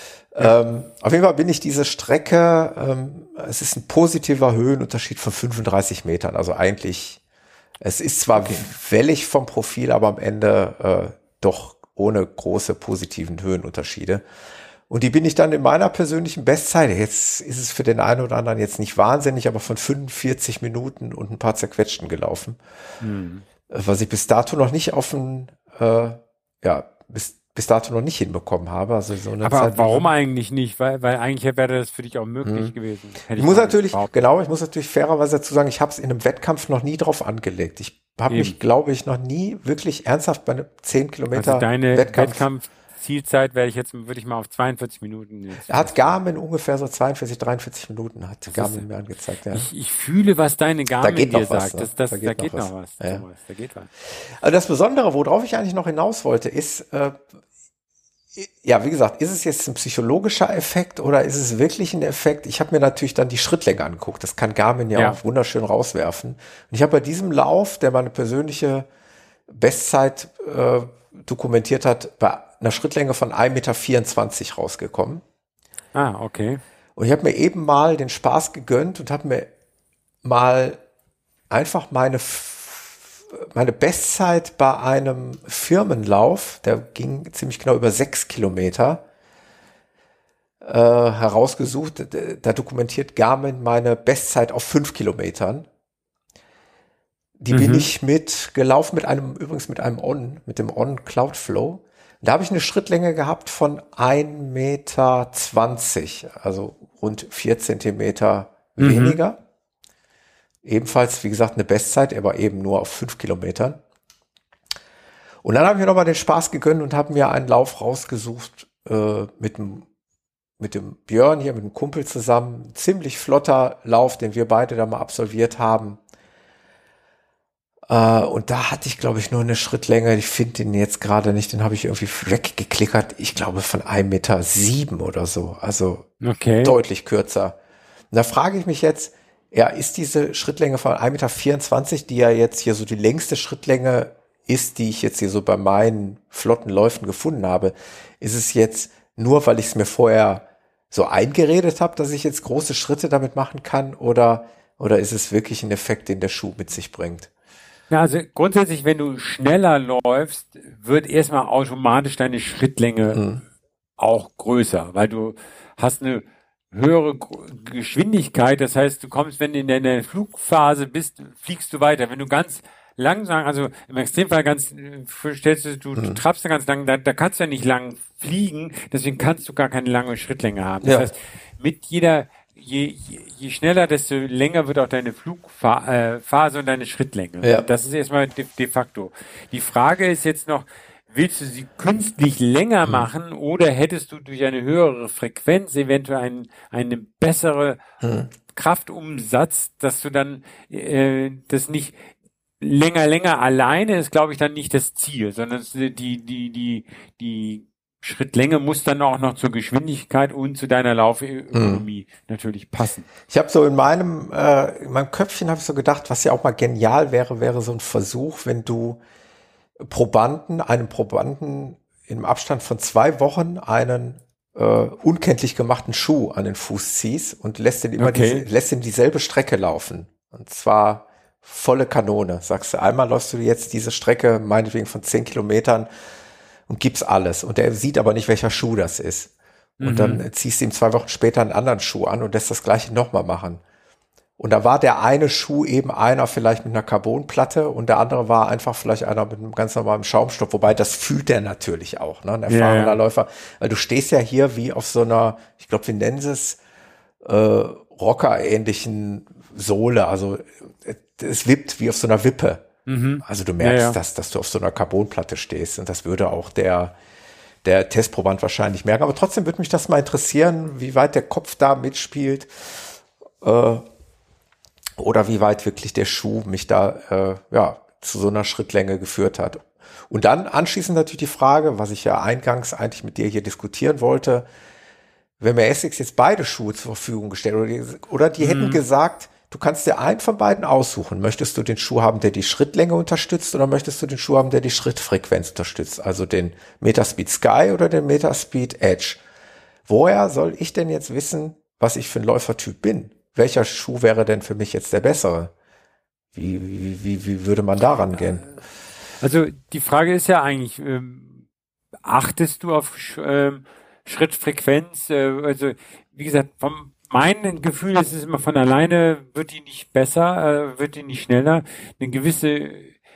Ja. Ähm, auf jeden Fall bin ich diese Strecke, ähm, es ist ein positiver Höhenunterschied von fünfunddreißig Metern. Also eigentlich, es ist zwar okay. wellig vom Profil, aber am Ende äh, doch ohne große positiven Höhenunterschiede. Und die bin ich dann in meiner persönlichen Bestzeit. Jetzt ist es für den einen oder anderen jetzt nicht wahnsinnig, aber von fünfundvierzig Minuten und ein paar zerquetschten gelaufen. Mhm. Was ich bis dato noch nicht auf ein, äh, ja, bis, bis dato noch nicht hinbekommen habe. Also so eine aber Zeit, warum eigentlich nicht? Weil, weil eigentlich wäre das für dich auch möglich mhm. gewesen. Hätte ich, ich muss natürlich, genau, ich muss natürlich fairerweise dazu sagen, ich habe es in einem Wettkampf noch nie drauf angelegt. Ich habe mich, glaube ich, noch nie wirklich ernsthaft bei einem zehn Kilometer also deine Wettkampf, Wettkampf Zielzeit werde ich jetzt, würde ich mal auf zweiundvierzig Minuten. Jetzt hat Garmin ungefähr so zweiundvierzig, dreiundvierzig Minuten, hat das Garmin ist, mir angezeigt, ja. Ich, ich fühle, was deine Garmin da geht dir noch was, sagt. Ne? Das, das, da geht, da noch, geht was. noch was. Ja. Thomas, da geht was. Da geht was. Ja. Also das Besondere, worauf ich eigentlich noch hinaus wollte, ist, äh, ja, wie gesagt, ist es jetzt ein psychologischer Effekt oder ist es wirklich ein Effekt? Ich habe mir natürlich dann die Schrittlänge angeguckt. Das kann Garmin ja, ja. auch wunderschön rauswerfen. Und ich habe bei diesem Lauf, der meine persönliche Bestzeit äh, dokumentiert hat, bei einer Schrittlänge von ein Meter vierundzwanzig rausgekommen. Ah, okay. Und ich habe mir eben mal den Spaß gegönnt und habe mir mal einfach meine meine Bestzeit bei einem Firmenlauf, der ging ziemlich genau über sechs Kilometer, äh, herausgesucht. Da dokumentiert Garmin meine Bestzeit auf fünf Kilometern. Die mhm. bin ich mit gelaufen mit einem, übrigens mit einem On, mit dem On Cloudflow. Da habe ich eine Schrittlänge gehabt von ein Meter zwanzig, also rund vier Zentimeter mhm. weniger. Ebenfalls, wie gesagt, eine Bestzeit, aber eben nur auf fünf Kilometern. Und dann habe ich mir nochmal den Spaß gegönnt und habe mir einen Lauf rausgesucht äh, mit dem mit dem Björn hier, mit dem Kumpel zusammen. Ziemlich flotter Lauf, den wir beide da mal absolviert haben. Äh, und da hatte ich, glaube ich, nur eine Schrittlänge. Ich finde den jetzt gerade nicht, den habe ich irgendwie weggeklickert. Ich glaube von ein Meter sieben oder so. Also okay. Deutlich kürzer. Und da frage ich mich jetzt, ja, ist diese Schrittlänge von ein Meter vierundzwanzig, die ja jetzt hier so die längste Schrittlänge ist, die ich jetzt hier so bei meinen flotten Läufen gefunden habe, ist es jetzt nur, weil ich es mir vorher so eingeredet habe, dass ich jetzt große Schritte damit machen kann, oder, oder ist es wirklich ein Effekt, den der Schuh mit sich bringt? Ja, also grundsätzlich, wenn du schneller läufst, wird erstmal automatisch deine Schrittlänge mhm. auch größer, weil du hast eine höhere Geschwindigkeit, das heißt, du kommst, wenn du in der Flugphase bist, fliegst du weiter. Wenn du ganz langsam, also im Extremfall ganz, stellst du, du, du trappst da ganz lang, da, da kannst du ja nicht lang fliegen, deswegen kannst du gar keine lange Schrittlänge haben. Das ja. heißt, mit jeder, je, je, je schneller, desto länger wird auch deine Flugphase und deine Schrittlänge. Ja. Das ist erstmal de, de facto. Die Frage ist jetzt noch, willst du sie künstlich länger hm. machen oder hättest du durch eine höhere Frequenz eventuell ein, eine bessere hm. Kraftumsatz, dass du dann äh, das nicht länger, länger alleine ist, glaube ich, dann nicht das Ziel, sondern die, die, die, die Schrittlänge muss dann auch noch zur Geschwindigkeit und zu deiner Laufökonomie hm. natürlich passen. Ich habe so in meinem, äh, in meinem Köpfchen habe ich so gedacht, was ja auch mal genial wäre, wäre so ein Versuch, wenn du Probanden, einem Probanden im Abstand von zwei Wochen einen äh, unkenntlich gemachten Schuh an den Fuß ziehst und lässt ihn immer okay. diese, lässt ihn dieselbe Strecke laufen. Und zwar volle Kanone. Sagst du, einmal läufst du jetzt diese Strecke, meinetwegen von zehn Kilometern, und gibst alles. Und er sieht aber nicht, welcher Schuh das ist. Und mhm. dann ziehst du ihm zwei Wochen später einen anderen Schuh an und lässt das Gleiche nochmal machen. Und da war der eine Schuh eben einer vielleicht mit einer Carbonplatte und der andere war einfach vielleicht einer mit einem ganz normalen Schaumstoff, wobei das fühlt der natürlich auch, ne, ein erfahrener ja, ja. Läufer. Weil du stehst ja hier wie auf so einer, ich glaube, wie nennen sie es, äh, Rocker-ähnlichen Sohle, also es wippt wie auf so einer Wippe. Mhm. Also du merkst, ja, ja. Dass, dass du auf so einer Carbonplatte stehst und das würde auch der der Testproband wahrscheinlich merken. Aber trotzdem würde mich das mal interessieren, wie weit der Kopf da mitspielt, äh, oder wie weit wirklich der Schuh mich da äh, ja zu so einer Schrittlänge geführt hat. Und dann anschließend natürlich die Frage, was ich ja eingangs eigentlich mit dir hier diskutieren wollte, wenn mir Essex jetzt beide Schuhe zur Verfügung gestellt oder die, oder die mhm. hätten gesagt, du kannst dir einen von beiden aussuchen. Möchtest du den Schuh haben, der die Schrittlänge unterstützt, oder möchtest du den Schuh haben, der die Schrittfrequenz unterstützt? Also den Metaspeed Sky oder den Metaspeed Edge. Woher soll ich denn jetzt wissen, was ich für ein Läufertyp bin? Welcher Schuh wäre denn für mich jetzt der bessere? Wie, wie, wie, wie würde man daran gehen? Also die Frage ist ja eigentlich, ähm, achtest du auf ähm, Schrittfrequenz? Äh, also wie gesagt, vom mein Gefühl ist es immer, von alleine wird die nicht besser, äh, wird die nicht schneller. Eine gewisse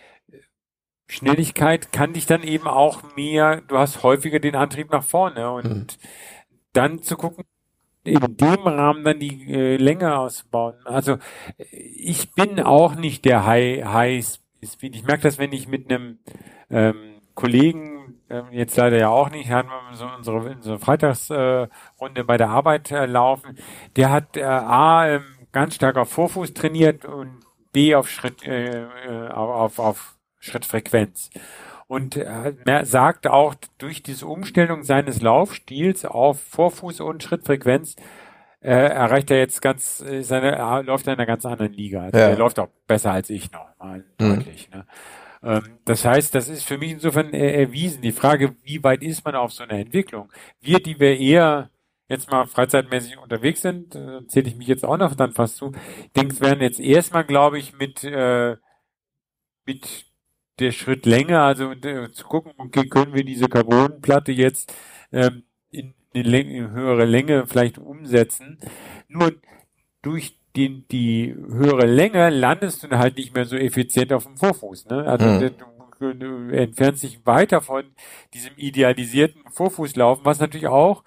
Schnelligkeit kann dich dann eben auch mehr, du hast häufiger den Antrieb nach vorne und hm. dann zu gucken, in dem Rahmen dann die äh, Länge ausbauen. Also ich bin auch nicht der High, High Speed. Ich merke das, wenn ich mit einem ähm, Kollegen, ähm, jetzt leider ja auch nicht, hatten wir so unsere, unsere Freitagsrunde äh, bei der Arbeit äh, laufen. Der hat äh, A, ähm, ganz stark auf Vorfuß trainiert und B, auf Schritt, äh, auf, auf, auf Schrittfrequenz. und äh, er sagt auch, durch diese Umstellung seines Laufstils auf Vorfuß- und Schrittfrequenz äh, erreicht er jetzt ganz, äh, seine, er läuft er in einer ganz anderen Liga. Also Ja. der läuft auch besser als ich noch, mal deutlich. Mhm. Ne? Ähm, das heißt, das ist für mich insofern äh, erwiesen. Die Frage, wie weit ist man auf so einer Entwicklung? Wir, die wir eher jetzt mal freizeitmäßig unterwegs sind, äh, zähle ich mich jetzt auch noch dann fast zu. Ich denke, es werden jetzt erstmal, glaube ich, mit äh, mit der Schrittlänge, also äh, zu gucken, okay, können wir diese Carbonplatte jetzt ähm, in eine Länge, in höhere Länge vielleicht umsetzen. Nur durch die, die höhere Länge landest du halt nicht mehr so effizient auf dem Vorfuß. Ne? Also Mhm. du, du entfernst dich weiter von diesem idealisierten Vorfußlaufen, was natürlich auch,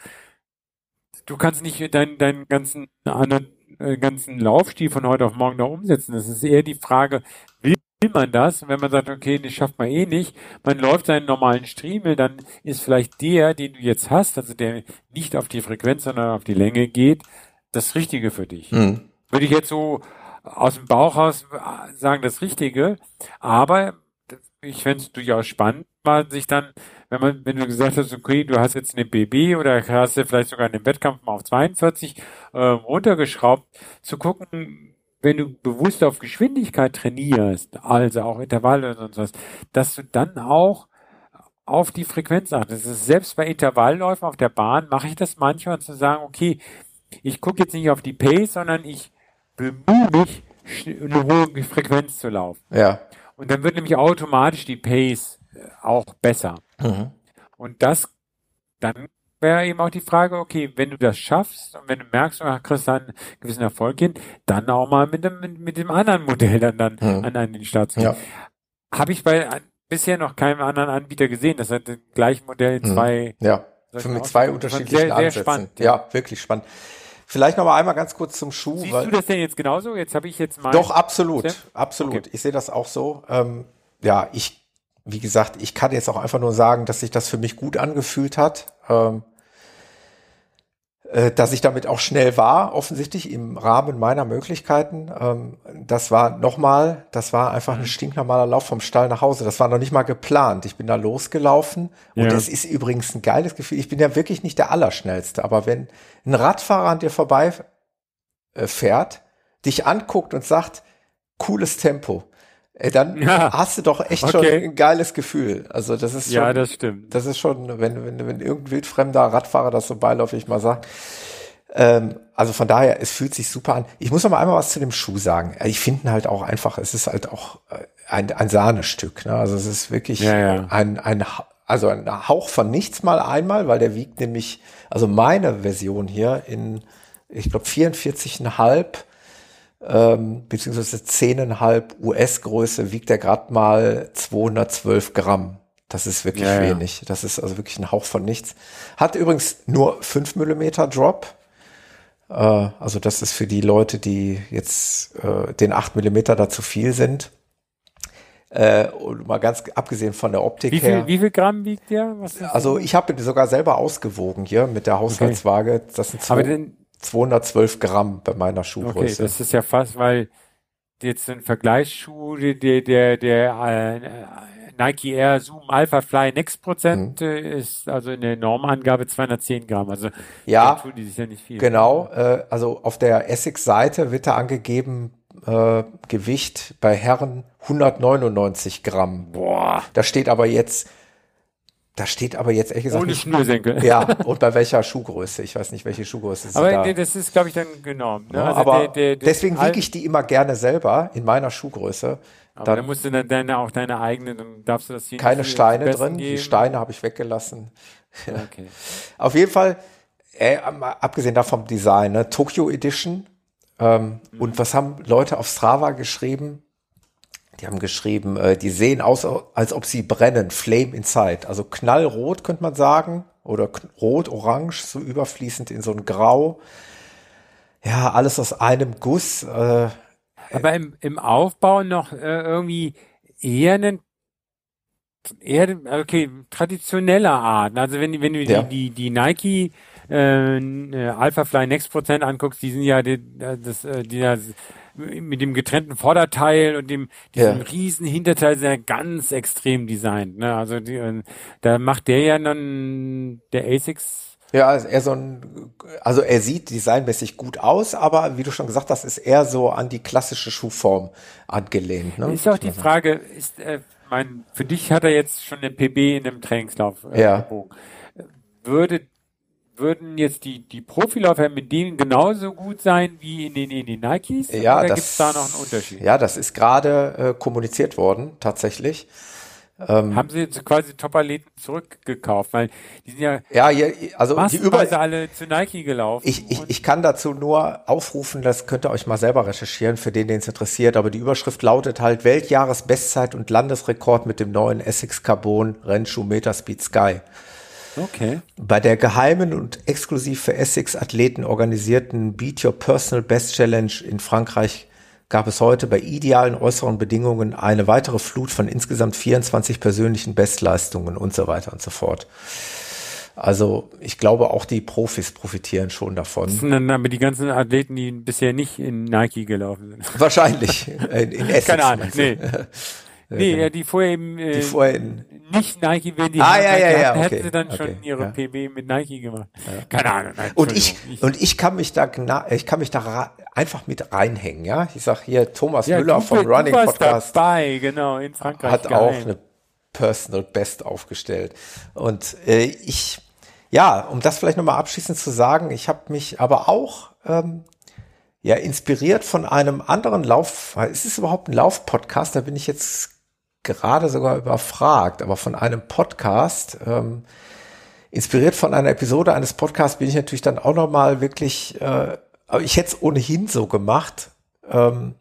du kannst nicht deinen, deinen ganzen anderen äh, ganzen Laufstil von heute auf morgen da umsetzen. Das ist eher die Frage, will Will man das? Wenn man sagt, okay, das schafft man eh nicht, man läuft seinen normalen Striemel, dann ist vielleicht der, den du jetzt hast, also der nicht auf die Frequenz, sondern auf die Länge geht, das Richtige für dich. Mhm. Würde ich jetzt so aus dem Bauch raus sagen, das Richtige, aber ich fände es durchaus spannend, mal sich dann, wenn man, wenn du gesagt hast, okay, du hast jetzt eine B B oder hast du vielleicht sogar einen Wettkampf mal auf zweiundvierzig äh, runtergeschraubt, zu gucken, wenn du bewusst auf Geschwindigkeit trainierst, also auch Intervalle und sonst was, dass du dann auch auf die Frequenz achtest. Das ist selbst bei Intervallläufen auf der Bahn mache ich das manchmal zu sagen, okay, ich gucke jetzt nicht auf die Pace, sondern ich bemühe mich, eine hohe Frequenz zu laufen. Ja. Und dann wird nämlich automatisch die Pace auch besser. Mhm. Und das, dann wäre eben auch die Frage, okay, wenn du das schaffst und wenn du merkst, du kriegst dann einen gewissen Erfolg hin, dann auch mal mit dem, mit, mit dem anderen Modell dann, dann mhm. an, an den Start zu gehen. Ja. Habe ich bei an, bisher noch keinem anderen Anbieter gesehen, das hat das gleiche Modell in zwei, mhm. ja. mit zwei unterschiedlichen sehr, sehr Ansätzen. Spannend, ja. ja, wirklich spannend. Vielleicht noch mal einmal ganz kurz zum Schuh. Siehst weil, du das denn jetzt genauso? Jetzt habe ich jetzt mal. Doch, absolut, Step? absolut. Okay. Ich sehe das auch so. Ähm, ja, ich, wie gesagt, ich kann jetzt auch einfach nur sagen, dass sich das für mich gut angefühlt hat. Ähm, äh, dass ich damit auch schnell war, offensichtlich im Rahmen meiner Möglichkeiten. Ähm, das war nochmal, das war einfach ein stinknormaler Lauf vom Stall nach Hause. Das war noch nicht mal geplant. Ich bin da losgelaufen und es ja. ist übrigens ein geiles Gefühl. Ich bin ja wirklich nicht der Allerschnellste, aber wenn ein Radfahrer an dir vorbei äh, fährt, dich anguckt und sagt, cooles Tempo, äh, dann ja. hast du doch echt okay. schon ein geiles Gefühl. Also das ist schon, ja, das stimmt. Das ist schon, wenn, wenn, wenn irgendein wildfremder Radfahrer das so beiläufig mal sagt. Ähm, also von daher, es fühlt sich super an. Ich muss noch mal einmal was zu dem Schuh sagen. Ich finde ihn halt auch einfach, es ist halt auch ein, ein Sahnestück. Ne? Also es ist wirklich ja, ja. ein, ein, also ein Hauch von nichts mal einmal, weil der wiegt nämlich, also meine Version hier in, ich glaube vierundvierzig Komma fünf ähm, beziehungsweise zehn Komma fünf U S-Größe wiegt der gerade mal zweihundertzwölf Gramm. Das ist wirklich ja, wenig. Ja. Das ist also wirklich ein Hauch von nichts. Hat übrigens nur fünf Millimeter Drop. Äh, also das ist für die Leute, die jetzt äh, den acht Millimeter da zu viel sind. Äh, und mal ganz abgesehen von der Optik wie viel, her. Wie viel Gramm wiegt der? Was also ich habe sogar selber ausgewogen hier mit der Haushaltswaage. Okay. Das sind zwei, denn, zweihundertzwölf Gramm bei meiner Schuhgröße. Okay, das ist ja fast, weil jetzt ein Vergleichsschuh, der, der, der äh, Nike Air Zoom Alpha Fly Next Prozent mhm. ist also in der Normangabe zweihundertzehn Gramm. Also ja, tun die sich ja nicht viel. Genau. Äh, also auf der Essex-Seite wird da angegeben äh, Gewicht bei Herren hundertneunundneunzig Gramm. Boah. Da steht aber jetzt Da steht aber jetzt ehrlich gesagt ohne Schnürsenkel. Ja, und bei welcher Schuhgröße? Ich weiß nicht, welche Schuhgröße sie aber da. Aber das ist, glaube ich, dann genommen. Ne? Ja, also aber der, der, der deswegen wiege ich die immer gerne selber in meiner Schuhgröße. Aber dann, dann musst du dann deine, auch deine eigenen, dann darfst du das hier keine nicht Steine drin. geben. Die Steine habe ich weggelassen. Okay. Auf jeden Fall, äh, abgesehen davon vom Design, ne, Tokyo Edition. Ähm, mhm. Und was haben Leute auf Strava geschrieben? Die haben geschrieben, äh, die sehen aus, als ob sie brennen, Flame Inside. Also knallrot, könnte man sagen. Oder rot, orange, so überfließend in so ein Grau. Ja, alles aus einem Guss. Äh, Aber im, im Aufbau noch äh, irgendwie eher einen eher, okay, traditioneller Art. Also wenn, wenn du ja. die, die, die Nike äh, Alpha Fly Next Prozent anguckst, die sind ja die, das, die, das mit dem getrennten Vorderteil und dem diesem Ja. riesen Hinterteil sehr ganz extrem designt. Ne? Also die, äh, da macht der ja dann der Asics. Ja, ist eher so ein, also er sieht designmäßig gut aus, aber wie du schon gesagt hast, ist eher so an die klassische Schuhform angelehnt. Ne? Ist auch die Frage, ist, äh, mein, für dich hat er jetzt schon eine P B in einem Trainingslauf äh, Ja. gebogen. Würde Würden jetzt die, die Profiläufer mit denen genauso gut sein wie in den, in den Nikes? Ja, oder das, gibt es da noch einen Unterschied? Ja, das ist gerade äh, kommuniziert worden, tatsächlich. Ähm, Haben sie jetzt quasi Top-Athleten zurückgekauft? Weil die sind ja, ja, ja, also die über, massenweise alle zu Nike gelaufen. ich, ich, ich kann dazu nur aufrufen, das könnt ihr euch mal selber recherchieren, für den, den es interessiert, aber die Überschrift lautet halt Weltjahresbestzeit und Landesrekord mit dem neuen Essex Carbon Rennschuh Metaspeed Sky. Okay. Bei der geheimen und exklusiv für Essex-Athleten organisierten Beat Your Personal Best Challenge in Frankreich gab es heute bei idealen äußeren Bedingungen eine weitere Flut von insgesamt vierundzwanzig persönlichen Bestleistungen und so weiter und so fort. Also ich glaube, auch die Profis profitieren schon davon. Das sind dann aber die ganzen Athleten, die bisher nicht in Nike gelaufen sind. Wahrscheinlich. In, in Essex. Keine Ahnung, nee. Nee, genau. ja, die vorher eben äh, Die vorher in, nicht Nike, wenn die Ah, Nike ja, ja, ja, hatten, okay, hätten sie dann okay, schon ihre ja. P B mit Nike gemacht. Keine Ahnung. Nein, und ich, Entschuldigung. und ich kann mich da, gna- ich kann mich da ra- einfach mit reinhängen, ja. Ich sag hier, Thomas ja, Müller du, vom du Running warst Podcast dabei, genau, in Frankreich. hat geheim. auch eine Personal Best aufgestellt. Und äh, ich, ja, um das vielleicht nochmal abschließend zu sagen, ich habe mich aber auch ähm, ja inspiriert von einem anderen Lauf, ist es überhaupt ein Lauf-Podcast? Da bin ich jetzt gerade sogar überfragt, aber von einem Podcast, ähm, inspiriert von einer Episode eines Podcasts, bin ich natürlich dann auch nochmal wirklich, äh, aber ich hätte es ohnehin so gemacht, ähm,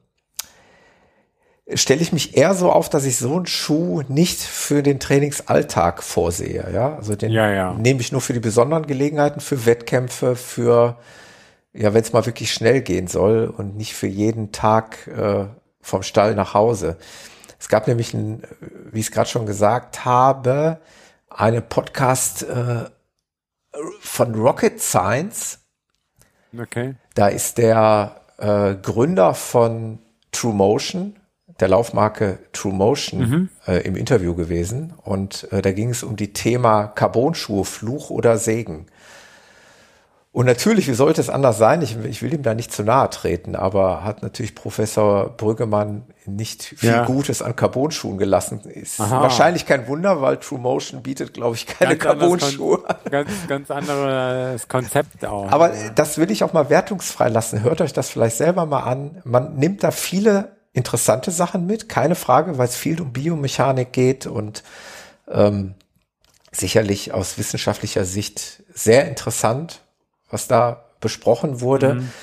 stelle ich mich eher so auf, dass ich so einen Schuh nicht für den Trainingsalltag vorsehe. Ja, also den Ja, ja. nehme ich nur für die besonderen Gelegenheiten, für Wettkämpfe, für, ja, wenn es mal wirklich schnell gehen soll und nicht für jeden Tag äh, vom Stall nach Hause. Es gab nämlich, ein, wie ich es gerade schon gesagt habe, einen Podcast äh, von Rocket Science. Okay. Da ist der äh, Gründer von True Motion, der Laufmarke True Motion, Mhm. äh, im Interview gewesen. Und äh, da ging es um die Thema Carbon-Schuhe, Fluch oder Segen. Und natürlich, wie sollte es anders sein? Ich, ich will ihm da nicht zu nahe treten, aber hat natürlich Professor Brüggemann nicht viel Ja. Gutes an Carbon-Schuhen gelassen. Ist Aha. wahrscheinlich kein Wunder, weil True Motion bietet, glaube ich, keine Ganz anderes Carbon-Schuhe. Kon- Ganz, ganz anderes Konzept auch. Aber das will ich auch mal wertungsfrei lassen. Hört euch das vielleicht selber mal an. Man nimmt da viele interessante Sachen mit, keine Frage, weil es viel um Biomechanik geht und ähm, sicherlich aus wissenschaftlicher Sicht sehr interessant, was da besprochen wurde. Mhm.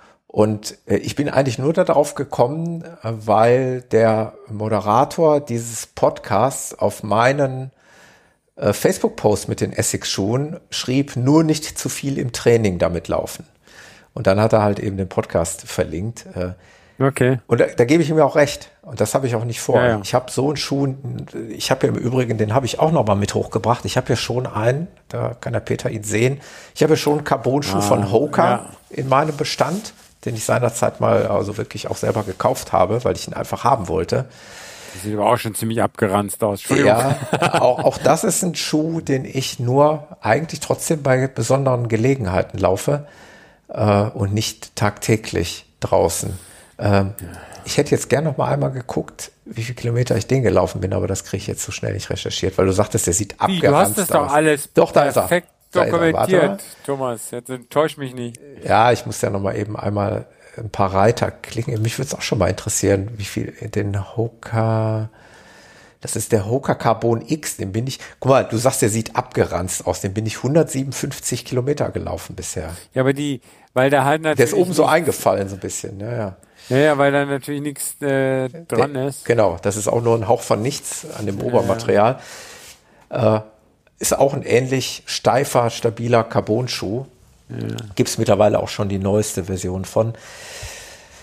Und äh, ich bin eigentlich nur darauf gekommen, äh, weil der Moderator dieses Podcasts auf meinen äh, Facebook-Post mit den Essex-Schuhen schrieb, nur nicht zu viel im Training damit laufen. Und dann hat er halt eben den Podcast verlinkt. Äh, Okay. und da, da gebe ich ihm ja auch recht. Und das habe ich auch nicht vor. Ja, ja. Ich habe so einen Schuh, ich habe ja im Übrigen, den habe ich auch noch mal mit hochgebracht. Ich habe ja schon einen, da kann der Peter ihn sehen. Ich habe ja schon einen Carbon-Schuh Ah, von Hoka ja. in meinem Bestand, den ich seinerzeit mal also wirklich auch selber gekauft habe, weil ich ihn einfach haben wollte. Die sieht aber auch schon ziemlich abgeranzt aus. Entschuldigung. Ja, auch, auch das ist ein Schuh, den ich nur eigentlich trotzdem bei besonderen Gelegenheiten laufe äh, und nicht tagtäglich draußen. Ähm, ich hätte jetzt gern noch mal einmal geguckt, wie viele Kilometer ich den gelaufen bin, aber das kriege ich jetzt so schnell nicht recherchiert, weil du sagtest, der sieht Wie, abgeranzt du hast das doch aus. alles Doch, da ist er. perfekt Da ist er. Warte dokumentiert, mal. Thomas. Jetzt enttäusch mich nicht. Ja, ich muss ja noch mal eben einmal ein paar Reiter klicken. Mich würde es auch schon mal interessieren, wie viel den Hoka, das ist der Hoka Carbon X, den bin ich, guck mal, du sagst, der sieht abgeranzt aus, den bin ich hundertsiebenundfünfzig Kilometer gelaufen bisher. Ja, aber die, weil da halt natürlich. Der ist oben so nicht- eingefallen, so ein bisschen, ja, ja. Ja, ja, weil da natürlich nichts äh, dran Der- ist. Genau, das ist auch nur ein Hauch von nichts an dem Obermaterial. Äh, ist auch ein ähnlich steifer, stabiler Carbon-Schuh. Gibt es mittlerweile auch schon die neueste Version von.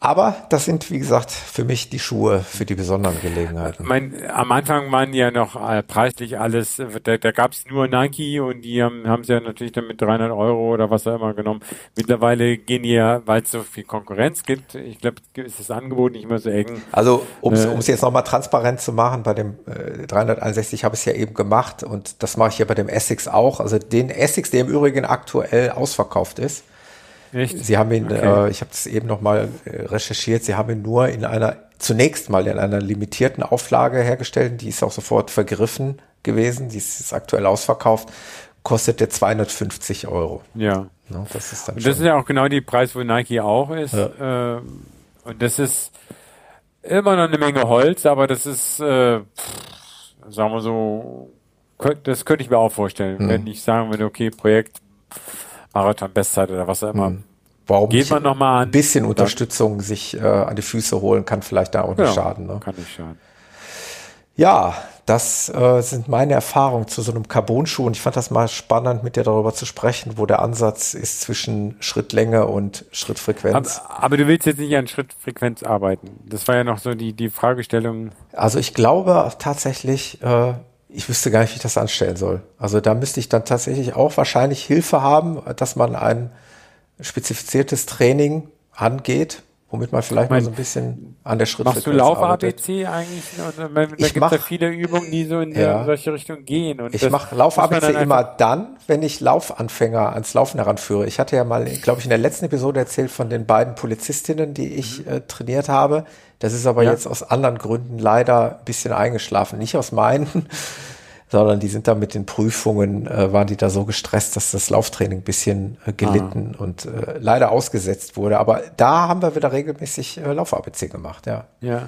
Aber das sind, wie gesagt, für mich die Schuhe für die besonderen Gelegenheiten. Mein, am Anfang waren die ja noch äh, preislich alles, äh, da, da gab es nur Nike und die haben haben sie ja natürlich dann mit dreihundert Euro oder was auch immer genommen. Mittlerweile gehen die ja, weil es so viel Konkurrenz gibt, ich glaube, ist das Angebot nicht mehr so eng. Also um es Äh, jetzt nochmal transparent zu machen, bei dem äh, dreihunderteinundsechzig habe ich es ja eben gemacht und das mache ich ja bei dem Essex auch. Also den Essex, der im Übrigen aktuell ausverkauft ist. Echt? Sie haben ihn, Okay. äh, ich habe das eben nochmal äh, recherchiert, Sie haben ihn nur in einer, zunächst mal in einer limitierten Auflage hergestellt, die ist auch sofort vergriffen gewesen, die ist jetzt aktuell ausverkauft, kostet der zweihundertfünfzig Euro. Ja. Ne, das ist dann Und das ist schon, ja auch genau die Preis, wo Nike auch ist. ja. Äh, und das ist immer noch eine Menge Holz, aber das ist, äh, pff, sagen wir so, könnt, das könnte ich mir auch vorstellen, Hm. wenn ich sagen würde, okay, Projekt Marathon Bestzeit oder was auch immer. Hm. Warum Geht nicht man noch mal ein an bisschen und dann- Unterstützung sich äh, an die Füße holen, kann vielleicht da auch Genau, nicht schaden. Ne? kann nicht schaden. Ja, das äh, sind meine Erfahrungen zu so einem Carbon-Schuh und ich fand das mal spannend, mit dir darüber zu sprechen, wo der Ansatz ist zwischen Schrittlänge und Schrittfrequenz. Aber, aber du willst jetzt nicht an Schrittfrequenz arbeiten. Das war ja noch so die, die Fragestellung. Also ich glaube tatsächlich, äh, ich wüsste gar nicht, wie ich das anstellen soll. Also da müsste ich dann tatsächlich auch wahrscheinlich Hilfe haben, dass man ein spezifiziertes Training angeht, womit man vielleicht Ich mein, mal so ein bisschen an der Machst Schrittfrequenz du Lauf-A B arbeitet. C eigentlich? Oder, da Ich gibt es ja mach- viele Übungen, die so in, Ja. der, in solche Richtung gehen. Und Ich das mache muss Lauf-A B man C dann immer einfach- dann, wenn ich Laufanfänger ans Laufen heranführe. Ich hatte ja mal, glaube ich, in der letzten Episode erzählt von den beiden Polizistinnen, die ich äh, trainiert habe. Das ist aber Ja. jetzt aus anderen Gründen leider ein bisschen eingeschlafen. Nicht aus meinen, sondern die sind da mit den Prüfungen, äh, waren die da so gestresst, dass das Lauftraining ein bisschen äh, gelitten und äh, leider ausgesetzt wurde. Aber da haben wir wieder regelmäßig äh, Lauf-A B C gemacht, ja. Ja.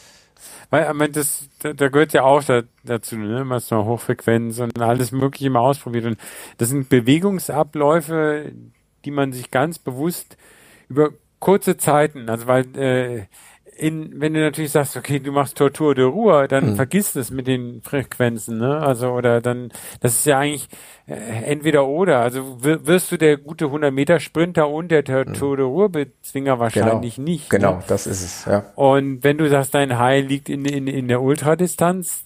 Weil, ich meine, das, da, da gehört ja auch da, dazu, ne? Man mal Hochfrequenz und alles Mögliche mal ausprobiert. Und das sind Bewegungsabläufe, die man sich ganz bewusst über kurze Zeiten, also weil, äh, in, wenn du natürlich sagst, okay, du machst Tortur de Ruhr, dann Mhm. vergiss das mit den Frequenzen, ne? Also, oder dann, das ist ja eigentlich äh, entweder oder. Also wir- wirst du der gute hundert Meter Sprinter und der Tortur de Ruhr Bezwinger wahrscheinlich nicht. Genau, Ne? das ist es, ja. Und wenn du sagst, dein High liegt in, in, in der Ultradistanz,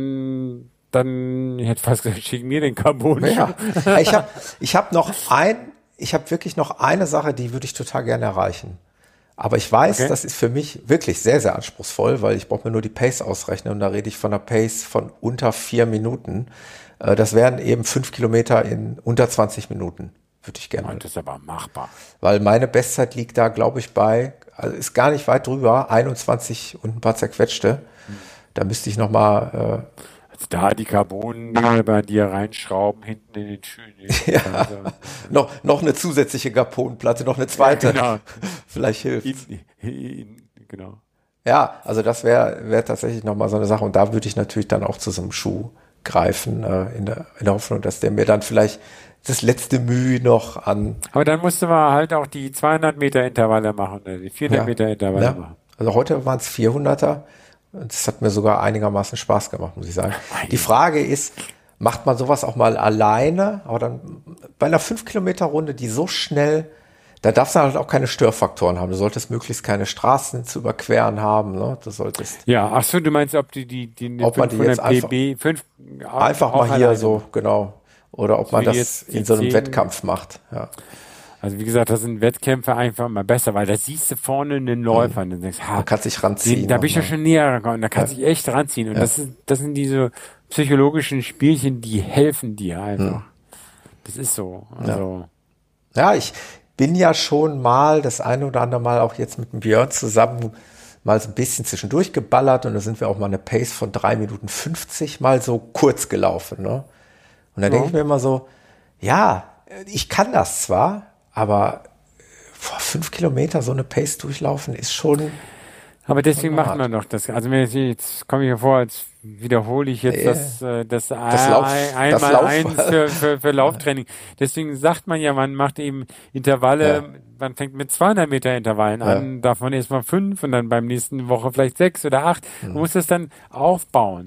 dann, dann, ich hätte fast gesagt, schick mir den Carbon. Ja, ich habe ich hab noch ein, ich habe wirklich noch eine Sache, die würde ich total gerne erreichen. Aber ich weiß, Okay. das ist für mich wirklich sehr, sehr anspruchsvoll, weil ich brauche mir nur die Pace ausrechnen und da rede ich von einer Pace von unter vier Minuten. Äh, Das wären eben fünf Kilometer in unter zwanzig Minuten, würde ich gerne. Und das ist aber machbar. Weil meine Bestzeit liegt da, glaube ich, bei, also ist gar nicht weit drüber, einundzwanzig und ein paar zerquetschte. Da müsste ich noch mal äh, Also da die Carbon-Dinger bei dir reinschrauben, hinten in den Schuhen. Ja. Also, noch, noch eine zusätzliche Carbonplatte, noch eine zweite. Ja, genau. Vielleicht hilft. in, in, genau. Ja, also das wäre wär tatsächlich nochmal so eine Sache. Und da würde ich natürlich dann auch zu so einem Schuh greifen, äh, in, der, in der Hoffnung, dass der mir dann vielleicht das letzte Mühe noch an. Aber dann musste man halt auch die zweihundert Meter Intervalle machen, oder die vierhundert Ja. Meter Intervalle Ja. machen. Also heute waren es vierhunderter. Und das hat mir sogar einigermaßen Spaß gemacht, muss ich sagen. Ei. Die Frage ist, macht man sowas auch mal alleine? Aber dann bei einer fünf Kilometer Runde, die so schnell, da darfst du halt auch keine Störfaktoren haben. Du solltest möglichst keine Straßen zu überqueren haben. Ne? Du solltest Ja, ach so, du meinst, ob die, die, die Ob man die jetzt fünfhundert P B, fünf, auch- einfach auch mal hier alleine so, genau. Oder ob man wie das jetzt die in so einem zehn Wettkampf macht. Ja. Also wie gesagt, da sind Wettkämpfe einfach mal besser, weil da siehst du vorne einen Läufer und dann denkst, ha, Man kann sich ranziehen. den, da bin ich ja nochmal. schon näher gekommen, da kannst du dich echt ranziehen. Und das, ist, das sind diese psychologischen Spielchen, die helfen dir einfach. Das ist so. Also, Ja, ich bin ja schon mal das eine oder andere Mal auch jetzt mit dem Björn zusammen mal so ein bisschen zwischendurch geballert und da sind wir auch mal eine Pace von drei Minuten fünfzig mal so kurz gelaufen. Ne? Und da denke ich mir immer so, ja, ich kann das zwar, aber vor fünf Kilometer so eine Pace durchlaufen ist schon, aber deswegen Hart. macht man doch das. Also wenn jetzt, jetzt komme ich mir vor, als wiederhole ich jetzt Nee. das, äh, das, Das Lauf- ein, das einmal Lauf- eins für, für, für Lauftraining. Deswegen sagt man ja, man macht eben Intervalle, Ja. man fängt mit zweihundert Meter Intervallen an, davon erstmal fünf und dann beim nächsten Woche vielleicht sechs oder acht. Man muss das dann aufbauen.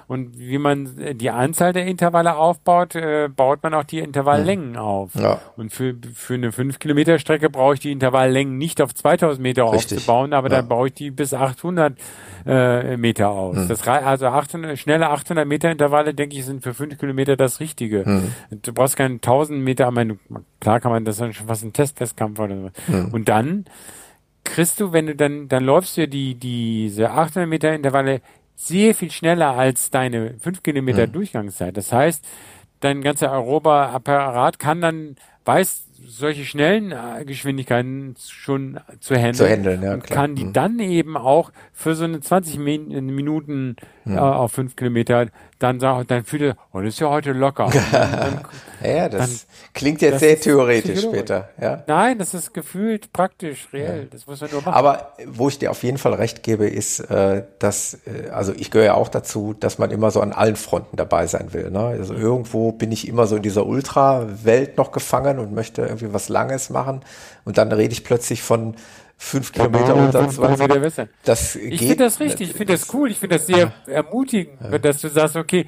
Und wie man äh, die Anzahl der Intervalle aufbaut, äh, baut man auch die Intervalllängen auf. Ja. Und für, für eine fünf Kilometer Strecke brauche ich die Intervalllängen nicht auf zweitausend Meter Richtig. aufzubauen, aber Ja. dann baue ich die bis achthundert äh, Meter aus. Mhm. Das rei- also achthundert, schnelle achthundert Meter Intervalle, denke ich, sind für fünf Kilometer das Richtige. Mhm. Du brauchst keinen tausend Meter, ich meine, klar kann man, das ist schon fast ein Test-Testkampf oder so. Mhm. Und dann kriegst du, wenn du dann, dann läufst du die, diese achthundert Meter Intervalle sehr viel schneller als deine fünf Kilometer Mhm. Durchgangszeit. Das heißt, dein ganzer aerober Apparat kann dann, weiß solche schnellen äh, Geschwindigkeiten schon zu handeln, Zu handeln, ja, und klar. kann die Mhm. dann eben auch für so eine zwanzig Min Minuten Mhm. äh, auf fünf Kilometer dann sagen, dann fühlt er, oh, das ist ja heute locker. Und dann, dann, Ja, das dann- klingt jetzt das sehr ist theoretisch psychologisch. später. Ja. Nein, das ist gefühlt praktisch, reell. Das muss man nur machen. Aber wo ich dir auf jeden Fall recht gebe, ist, äh, dass, äh, also ich gehöre ja auch dazu, dass man immer so an allen Fronten dabei sein will. Ne? Also irgendwo bin ich immer so in dieser Ultra-Welt noch gefangen und möchte irgendwie was Langes machen. Und dann rede ich plötzlich von fünf Kilometer unter Fünf Kilometer zwanzig. besser. Das Ich geht. finde das richtig, ich finde das cool, ich finde das sehr ermutigend, dass du sagst, okay,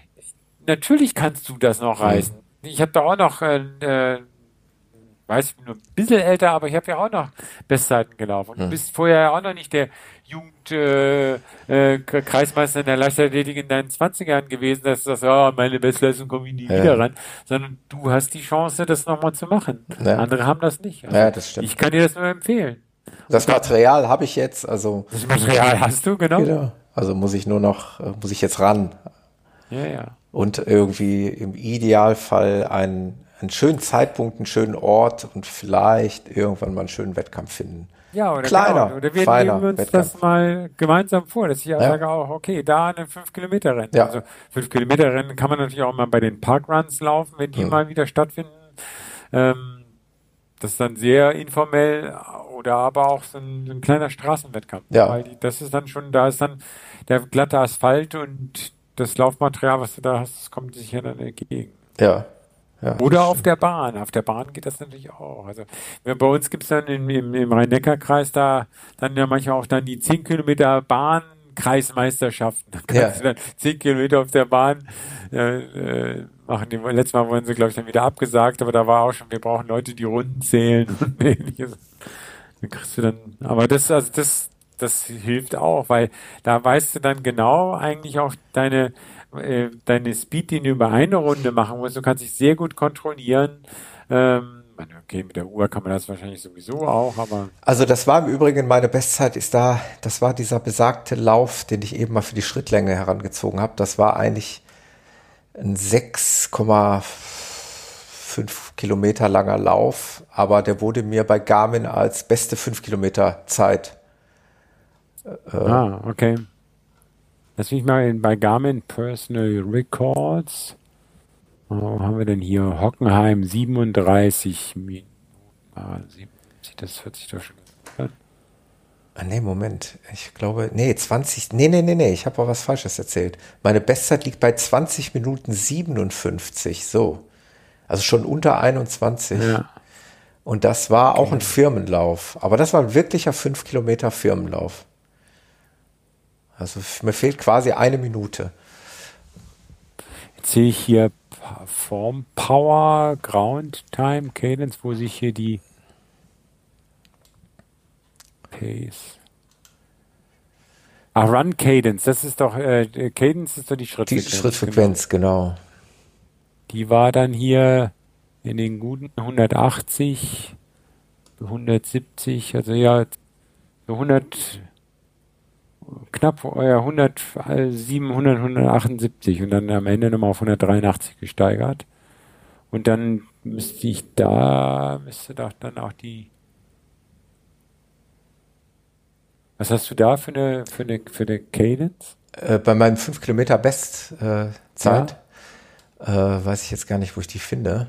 natürlich kannst du das noch reißen. Ich habe da auch noch, äh, äh, weiß ich bin nur ein bisschen älter, aber ich habe ja auch noch Bestzeiten gelaufen. Und du bist vorher ja auch noch nicht der Jugend äh, äh, Kreismeister in der Leichtathletik in deinen zwanzigern gewesen, dass du sagst, ja, meine Bestleistung komme ich nie Ja. wieder ran, sondern du hast die Chance, das nochmal zu machen. Ja. Andere haben das nicht. Also Ja, das stimmt. ich kann dir das nur empfehlen. Das Material habe ich jetzt, also Das Material hast du, genau. genau. Also muss ich nur noch, äh, muss ich jetzt ran Ja, ja. und irgendwie im Idealfall einen, einen schönen Zeitpunkt, einen schönen Ort und vielleicht irgendwann mal einen schönen Wettkampf finden. Ja, oder Kleiner, genau. Oder wir feiner nehmen uns Wettkampf. das mal gemeinsam vor, dass ich auch Ja. sage, auch, okay, da eine fünf Kilometer Rennen. Ja. Also fünf Kilometer Rennen kann man natürlich auch mal bei den Parkruns laufen, wenn die Mhm. mal wieder stattfinden. Ähm, das ist dann sehr informell oder aber auch so ein, so ein kleiner Straßenwettkampf. Ja. Weil die, das ist dann schon, da ist dann der glatte Asphalt und das Laufmaterial, was du da hast, das kommt sich ja dann entgegen. Ja. Ja. Oder auf der Bahn. Auf der Bahn geht das natürlich auch. Also ja, bei uns gibt's dann im, im, im Rhein-Neckar-Kreis da dann ja manchmal auch dann die zehn Kilometer Bahnkreismeisterschaften. Da kannst Ja. du dann zehn Kilometer auf der Bahn äh, äh, machen. Die, letztes Mal wurden sie, glaube ich, dann wieder abgesagt, aber da war auch schon, wir brauchen Leute, die Runden zählen und ähnliches. Dann kriegst du dann, aber das, also das, das hilft auch, weil da weißt du dann genau eigentlich auch deine äh, deine Speed, die du über eine Runde machen musst. Du kannst dich sehr gut kontrollieren. Ähm, okay, mit der Uhr kann man das wahrscheinlich sowieso auch, aber Also das war im Übrigen meine Bestzeit, ist da, das war dieser besagte Lauf, den ich eben mal für die Schrittlänge herangezogen habe. Das war eigentlich ein sechs Komma fünf Kilometer langer Lauf, aber der wurde mir bei Garmin als beste fünf Kilometer Zeit. Äh, ah, okay. Lass mich mal in, bei Garmin Personal Records. Wo haben wir denn hier? Hockenheim siebenunddreißig Minuten. Ah, siebenundsiebzig, das hört sich doch schon gut an. Ah, nee, Moment. Ich glaube, nee, zwanzig, nee, nee, nee, nee, ich habe auch was Falsches erzählt. Meine Bestzeit liegt bei zwanzig Minuten siebenundfünfzig, so. Also schon unter einundzwanzig. Ja. Und das war auch ein Firmenlauf. Aber das war ein wirklicher fünf Kilometer Firmenlauf. Also f- mir fehlt quasi eine Minute. Jetzt sehe ich hier Pa- Form Power, Ground Time, Cadence, wo sich hier die Pace. Ah, Run Cadence, das ist doch, äh, Cadence ist doch die Die Schrittfrequenz. Schrittfrequenz, genau. Genau. Die war dann hier in den guten hundertachtzig, hundertsiebzig, also ja, so hundert, knapp, ja, hundertsieben, hundert, hundertachtundsiebzig und dann am Ende nochmal auf hundertdreiundachtzig gesteigert. Und dann müsste ich da, müsste doch dann auch die, was hast du da für eine, für eine, für eine Cadence? Äh, bei meinem fünf Kilometer Bestzeit äh, Zeit, äh, weiß ich jetzt gar nicht, wo ich die finde.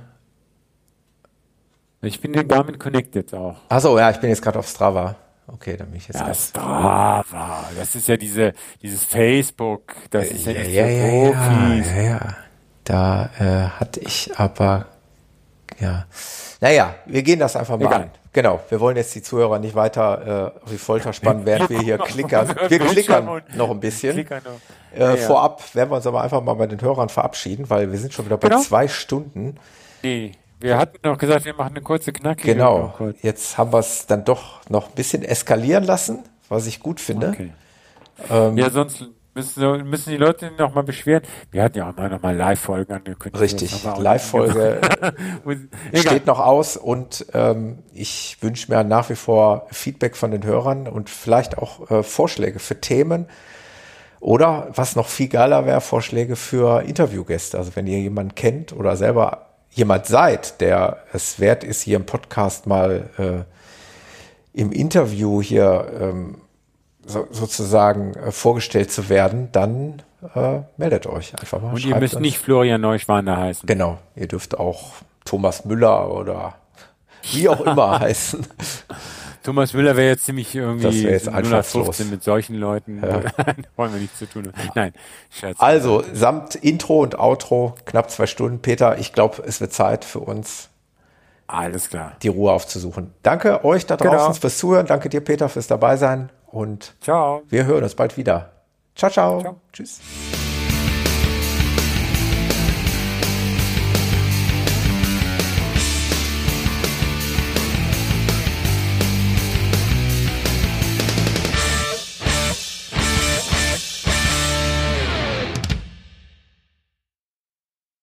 Ich bin in Garmin Connect jetzt auch. Achso, ja, ich bin jetzt gerade auf Strava. Okay, dann bin ich jetzt Ja, ganz- Strava, das ist ja diese, dieses Facebook, das ist ja, ja, nicht ja, für ja, ja, Profis. ja, ja. Da äh, hatte ich aber Ja. Naja, wir gehen das einfach mal Egal. an. Genau, wir wollen jetzt die Zuhörer nicht weiter äh, auf die Folter spannen, während wir hier klickern. Wir klickern noch ein bisschen. Klickern noch. Äh, Ja, ja. Vorab werden wir uns aber einfach mal bei den Hörern verabschieden, weil wir sind schon wieder bei Genau. zwei Stunden. Nee, wir hatten doch gesagt, wir machen eine kurze knackige. Genau, noch kurz. jetzt haben wir es dann doch noch ein bisschen eskalieren lassen, was ich gut finde. Okay. Ähm, Ja, sonst müssen, müssen die Leute noch mal beschweren. Wir hatten ja auch mal noch mal Live-Folgen angekündigt. Richtig, Das haben wir auch Live-Folge nicht gemacht. steht noch aus und ähm, ich wünsche mir nach wie vor Feedback von den Hörern und vielleicht auch äh, Vorschläge für Themen oder, was noch viel geiler wäre, Vorschläge für Interviewgäste. Also wenn ihr jemanden kennt oder selber jemand seid, der es wert ist, hier im Podcast mal äh, im Interview hier ähm, so, sozusagen äh, vorgestellt zu werden, dann äh, meldet euch einfach mal. Und ihr müsst uns. Nicht Florian Neuschwander heißen. Genau, ihr dürft auch Thomas Müller oder wie auch immer heißen. Thomas Müller wäre jetzt ziemlich irgendwie das jetzt einfallslos mit solchen Leuten. Ja. Wollen wir nichts zu tun haben. Nein, Scherz. Also, samt Intro und Outro, knapp zwei Stunden. Peter, ich glaube, es wird Zeit für uns, alles klar, die Ruhe aufzusuchen. Danke euch da draußen genau. fürs Zuhören. Danke dir, Peter, fürs Dabeisein. Und ciao. Wir hören uns bald wieder. Ciao, ciao. ciao. Tschüss.